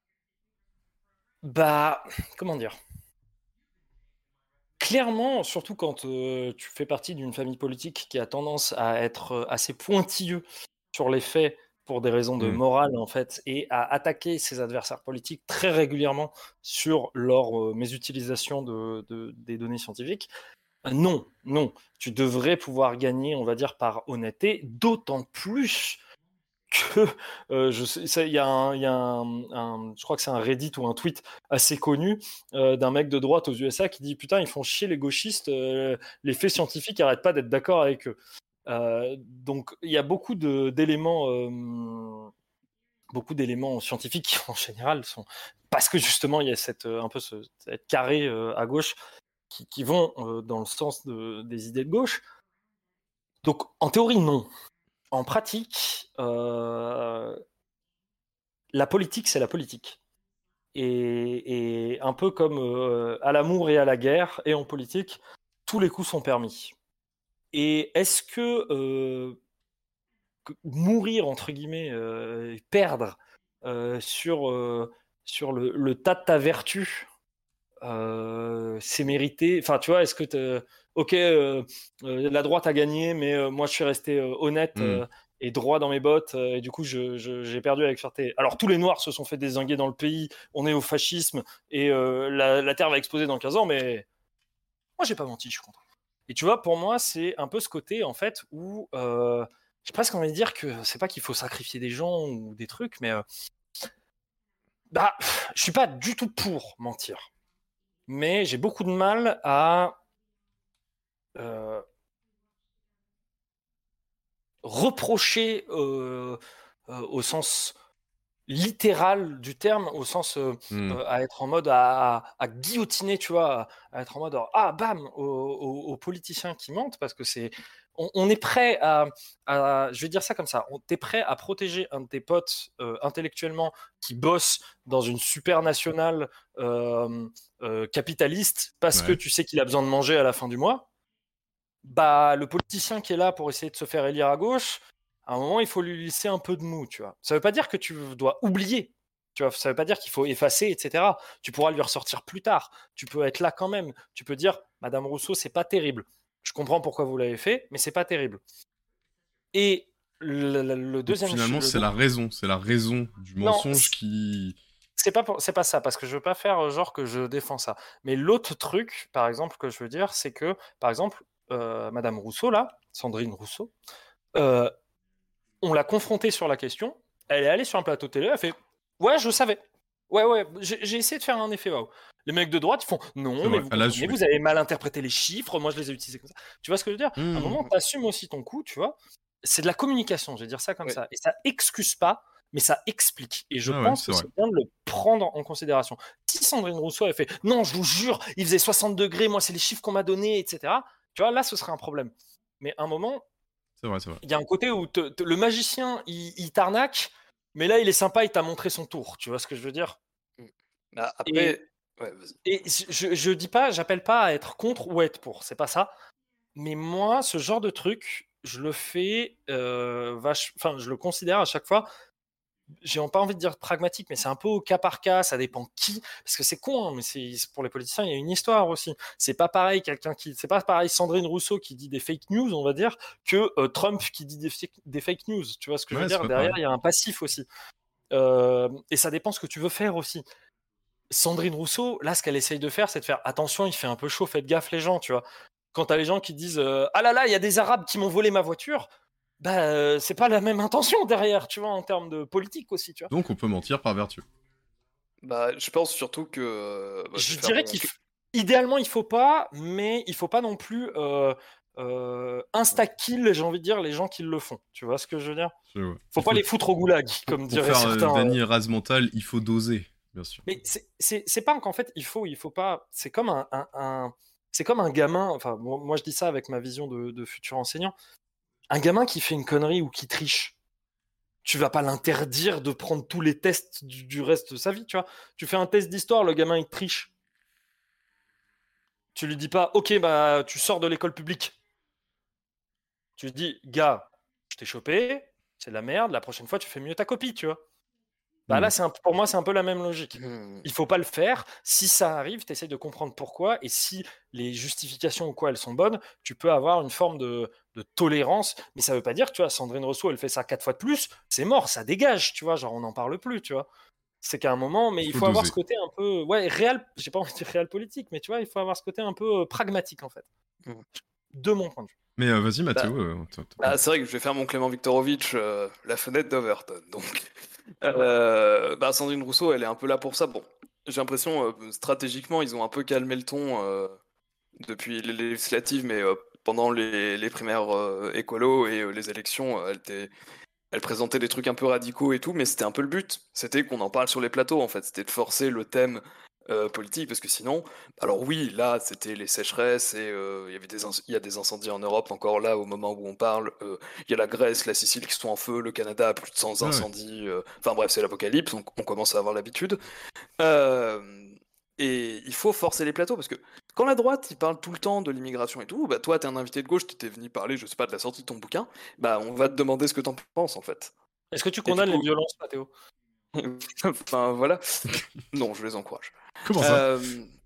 bah, comment dire? Clairement, surtout quand euh, tu fais partie d'une famille politique qui a tendance à être euh, assez pointilleux sur les faits pour des raisons de Mm. morale en fait, et à attaquer ses adversaires politiques très régulièrement sur leur euh, mésutilisation de, de- des données scientifiques. Euh, Non, non, tu devrais pouvoir gagner, on va dire, par honnêteté, d'autant plus que euh, je sais, ça, il y a, un, il y a un- un- je crois que c'est un Reddit ou un tweet assez connu euh, d'un mec de droite aux U S A qui dit putain ils font chier les gauchistes, euh, les faits scientifiques arrêtent pas d'être d'accord avec eux. Euh, donc il y a beaucoup de, d'éléments, euh, beaucoup d'éléments scientifiques qui en général sont parce que justement il y a cette euh, un peu ce, cette carré euh, à gauche qui, qui vont euh, dans le sens de, des idées de gauche. Donc en théorie non. En pratique, euh, la politique, c'est la politique. Et, et un peu comme euh, à l'amour et à la guerre, et en politique, tous les coups sont permis. Et est-ce que, euh, que mourir, entre guillemets, euh, perdre euh, sur, euh, sur le, le tas de ta vertu, euh, c'est mérité? Enfin, tu vois, est-ce que t'es- ok, euh, euh, la droite a gagné, mais euh, moi je suis resté euh, honnête Mm. euh, et droit dans mes bottes, euh, et du coup je- je- j'ai perdu avec fierté. Alors tous les Noirs se sont fait dézinguer dans le pays, on est au fascisme et euh, la, la Terre va exploser dans quinze ans, mais moi j'ai pas menti, je suis content. Et tu vois, pour moi, c'est un peu ce côté en fait où euh, j'ai presque envie de dire que c'est pas qu'il faut sacrifier des gens ou des trucs, mais euh, bah, pff, je suis pas du tout pour mentir. Mais j'ai beaucoup de mal à euh, reprocher euh, euh, au sens littéral du terme, au sens euh, Mm. euh, à être en mode à, à- à guillotiner, tu vois, à, à être en mode ah bam aux, aux- aux politiciens qui mentent parce que c'est on, on est prêt à, à- je vais dire ça comme ça, on t'es prêt à protéger un de tes potes euh, intellectuellement qui bosse dans une supernationale euh, euh, capitaliste parce Ouais. que tu sais qu'il a besoin de manger à la fin du mois. Bah le politicien qui est là pour essayer de se faire élire à gauche, à un moment, il faut lui laisser un peu de mou, tu vois. Ça veut pas dire que tu dois oublier, tu vois. Ça veut pas dire qu'il faut effacer, et cetera. Tu pourras lui ressortir plus tard. Tu peux être là quand même. Tu peux dire, Madame Rousseau, c'est pas terrible. Je comprends pourquoi vous l'avez fait, mais c'est pas terrible. Et le, le- le Donc, deuxième... finalement, le c'est deux- la raison, c'est la raison du Non, mensonge c'est- qui. c'est pas, pour- c'est pas ça, parce que je veux pas faire euh, genre que je défends ça. Mais l'autre truc, par exemple, que je veux dire, c'est que, par exemple, euh, Madame Rousseau, là, Sandrine Rousseau, euh, on l'a confrontée sur la question, elle est allée sur un plateau télé, elle fait « Ouais, je savais. Ouais, ouais, j'ai j'ai essayé de faire un effet waouh. » Les mecs de droite, ils font « Non, C'est mais vrai, vous elle a comprenez, assumé. vous avez mal interprété les chiffres, moi je les ai utilisés comme ça. » Tu vois ce que je veux dire? À un Mm. moment, tu assumes aussi ton coup, tu vois. C'est de la communication, je vais dire ça comme Ouais. ça. Et ça excuse pas, mais ça explique. Et je Ah ouais, pense c'est que vrai. c'est bien de le prendre en considération. Si Sandrine Rousseau, elle fait « Non, je vous jure, il faisait soixante degrés, moi c'est les chiffres qu'on m'a donnés, et cetera » Tu vois, là, ce serait un problème. Mais à un moment, C'est vrai, c'est vrai. il y a un côté où te- te- le magicien, il, il t'arnaque, mais là, il est sympa, il t'a montré son tour. Tu vois ce que je veux dire? Bah, après, Et, ouais, vas-y. et je, je dis pas, j'appelle pas à être contre ou à être pour. C'est pas ça. Mais moi, ce genre de truc, je le fais, euh, vache, enfin, je le considère à chaque fois j'ai pas envie de dire pragmatique, mais c'est un peu au cas par cas, ça dépend qui, parce que c'est con, hein, mais c'est pour les politiciens, il y a une histoire aussi. C'est pas pareil quelqu'un qui, c'est pas pareil Sandrine Rousseau qui dit des fake news, on va dire, que euh, Trump qui dit des, des fake news. Tu vois ce que je Ouais, veux c'est dire? pas Derrière, pareil. il y a un passif aussi. Euh, et ça dépend ce que tu veux faire aussi. Sandrine Rousseau, là, ce qu'elle essaye de faire, c'est de faire attention, il fait un peu chaud, faites gaffe les gens, tu vois. Quand t'as les gens qui disent euh, ah là là, il y a des Arabes qui m'ont volé ma voiture, bah euh, c'est pas la même intention derrière, tu vois, en termes de politique aussi, tu vois. Donc on peut mentir par vertu. Bah, je pense surtout que. euh, bah, je Je vais faire dirais mon- qu'il f- idéalement il faut pas, mais il faut pas non plus euh, euh, insta-kill, j'ai envie de dire, les gens qui le font. Tu vois ce que je veux dire? Je vois. Faut Il pas les foutre au goulag, pour, comme pour diraient faire euh, certains. euh. Dany Razmental, il faut doser, bien sûr. Mais c'est- c'est c'est pas qu'en fait il faut, il faut pas. C'est comme un, un- un- c'est comme un gamin. Enfin, moi, moi, je dis ça avec ma vision de, de futur enseignant. Un gamin qui fait une connerie ou qui triche, tu vas pas l'interdire de prendre tous les tests du, du reste de sa vie, tu vois. Tu fais un test d'histoire, le gamin il triche. Tu lui dis pas, ok, bah tu sors de l'école publique. Tu lui dis, gars, je t'ai chopé, c'est de la merde, la prochaine fois tu fais mieux ta copie, tu vois. Bah Hmm. là, c'est un- pour moi, c'est un peu la même logique. Hmm. Il faut pas le faire. Si ça arrive, tu essaies de comprendre pourquoi. Et si les justifications ou quoi, elles sont bonnes, tu peux avoir une forme de, de tolérance. Mais ça veut pas dire, tu vois, Sandrine Rousseau, elle fait ça quatre fois de plus, c'est mort, ça dégage, tu vois, genre on n'en parle plus, tu vois. C'est qu'à un moment, mais Il il faut faut avoir doser. ce côté un peu, ouais, réel, j'ai pas envie de dire réel politique, mais tu vois, il faut avoir ce côté un peu euh, pragmatique, en fait. Mhm. De mon point de vue. Mais euh, vas-y, Mathéo. euh, toi, toi. Ah, c'est vrai que je vais faire mon Clément Viktorovitch, euh, la fenêtre d'Overton. Donc, euh, bah, Sandrine Rousseau, elle est un peu là pour ça. Bon, j'ai l'impression, euh, stratégiquement, ils ont un peu calmé le ton euh, depuis les législatives, mais euh, pendant les, les primaires euh, écolo et euh, les élections, euh, elle, était- elle présentait des trucs un peu radicaux et tout, mais c'était un peu le but. C'était qu'on en parle sur les plateaux, en fait. C'était de forcer le thème euh, politique, parce que sinon, alors oui, là, c'était les sécheresses et euh, il y avait des inc- il y a des incendies en Europe encore là au moment où on parle. Euh, Il y a la Grèce, la Sicile qui sont en feu, le Canada a plus de cent Ouais, ouais. incendies. euh, Enfin bref, c'est l'apocalypse, on, on commence à avoir l'habitude. Euh, et il faut forcer les plateaux parce que quand la droite il parle tout le temps de l'immigration et tout, bah toi t'es un invité de gauche, t'étais venu parler, je sais pas, de la sortie de ton bouquin, bah on va te demander ce que t'en penses en fait. Est-ce que tu Et du condamnes les coup, violences, Mathéo? enfin voilà, non, je les encourage. Comment ça Euh,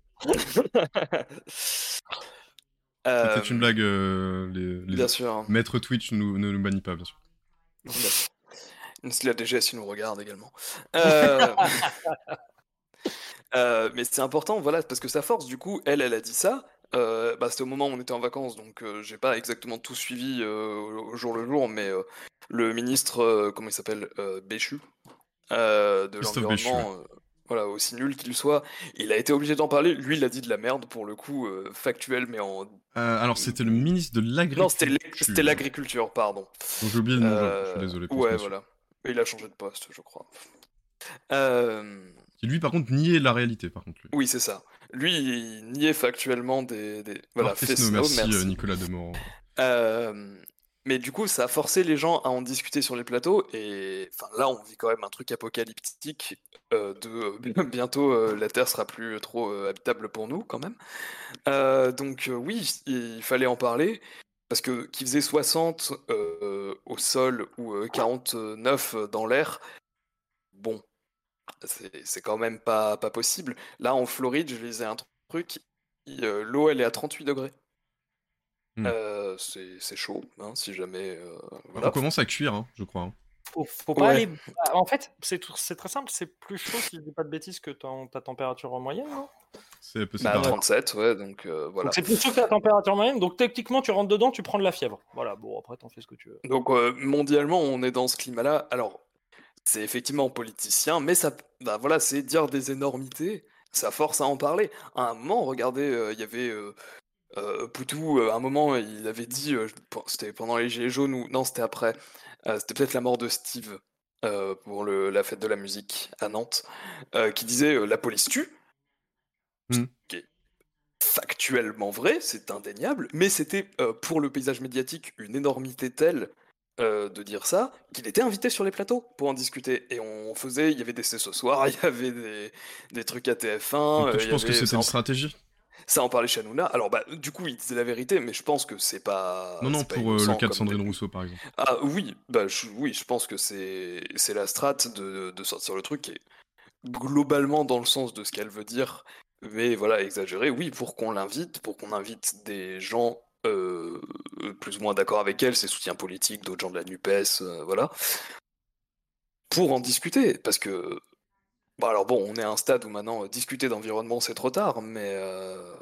euh, C'était une blague. euh, les, les Bien sûr. maîtres Twitch nous- ne nous bannissent pas, bien sûr. Bien sûr. Si la D G S il nous regarde également. Euh, euh, mais c'est important, voilà, parce que sa force, du coup, elle, elle a dit ça. Euh, bah, c'était au moment où on était en vacances, donc euh, j'ai pas exactement tout suivi euh, au jour le jour, mais euh, le ministre, euh, comment il s'appelle, euh, Béchu, euh, de Christophe Béchu, l'environnement, euh, voilà, aussi nul qu'il soit, il a été obligé d'en parler. Lui, il a dit de la merde pour le coup, euh, factuel, mais en. Euh, alors, c'était le ministre de Non, c'était l'ag- l'Agriculture. c'était l'agriculture, pardon. Donc j'ai oublié le nom, je- je Euh, suis désolé pour ouais, ce monsieur. voilà. Il a changé de poste, je crois. Euh, Qui lui, par contre, niait la réalité, par contre. Lui. Oui, c'est ça. Lui, il niait factuellement des. des... Voilà, Marc Fesneau, Fesneau, merci, merci. euh, Nicolas Demorand. Euh, Mais du coup, ça a forcé les gens à en discuter sur les plateaux. Et enfin, là, on vit quand même un truc apocalyptique euh, de euh, bientôt euh, la Terre sera plus trop euh, habitable pour nous, quand même. Euh, donc euh, oui, il fallait en parler. Parce que qu'il faisait soixante euh, au sol ou euh, quarante-neuf dans l'air, bon, c'est c'est quand même pas, pas possible. Là, en Floride, je lisais un truc, il- euh, l'eau, elle est à trente-huit degrés. Hmm. Euh, c'est c'est chaud, hein, si jamais. euh, On voilà. commence à cuire, hein, je crois. hein. Faut, faut pas Ouais. aller. Bah, en fait, c'est tout- c'est très simple, c'est plus chaud, si je dis pas de bêtises, que ton- ta température en moyenne, non? C'est c'est Bah, pareil. trente-sept, ouais, donc euh, voilà. Donc c'est plus chaud que la température moyenne, donc techniquement tu rentres dedans, tu prends de la fièvre. Voilà, bon après t'en fais ce que tu veux. Donc euh, mondialement, on est dans ce climat-là. Alors, c'est effectivement politicien, mais ça, bah, voilà, c'est dire des énormités. Ça force à en parler. À un moment, regardez, euh, il y avait euh, euh, Poutou. euh, à un moment, il avait dit, euh, je- pen- c'était pendant les Gilets jaunes ou non, c'était après. Euh, c'était peut-être la mort de Steve euh, pour le, la fête de la musique à Nantes, euh, qui disait euh, la police tue. Hmm. Ce qui est factuellement vrai, c'est indéniable, mais c'était euh, pour le paysage médiatique une énormité telle euh, de dire ça qu'il était invité sur les plateaux pour en discuter. Et on faisait, il y avait des C'est ce soir, il y avait des, des trucs à T F un. Donc, euh, je il y pense que avait- c'était c'est une en- stratégie. Ça en parlait chez Hanouna. Alors, bah, du coup, il disait la vérité, mais je pense que c'est pas. Non, non, c'est pas pour euh, le innocent cas de comme Sandrine début. Rousseau, par exemple. Ah oui, bah je, oui, je pense que c'est c'est la strat de, de sortir le truc qui est globalement dans le sens de ce qu'elle veut dire, mais voilà, exagéré. Oui, pour qu'on l'invite, pour qu'on invite des gens euh, plus ou moins d'accord avec elle, ses soutiens politiques, d'autres gens de la NUPES, euh, voilà, pour en discuter, parce que. Bah alors bon, on est à un stade où maintenant euh, discuter d'environnement c'est trop tard, mais euh,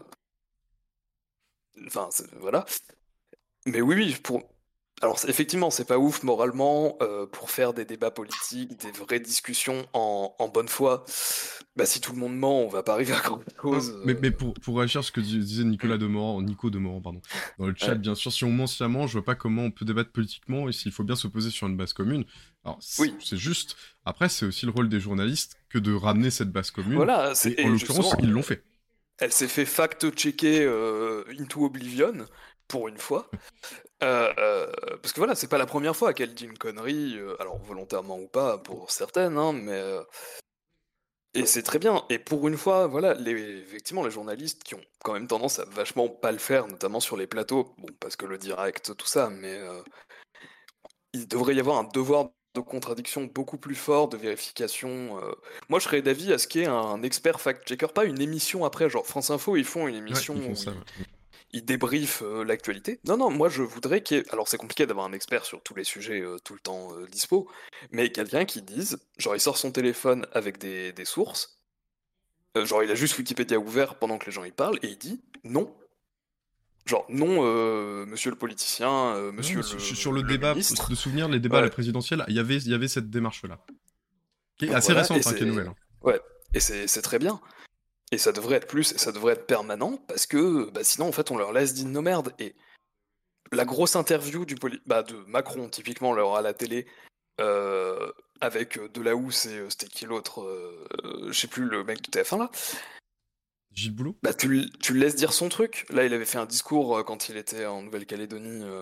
enfin c'est- voilà. Mais oui, oui, pour... Alors c'est- effectivement, c'est pas ouf moralement euh, pour faire des débats politiques, des vraies discussions en, en bonne foi. Bah si tout le monde ment, on va pas arriver à grand Non, cause. mais, euh. mais pour, pour réagir à ce que dis- disait Nicolas Demorand, Nico Demorand, pardon, dans le chat, Ouais. bien sûr, si on ment sciemment, je vois pas comment on peut débattre politiquement et s'il faut bien s'opposer sur une base commune. Alors, c'est Oui, c'est juste. Après, c'est aussi le rôle des journalistes que de ramener cette base commune. voilà. c'est- Et en Et l'occurrence, justement, ils l'ont fait. elle s'est fait fact-checker euh, Into Oblivion pour une fois. Euh, euh, parce que voilà, c'est pas la première fois qu'elle dit une connerie, euh, alors volontairement ou pas pour certaines, hein, mais euh, et c'est très bien. Et pour une fois, voilà, les, effectivement, les journalistes qui ont quand même tendance à vachement pas le faire, notamment sur les plateaux, bon, parce que le direct, tout ça, mais euh, il devrait y avoir un devoir de contradiction beaucoup plus fort, de vérification. euh. Moi, je serais d'avis à ce qu'il y ait un expert fact-checker, pas une émission après, genre France Info, ils font une Ouais, émission ils font où ça. ils, Ouais. ils débriefent euh, l'actualité. Non, non, moi, je voudrais qu'il y ait... Alors, c'est compliqué d'avoir un expert sur tous les sujets euh, tout le temps euh, dispo, mais quelqu'un qui dise, genre, il sort son téléphone avec des, des sources. Euh, genre, il a juste Wikipédia ouvert pendant que les gens y parlent et il dit non. Genre, non, euh, monsieur le politicien, euh, Non, monsieur mais le, sur, sur le le débat, ministre. de souvenir, les débats à la Ouais, présidentielle, il y avait, il y avait cette démarche-là. Qui est assez voilà, et récente, hein, qui est nouvelle. c'est. Hein. Ouais, et c'est c'est très bien. Et ça devrait être plus, et ça devrait être permanent, parce que bah, sinon, en fait, on leur laisse dire nos merdes. Et la grosse interview du poli- bah, de Macron, typiquement, là, à la télé, euh, avec euh, Delahousse et euh, c'était qui l'autre euh, euh, je sais plus, le mec de T F un, là. Gilles Boulot Bah, tu, le- tu le laisses dire son truc. Là, il avait fait un discours euh, quand il était en Nouvelle-Calédonie, euh,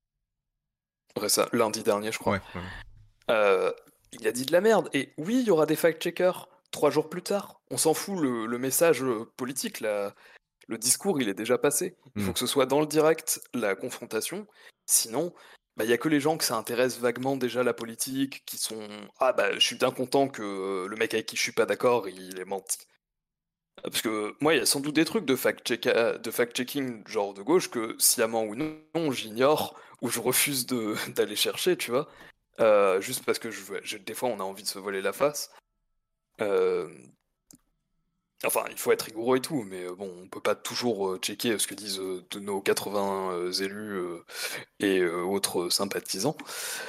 récem- lundi dernier, je crois. Ouais, ouais. Euh, il a dit de la merde. Et oui, il y aura des fact-checkers trois jours plus tard. On s'en fout, le, le message euh, politique, la- le discours, il est déjà passé. Il faut Hmm. que ce soit dans le direct, la confrontation. Sinon, bah, il y a que les gens que ça intéresse vaguement déjà la politique, qui sont ah bah je suis bien content que euh, le mec avec qui je suis pas d'accord, il est menti. Parce que moi, il y a sans doute des trucs de fact-check, de fact-checking genre de gauche que sciemment ou non, j'ignore ou je refuse de d'aller chercher, tu vois. Euh, juste parce que je, veux- je- des fois, on a envie de se voler la face. Euh, Enfin, il faut être rigoureux et tout, mais euh, bon, on peut pas toujours euh, checker ce que disent euh, de nos quatre-vingts euh, élus euh, et euh, autres sympathisants.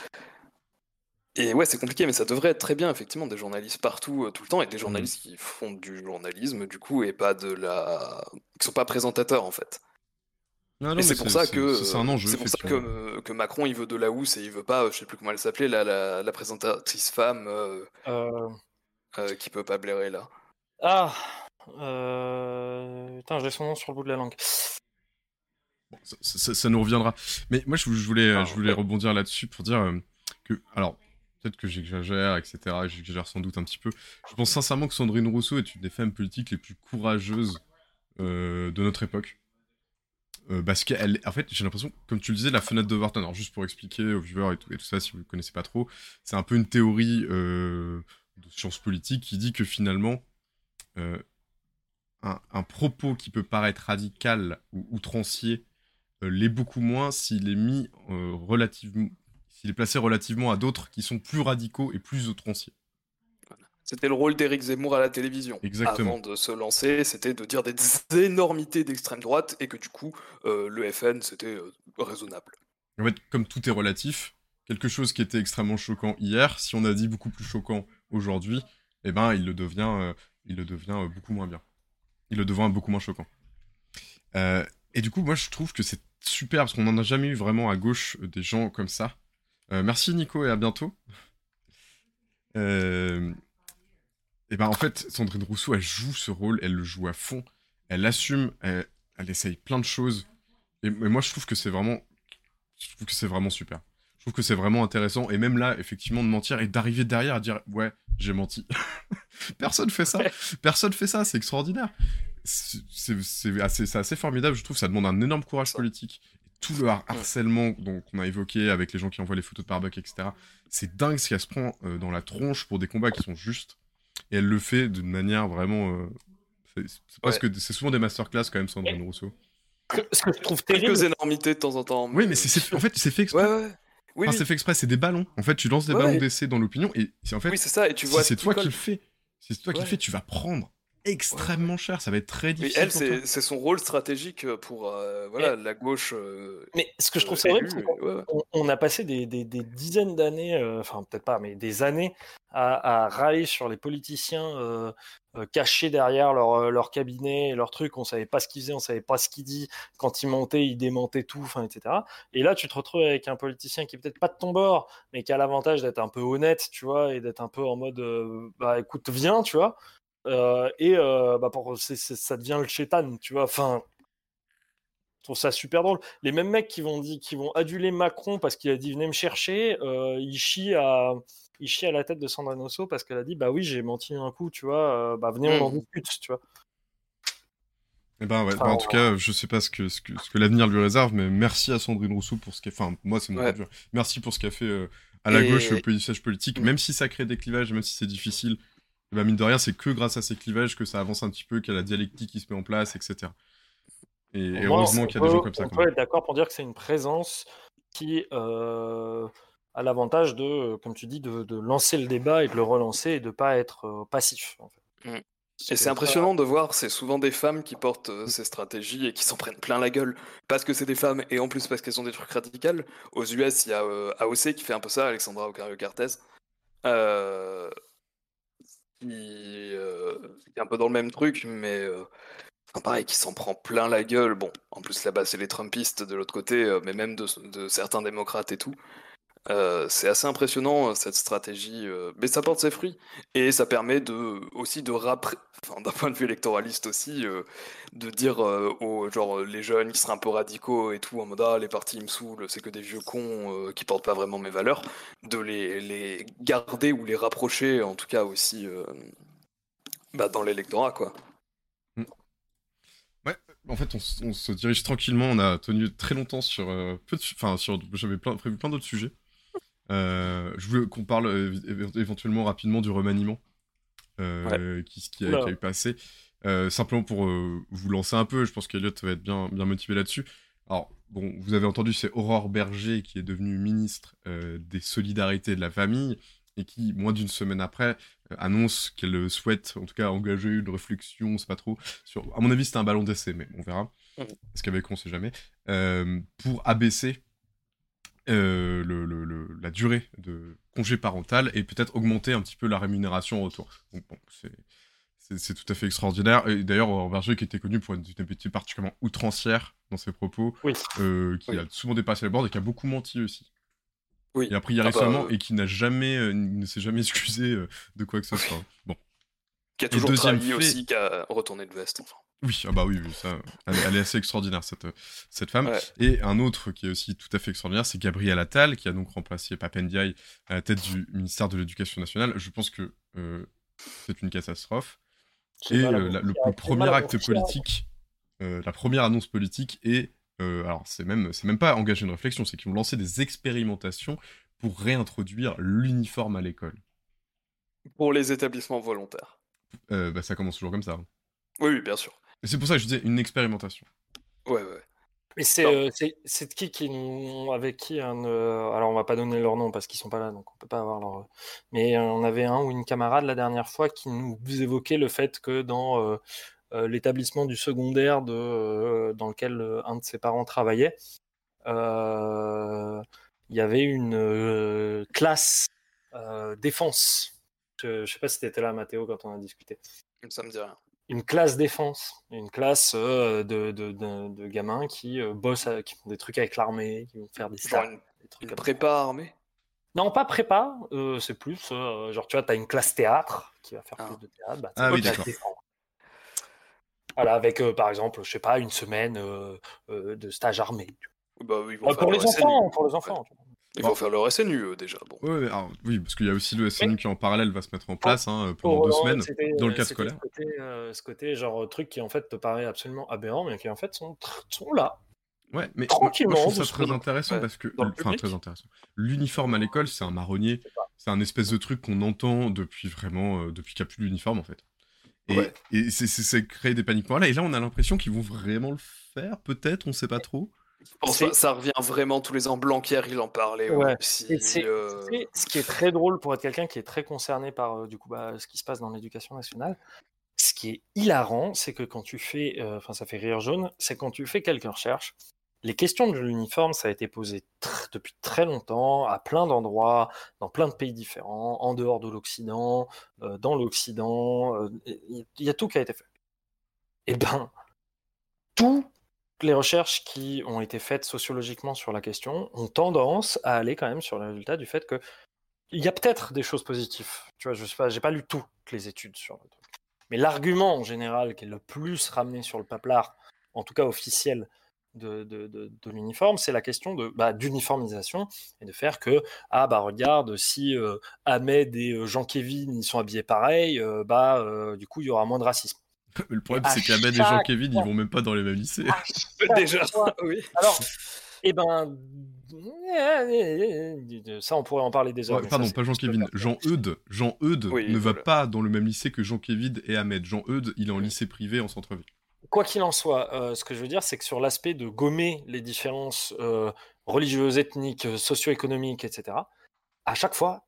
Et ouais, c'est compliqué, mais ça devrait être très bien, effectivement, des journalistes partout, euh, tout le temps, et des Hmm. journalistes qui font du journalisme, du coup, et pas de la... qui sont pas présentateurs, en fait. Non, non, Et mais c'est pour c'est ça c'est- que c'est- c'est un euh, enjeu, c'est pour ça effectivement. que, que Macron, il veut de la housse et il veut pas, euh, je sais plus comment elle s'appelait, la, la, la présentatrice femme euh, Euh, euh, qui peut pas blairer, là. Ah euh... Putain, j'ai son nom sur le bout de la langue. Bon, ça, ça- ça nous reviendra. Mais moi, je, je voulais, Ah, je voulais ouais. rebondir là-dessus pour dire euh, que, alors, peut-être que j'exagère, et cetera. J'exagère sans doute un petit peu. Je pense sincèrement que Sandrine Rousseau est une des femmes politiques les plus courageuses euh, de notre époque. Euh, parce qu'elle, en fait, j'ai l'impression, comme tu le disais, la fenêtre d'Overton. Alors, juste pour expliquer aux viewers et tout, et tout ça, si vous ne connaissez pas trop, c'est un peu une théorie euh, de sciences politiques qui dit que finalement, euh, un, un propos qui peut paraître radical ou outrancier euh, l'est beaucoup moins s'il est mis euh, relativement, s'il est placé relativement à d'autres qui sont plus radicaux et plus outranciers. C'était le rôle d'Éric Zemmour à la télévision. Exactement. Avant de se lancer, c'était de dire des énormités d'extrême droite et que du coup, euh, le F N, c'était euh, raisonnable. En fait, comme tout est relatif, quelque chose qui était extrêmement choquant hier, si on a dit beaucoup plus choquant aujourd'hui, eh ben, il le devient, euh, il le devient euh, beaucoup moins bien. Il le devient beaucoup moins choquant. Euh, et du coup, moi, je trouve que c'est super, parce qu'on n'en a jamais eu vraiment à gauche euh, des gens comme ça. Euh, merci Nico et à bientôt. Euh, et ben en fait, Sandrine Rousseau, elle joue ce rôle, elle le joue à fond, elle assume, elle, elle essaye plein de choses. Et, et moi, je trouve que c'est vraiment, je trouve que c'est vraiment super. Je trouve que c'est vraiment intéressant. Et même là, effectivement, de mentir et d'arriver derrière à dire ouais, j'ai menti. Personne fait ça. Personne fait ça. C'est extraordinaire. c'est c'est- c'est assez, c'est assez formidable, je trouve. Ça demande un énorme courage politique. Tout le har- harcèlement donc, qu'on a évoqué avec les gens qui envoient les photos de Parbuck, et cetera. C'est dingue ce qu'elle se prend euh, dans la tronche pour des combats qui sont justes. Et elle le fait d'une manière vraiment. euh, c'est c'est presque, c'est souvent des masterclass quand même, Sandrine Rousseau. Ce que- ce que je trouve terrible. Quelques énormités de temps en temps. Oui, mais c'est, c'est- en fait, c'est fait exprès. Ouais, ouais. Oui, Enfin, oui. c'est fait exprès, c'est des ballons. En fait, tu lances des Ouais, ballons ouais. d'essai dans l'opinion et c'est en fait, Oui, c'est ça. Et tu si vois c'est ce toi qui colle. le fais, si c'est toi qui le Ouais. fais, tu vas prendre extrêmement cher. Ça va être très Et difficile. elle, pour toi. c'est c'est son rôle stratégique pour euh, voilà, la gauche. euh, Mais ce que je trouve euh, ça horrible, élue, c'est qu'on et- ouais, ouais. on- on a passé des, des- des dizaines d'années, euh, enfin peut-être pas, mais des années à, à râler sur les politiciens euh, euh, cachés derrière leur, euh, leur cabinet et leur truc. On savait pas ce qu'ils faisaient, on savait pas ce qu'ils disaient. Quand ils montaient, ils démentaient tout, enfin, et cetera. Et là, tu te retrouves avec un politicien qui est peut-être pas de ton bord, mais qui a l'avantage d'être un peu honnête, tu vois, et d'être un peu en mode, euh, bah écoute, viens, tu vois. Euh, et euh, bah, pour, c'est- c'est- ça devient le chétan, tu vois. Enfin, je trouve ça super drôle. Les mêmes mecs qui vont, dire, qui vont aduler Macron parce qu'il a dit venez me chercher, euh, ils, chient à, ils chient à la tête de Sandrine Rousseau parce qu'elle a dit bah oui, j'ai menti un coup, tu vois, euh, bah venez, on en Mm. discute, tu vois. Eh ben ouais, Enfin, bah, en tout cas, je sais pas ce que, ce que, ce que l'avenir lui réserve, mais merci à Sandrine Rousseau pour ce qu'elle fait. Enfin, moi, c'est mon point Ouais. de vue. Merci pour ce qu'elle fait euh, à la Et- gauche, le paysage politique, Mm. même si ça crée des clivages, même si c'est difficile. Bah, mine de rien, c'est que grâce à ces clivages que ça avance un petit peu, qu'il y a la dialectique qui se met en place, et cetera. Et, et Moi, heureusement on qu'il y a des gens peut- comme ça. On quand peut même. être d'accord pour dire que c'est une présence qui euh, a l'avantage de, euh, comme tu dis, de, de lancer le débat et de le relancer et de pas être euh, passif. En fait. Mm. Et C'est c'est ça. impressionnant de voir, c'est souvent des femmes qui portent euh, ces stratégies et qui s'en prennent plein la gueule parce que c'est des femmes et en plus parce qu'elles ont des trucs radicaux. Aux U S, il y a euh, A O C qui fait un peu ça, Alexandra Ocasio-Cortez, euh, qui, euh, qui est un peu dans le même truc, mais euh, enfin, pareil, qui s'en prend plein la gueule. Bon, en plus là-bas, c'est les Trumpistes de l'autre côté, euh, mais même de, de certains démocrates et tout. Euh, c'est assez impressionnant euh, cette stratégie, euh, mais ça porte ses fruits et ça permet de aussi de rappré... enfin, d'un point de vue électoraliste aussi, euh, de dire euh, aux genre euh, les jeunes qui seraient un peu radicaux et tout en mode ah les partis ils me saoulent, c'est que des vieux cons euh, qui portent pas vraiment mes valeurs, de les, les garder ou les rapprocher en tout cas aussi euh, bah, dans l'électorat quoi. Ouais, en fait, on, s- on se dirige tranquillement. On a tenu très longtemps sur euh, peu de, su- enfin, sur, j'avais plein, prévu plein d'autres sujets. Euh, je voulais qu'on parle euh, éve- éventuellement rapidement du remaniement euh, qui, qui, a, Oula. qui a eu passé. Euh, simplement pour euh, vous lancer un peu, je pense qu'Eliott va être bien, bien motivé là-dessus. Alors, bon, vous avez entendu, c'est Aurore Berger qui est devenue ministre euh, des Solidarités et de la Famille et qui, moins d'une semaine après, euh, annonce qu'elle souhaite, en tout cas, engager une réflexion, on sait pas trop, sur... À mon avis, c'était un ballon d'essai, mais on verra. Mhm. Parce qu'avec on sait jamais. Euh, pour abaisser euh, le, le- le- la durée de congé parental et peut-être augmenter un petit peu la rémunération en retour. Donc bon, c'est, c'est, c'est tout à fait extraordinaire. Et d'ailleurs, Aurore Berger, qui était connue pour être une petite particulièrement outrancière dans ses propos, Oui. euh, qui Oui. a souvent dépassé la borne et qui a beaucoup menti aussi. Oui. Et a pris hier Ah bah, récemment euh, et qui n'a jamais, euh, ne s'est jamais excusé euh, de quoi que ce soit. Bon. qui a Et toujours deuxième trahi fait- aussi, qui a retourné de veste enfin. Oui, ah bah oui, oui, ça, elle, elle est assez extraordinaire cette, cette femme. Ouais. Et un autre qui est aussi tout à fait extraordinaire, c'est Gabriel Attal, qui a donc remplacé Pape Ndiaye à la tête du ministère de l'Éducation nationale. Je pense que euh, c'est une catastrophe. J'ai Et mal à euh, mon la- le, fier, le j'ai premier mal à mon acte fier. politique, euh, la première annonce politique est, euh, alors c'est même, c'est même pas engager une réflexion, c'est qu'ils ont lancé des expérimentations pour réintroduire l'uniforme à l'école. Pour les établissements volontaires. Euh, bah, ça commence toujours comme ça. hein. Oui, oui, bien sûr. Et c'est pour ça que je disais une expérimentation. Ouais, ouais. Et c'est Non. euh, c'est c'est qui qui nous avec qui un euh, alors on va pas donner leur nom parce qu'ils sont pas là donc on peut pas avoir leur mais euh, on avait un ou une camarade la dernière fois qui nous évoquait le fait que dans euh, euh, l'établissement du secondaire de euh, dans lequel euh, un de ses parents travaillait euh, il y avait une euh, classe euh, défense. Je, je sais pas si t'étais là Mathéo quand on a discuté. Ça me dit rien. Une classe défense, une classe euh, de, de, de, de gamins qui euh, bossent, à- qui font des trucs avec l'armée, qui vont faire des Genre stages, une, des trucs une comme ça. prépa armée. Non, pas prépa, euh, c'est plus, euh, genre tu vois, t'as une classe théâtre qui va faire Ah. plus de théâtre, bah, Ah t'as oui, une classe d'accord. défense. Voilà, avec euh, par exemple, je sais pas, une semaine euh, euh, de stage armé. tu Bah oui, ils vont vois. Euh, faire pour leur les S N U. enfants, pour les enfants. tu vois. Ils Bon. vont faire leur S N U, eux, déjà. Bon. Ouais, ouais, alors, oui, parce qu'il y a aussi le S N U qui en parallèle va se mettre en place hein, Pour pendant deux Roland, semaines c'était dans le euh, cadre c'était ce scolaire. côté, euh, ce côté genre euh, truc qui en fait te paraît absolument aberrant, mais qui en fait sont, tr- sont là, Ouais, mais moi, moi, je tranquillement, trouve ça doucement, très intéressant Ouais. parce que, dans le enfin très public. intéressant. L'uniforme à l'école, c'est un marronnier, C'est pas- c'est un espèce de truc qu'on entend depuis vraiment, euh, depuis qu'il n'y a plus d'uniforme en fait. Et, Ouais. et c'est c'est- c'est créer des paniques morales. Et là, on a l'impression qu'ils vont vraiment le faire, peut-être, on sait pas trop. Je pense C'est- pas, ça revient vraiment tous les ans. Blanquer, il en parlait Ouais. aussi. Et c'est euh, c'est ce qui est très drôle pour être quelqu'un qui est très concerné par euh, du coup bah, ce qui se passe dans l'éducation nationale. Ce qui est hilarant, c'est que quand tu fais, euh, enfin ça fait rire jaune, c'est quand tu fais quelques recherches, les questions de l'uniforme, ça a été posé tr- depuis très longtemps, à plein d'endroits, dans plein de pays différents, en dehors de l'Occident, euh, dans l'Occident, euh, il y a tout qui a été fait. Et ben, toutes les recherches qui ont été faites sociologiquement sur la question ont tendance à aller quand même sur le résultat du fait que il y a peut-être des choses positives. Tu vois, je sais pas, j'ai pas lu toutes les études sur le truc. Mais l'argument en général qui est le plus ramené sur le paplard, en tout cas officiel, de, de, de, de l'uniforme, c'est la question de, bah, d'uniformisation et de faire que, ah bah regarde, si euh, Ahmed et euh, Jean-Kévin ils sont habillés pareil, euh, bah euh, du coup il y aura moins de racisme. Mais le problème, à c'est qu'Ahmed et chaque Jean-Kévin, ils fois- vont même pas dans les mêmes lycées. à chaque Déjà, fois- oui. Alors, eh ben, ça on pourrait en parler des heures. Ouais, mais ça, pardon, c'est pas juste Jean-Kévin. le- Jean-Eudes. Jean-Eudes Oui, ne va voilà. pas dans le même lycée que Jean-Kévin et Ahmed. Jean-Eudes, il est en Mm. lycée privé en centre-ville. Quoi qu'il en soit, euh, ce que je veux dire, c'est que sur l'aspect de gommer les différences euh, religieuses, ethniques, euh, socio-économiques, et cetera, à chaque fois,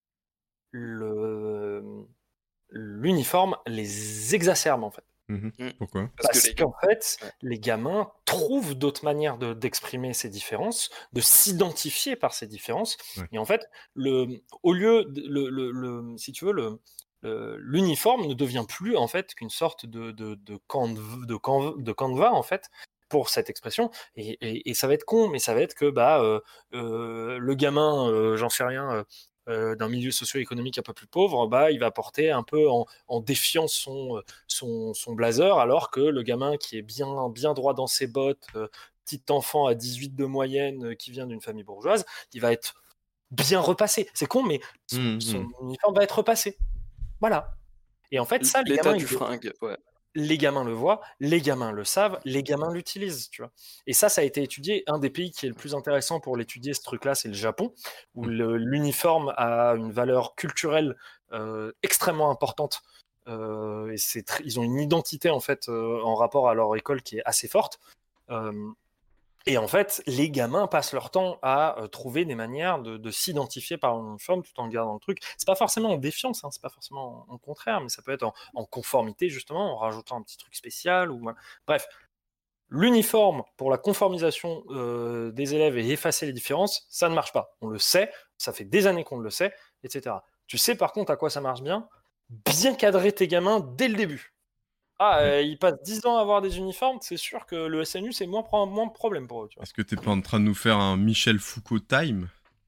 le... l'uniforme les exacerbe en fait. Mhm. Mm. Pourquoi? Parce Parce que les... qu'en fait, Ouais. les gamins trouvent d'autres manières de- d'exprimer ces différences, de s'identifier par ces différences. Ouais. Et en fait, le, au lieu, de- le, le- le- si tu veux, le, le- l'uniforme ne devient plus en fait qu'une sorte de, de, de, canv- de, canv- de canevas en fait pour cette expression. Et, et- et ça va être con, mais ça va être que bah euh, euh, le gamin, euh, j'en sais rien. euh, euh, d'un milieu socio-économique un peu plus pauvre, bah, il va porter un peu en, en défiance son, euh, son, son blazer, alors que le gamin qui est bien, bien droit dans ses bottes, euh, petit enfant à dix-huit de moyenne, euh, qui vient d'une famille bourgeoise, il va être bien repassé. C'est con, mais son, Mhm. son uniforme va être repassé. Voilà. Et en fait, ça, les L'état gamins, du ils le- fringue, ouais. les gamins le voient, les gamins le savent, les gamins l'utilisent, tu vois. Et ça, ça a été étudié. Un des pays qui est le plus intéressant pour l'étudier, ce truc-là, c'est le Japon, où le- l'uniforme a une valeur culturelle euh, extrêmement importante. Euh, et c'est tr- ils ont une identité, en fait, euh, en rapport à leur école qui est assez forte. Euh, et en fait, les gamins passent leur temps à euh, trouver des manières de, de s'identifier par un uniforme tout en gardant le truc. C'est pas forcément en défiance, hein, c'est pas forcément en, en contraire, mais ça peut être en, en conformité justement, en rajoutant un petit truc spécial ou voilà. Bref. L'uniforme pour la conformisation euh, des élèves et effacer les différences, ça ne marche pas. On le sait, ça fait des années qu'on le sait, et cetera. Tu sais par contre à quoi ça marche bien? Bien cadrer tes gamins dès le début. Ah, euh, ils passent dix ans à avoir des uniformes, c'est sûr que le S N U, c'est moins, pro- moins de problème pour eux. Tu vois. Est-ce que t'es pas en train de nous faire un Michel Foucault time?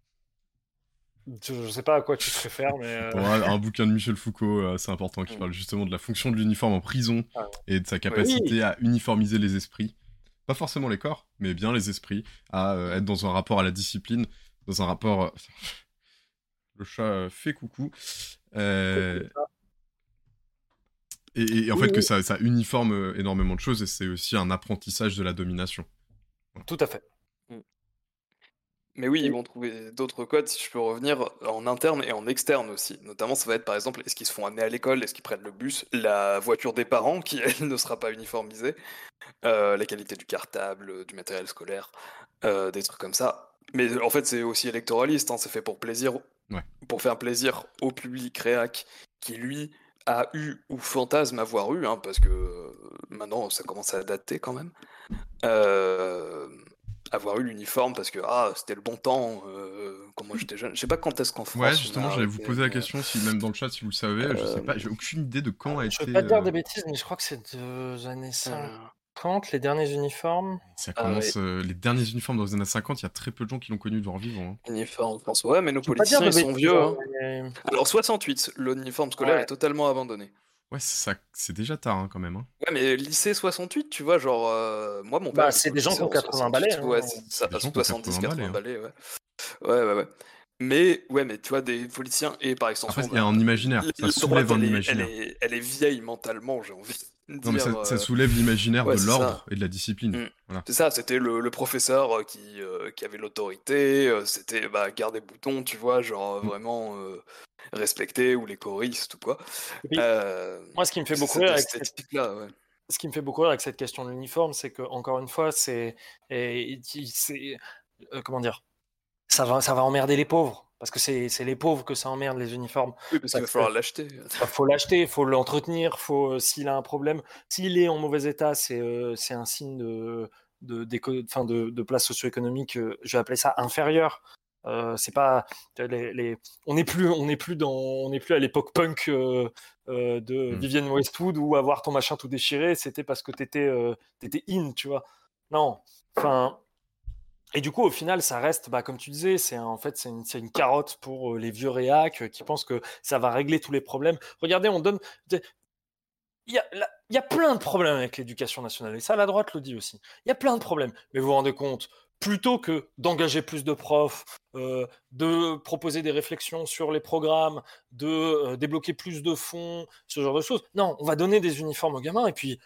Je, je sais pas à quoi tu te réfères, mais. euh, Ouais, un bouquin de Michel Foucault euh, assez important qui Mm. parle justement de la fonction de l'uniforme en prison Ah ouais. et de sa capacité à uniformiser les esprits. Pas forcément les corps, mais bien les esprits, à euh, être dans un rapport à la discipline, dans un rapport... euh, Le chat euh, fait coucou. Euh, Et, et en Oui, fait, que oui. ça, ça uniforme euh, énormément de choses et c'est aussi un apprentissage de la domination. Tout à fait. Mais oui, Et- ils vont trouver d'autres codes, si je peux revenir, en interne et en externe aussi. Notamment, ça va être par exemple, est-ce qu'ils se font amener à l'école, est-ce qu'ils prennent le bus, la voiture des parents, qui elle ne sera pas uniformisée, euh, la qualité du cartable, euh, du matériel scolaire, euh, des trucs comme ça. Mais en fait, c'est aussi électoraliste, hein, c'est fait pour plaisir, Ouais. pour faire plaisir au public réac, qui lui a eu ou fantasme avoir eu, hein, parce que euh, maintenant ça commence à dater quand même. Euh, avoir eu l'uniforme parce que ah c'était le bon temps euh, quand moi j'étais jeune. Je sais pas quand est-ce qu'en France. Ouais, on justement, a j'allais vous arrêté, poser la mais- question, si même dans le chat, si vous le savez, je sais Euh, pas, j'ai aucune idée de quand a Je été... veux pas te dire euh, des bêtises, mais je crois que c'est des années euh, cinquante, les derniers uniformes. Ça Ah commence... euh, les derniers uniformes dans les années cinquante, il y a très peu de gens qui l'ont connu de leur vivant. hein. uniforme en France. Ouais, mais nos Je veux pas dire politiciens de ils sont bêtises, vieux. hein, hein. mais- Alors soixante-huit, l'uniforme scolaire Ouais. est totalement abandonné. Ouais, c'est ça, c'est déjà tard hein, quand même. Hein. Ouais, mais lycée soixante-huit, tu vois, genre, euh, moi, mon père, Bah, il c'est était au des gens lycée qui ont en quatre-vingts balais. soixante-huit, ouais, Hein. c'est C'est ça, des gens qui ont soixante-dix, quatre-vingts balais. quatre-vingts Hein. balais, ouais. Ouais, ouais, ouais. Mais, ouais, mais tu vois, des politiciens, et par Après, extension, il y a bah, un imaginaire, la ça la soulève droite, un elle est, elle imaginaire. est, elle est vieille mentalement, j'ai envie de Non, mais ça, dire. ça euh, soulève l'imaginaire Ouais, de c'est l'ordre ça. et de la discipline. Mm. Voilà. C'est ça, c'était le, le professeur euh, qui, euh, qui avait l'autorité, euh, c'était bah, garder bouton, tu vois, genre euh, Mm. vraiment euh, respecté, ou les choristes ou quoi. Et puis, Euh, moi, ce qui me fait c'est beaucoup cette rire avec cette, esthétique-là, ouais. ce qui me fait beaucoup rire avec cette question de l'uniforme, c'est que encore une fois, c'est, et, c'est, euh, comment dire, ça va, ça va emmerder les pauvres, parce que c'est, c'est les pauvres que ça emmerde les uniformes. Oui, parce qu'il va Parce que falloir l'acheter. bah, faut l'acheter, faut l'entretenir, faut euh, s'il a un problème, s'il est en mauvais état, c'est euh, c'est un signe de de, d'éco- enfin, de de place socio-économique. euh, je vais appeler ça inférieur. Euh, c'est pas les, les- on n'est plus on n'est plus dans on n'est plus à l'époque punk euh, euh, de Mm. Vivienne Westwood où avoir ton machin tout déchiré c'était parce que t'étais euh, t'étais in, tu vois. Non, enfin. Et du coup, au final, ça reste, bah, comme tu disais, c'est un- en fait, c'est une, c'est une carotte pour euh, les vieux réacs euh, qui pensent que ça va régler tous les problèmes. Regardez, on donne. Il y a, là, il y a plein de problèmes avec l'éducation nationale, et ça, la droite le dit aussi. Il y a plein de problèmes. Mais vous vous rendez compte, plutôt que d'engager plus de profs, euh, de proposer des réflexions sur les programmes, de euh, débloquer plus de fonds, ce genre de choses, non, on va donner des uniformes aux gamins, et puis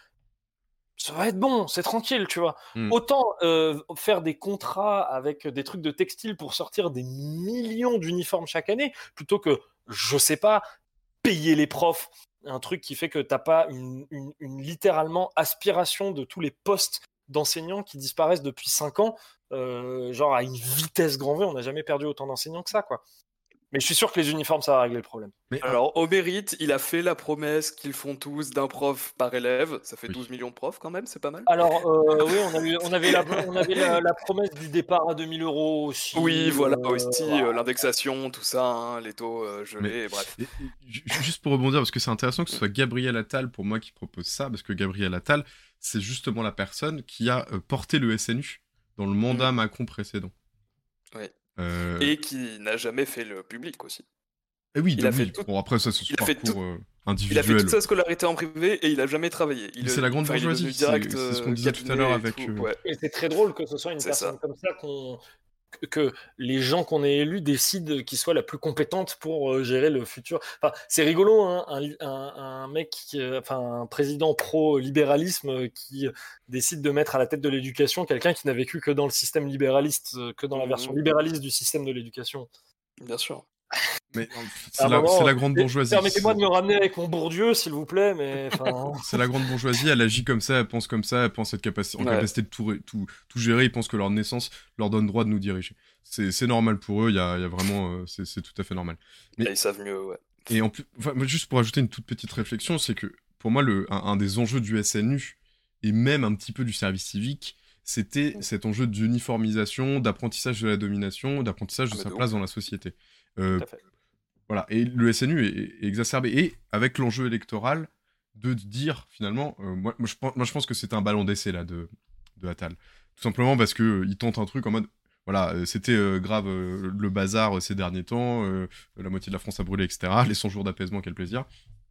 ça va être bon, c'est tranquille, tu vois. Mm. Autant euh, faire des contrats avec des trucs de textile pour sortir des millions d'uniformes chaque année, plutôt que, je sais pas, payer les profs, un truc qui fait que t'as pas une, une, une littéralement aspiration de tous les postes d'enseignants qui disparaissent depuis cinq ans, euh, genre à une vitesse grand V, on n'a jamais perdu autant d'enseignants que ça, quoi. Mais je suis sûr que les uniformes, ça va régler le problème. Mais ah, Alors, au mérite, il a fait la promesse qu'ils font tous d'un prof par élève. Ça fait Oui. douze millions de profs quand même, c'est pas mal. Alors, euh, oui, on, a eu- on avait, la, on avait la, la promesse du départ à deux mille euros aussi. Oui, voilà, euh, aussi, voilà. euh, l'indexation, tout ça, hein, les taux euh, Mais- gelés, bref. et- et ju- juste pour rebondir, parce que c'est intéressant que ce soit Gabriel Attal pour moi qui propose ça, parce que Gabriel Attal, c'est justement la personne qui a euh, porté le S N U dans le mandat Macron précédent. Ouais. Euh, Et qui n'a jamais fait le public aussi. et oui, il de- a fait oui. tout- Bon, après, ça, c'est son il a fait parcours tout- euh, Il a fait individuel. toute sa scolarité en privé et il a jamais travaillé. Il Mais est- c'est la grande enfin, il est devenu bourgeoisie, direct, c'est- c'est ce qu'on euh, disait tout à cabinet l'heure et avec, tout, euh, ouais. Et c'est très drôle que ce soit une C'est personne ça. comme ça qu'on que- que les gens qu'on ait élus décident qu'il soit la plus compétente pour euh, gérer le futur. Enfin, c'est rigolo, hein, un, un, un mec, qui, euh, enfin un président pro-libéralisme euh, qui décide de mettre à la tête de l'éducation quelqu'un qui n'a vécu que dans le système libéraliste, euh, que dans la version Mhm. libéraliste du système de l'éducation. Bien sûr. Mais À c'est un la, moment, c'est la grande euh, bourgeoisie. Permettez-moi de me ramener avec mon Bourdieu, s'il vous plaît, mais enfin. C'est la grande bourgeoisie, elle agit comme ça, elle pense comme ça, elle pense être capaci- en Ouais. capacité de tout, ré- tout, tout gérer, ils pensent que leur naissance leur donne droit de nous diriger. C'est c'est normal pour eux, il y a, il y a vraiment, euh, c'est c'est tout à fait normal. Mais- Et ils savent mieux, ouais. Et en plus, enfin, moi, juste pour ajouter une toute petite réflexion, c'est que pour moi, le, un, un des enjeux du S N U, et même un petit peu du service civique, c'était cet enjeu d'uniformisation, d'apprentissage de la domination, d'apprentissage de Ah, mais sa de place dans la société. Euh, Tout à fait. voilà, et le S N U est, est exacerbé. Et avec l'enjeu électoral, de dire finalement, euh, moi, moi, je, pense- moi je pense que c'est un ballon d'essai là de, de Attal. Tout simplement parce que euh, il tente un truc en mode, voilà, euh, c'était euh, grave euh, le bazar euh, ces derniers temps, euh, la moitié de la France a brûlé, et cetera. Les cent jours d'apaisement, quel plaisir.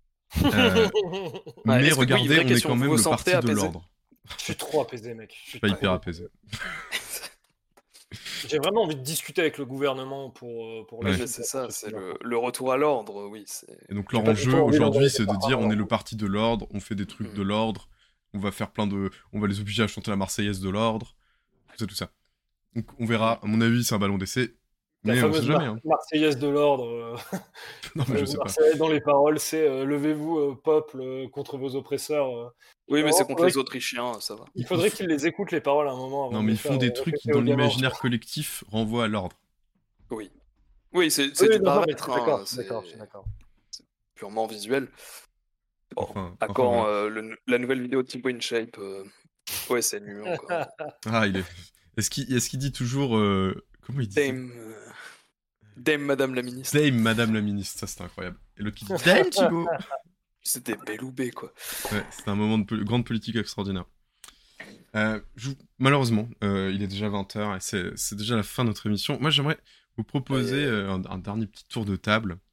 Euh, Ouais, mais est-ce que- oui, regardez, vraie on est question, quand vous même vous le sentez parti de apaisé l'ordre. Je suis trop apaisé, mec. Je suis Pas trop hyper apaisé. J'ai vraiment envie de discuter avec le gouvernement pour, euh, pour la Ouais. Mais suite. c'est ça, c'est le, le retour à l'ordre, oui. c'est- Et donc J'ai leur pas du enjeu tout envie aujourd'hui, d'envoyer c'est des de dire, parents. on est le parti de l'ordre, on fait des trucs Mhm. de l'ordre, on va faire plein de, on va les obliger à chanter la Marseillaise de l'ordre, tout ça, tout ça. Donc on verra. À mon avis, c'est un ballon d'essai, La mais on sait fameuse jamais. Mar- Hein. Marseillaise de l'ordre. euh, Non, mais je euh, sais pas. Marseillaise dans les paroles, c'est euh, levez-vous, euh, peuple, euh, contre vos oppresseurs. euh. Oui, mais Alors, c'est contre faudrait les Autrichiens, ça va. Il faudrait qu'ils les écoutent, les paroles, à un moment. Avant Non, de mais les ils font faire, des euh, trucs qui, répéter dans aux gamins. l'imaginaire collectif, renvoient à l'ordre. Oui. Oui, c'est c'est Oui, du non, non, mais paraître, je suis d'accord, hein, je suis d'accord, je suis c'est d'accord. purement visuel. Bon, Enfin, à enfin, quand voilà. euh, le- la nouvelle vidéo de Thibaut InShape euh, au S N U encore. Ah, il est. Est-ce qu'il est-ce qu'il dit toujours. euh, Comment il dit ça Dame, euh, Dame Madame la Ministre. Dame, Madame la Ministre, ça c'était incroyable. Et l'autre qui dit Dame Thibaut. C'était Beloubé, quoi. Ouais, c'était un moment de po- grande politique extraordinaire. Euh, je vous- Malheureusement, euh, il est déjà vingt heures et c'est c'est déjà la fin de notre émission. Moi, j'aimerais vous proposer Ouais. euh, un, un dernier petit tour de table.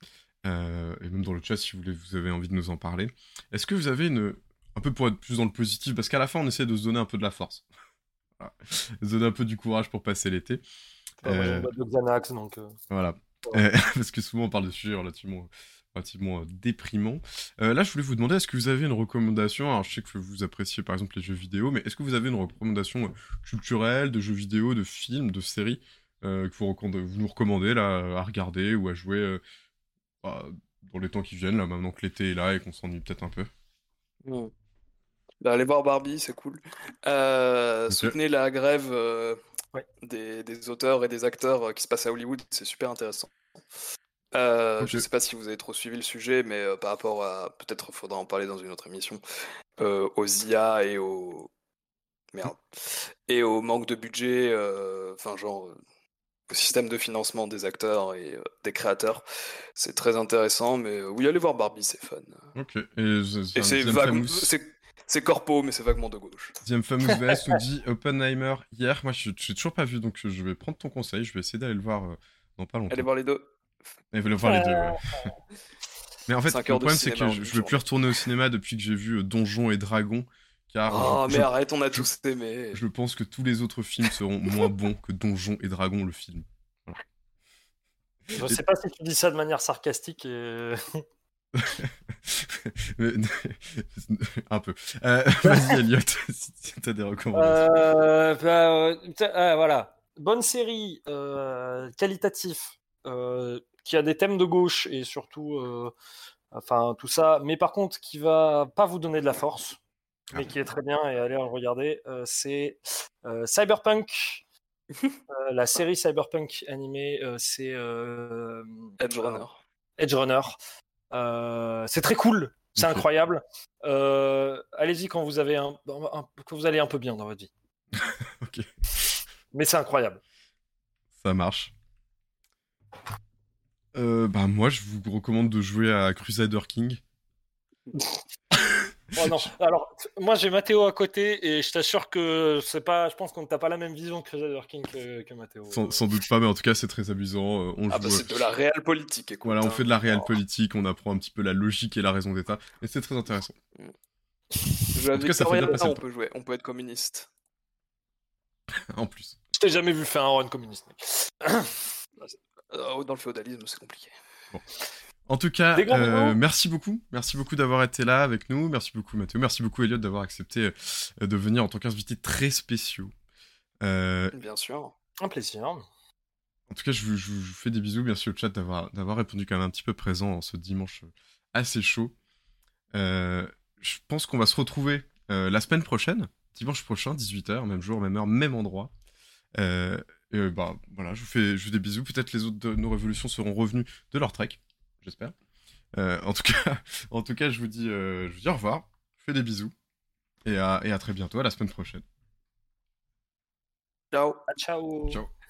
euh, et même dans le chat si vous, voulez, vous avez envie de nous en parler. Est-ce que vous avez une... un peu pour être plus dans le positif, parce qu'à la fin on essaie de se donner un peu de la force. Voilà. Se donner un peu du courage pour passer l'été. Ah, moi, j'ai Euh, une boîte de Xanax, donc... euh, Voilà. Ouais. Euh, parce que souvent on parle de sujets relativement, relativement euh, déprimants. Euh, là, je voulais vous demander, est-ce que vous avez une recommandation? Alors, je sais que vous appréciez par exemple les jeux vidéo, mais est-ce que vous avez une recommandation euh, culturelle, de jeux vidéo, de films, de séries euh, que vous, recommandez- vous nous recommandez là, à regarder ou à jouer euh, bah, dans les temps qui viennent, là, maintenant que l'été est là et qu'on s'ennuie peut-être un peu? Hmm. Bah, allez voir Barbie, c'est cool. Euh, Ok. soutenez la grève euh, Ouais. des, des auteurs et des acteurs euh, qui se passe à Hollywood, c'est super intéressant. Euh, Ok. Je sais pas si vous avez trop suivi le sujet, mais euh, par rapport à, peut-être faudra en parler dans une autre émission, euh, aux I A et au merde et au manque de budget, euh, enfin genre euh, au système de financement des acteurs et euh, des créateurs, c'est très intéressant. Mais euh, oui, allez voir Barbie, c'est fun. Ok. Et c'est Et un c'est Diem vague, Famous. c'est c'est corpo, mais c'est vaguement de gauche. Diem Famous V S nous dit Oppenheimer hier. Moi, je n'ai toujours pas vu, donc je vais prendre ton conseil. Je vais essayer d'aller le voir euh, dans pas Allez longtemps. voir les deux. Et vous voulez voir les deux, ouais. Mais en fait, cinq le heures de problème, c'est cinéma que en je, une je veux plus journée. retourner au cinéma depuis que j'ai vu euh, Donjons et Dragons, car Oh, je, mais je, arrête, on a je, tous aimé. je pense que tous les autres films seront moins bons que Donjons et Dragons, le film. Voilà. Je Et- sais pas si tu dis ça de manière sarcastique et... Mais- un peu. Euh, vas-y, Elliot, si tu as des recommandations. Euh, bah, euh, putain, ah, voilà. Bonne série, euh, qualitatif, euh, qui a des thèmes de gauche et surtout, euh, enfin tout ça, mais par contre qui va pas vous donner de la force, Ah mais bon. qui est très bien et allez le regarder. euh, c'est euh, Cyberpunk, euh, la série Cyberpunk animée, euh, c'est euh, Edge euh, Runner. Edge Runner. Euh, c'est très cool, c'est Ok. incroyable. Euh, allez-y quand vous avez un, un- quand vous allez un peu bien dans votre vie. Ok, Mais c'est incroyable. ça marche. Euh, bah moi, je vous recommande de jouer à Crusader King. Oh non. Alors, t- moi j'ai Mathéo à côté et je t'assure que c'est pas. Je pense qu'on n'a pas la même vision que Crusader King que, que Mathéo. Sans, Euh, sans doute pas, mais en tout cas, c'est très amusant. Euh, on Ah bah joue. euh, c'est de la réelle politique, écoute. Voilà, on hein. fait de la réelle Oh. politique, on apprend un petit peu la logique et la raison d'État, et c'est très intéressant. Jouer à En tout cas, ça fait bien Victoria, passer le on temps. peut jouer, on peut être communiste. En plus. Je t'ai jamais vu faire un run communiste, mec. Euh, Dans le féodalisme, c'est compliqué. En tout cas, Des gros euh, bisous. merci beaucoup. Merci beaucoup d'avoir été là avec nous. Merci beaucoup Mathéo. Merci beaucoup Elliot d'avoir accepté euh, de venir en tant qu'invité très spéciaux. Euh, Bien sûr. Un plaisir. en tout cas, je vous, je vous- je vous fais des bisous. Merci au chat d'avoir d'avoir répondu quand même un petit peu présent en ce dimanche assez chaud. Euh, je pense qu'on va se retrouver euh, la semaine prochaine, dimanche prochain, dix-huit heures, même jour, même heure, même endroit. Euh, et, euh, bah, voilà, je vous, fais, je vous fais des bisous. Peut-être les autres de nos révolutions seront revenus de leur trek, j'espère. Euh, en, tout cas, en tout cas, je vous dis, euh, je vous dis au revoir. Je vous fais des bisous. Et à, et à très bientôt, à la semaine prochaine. Ciao. Ciao. Ciao.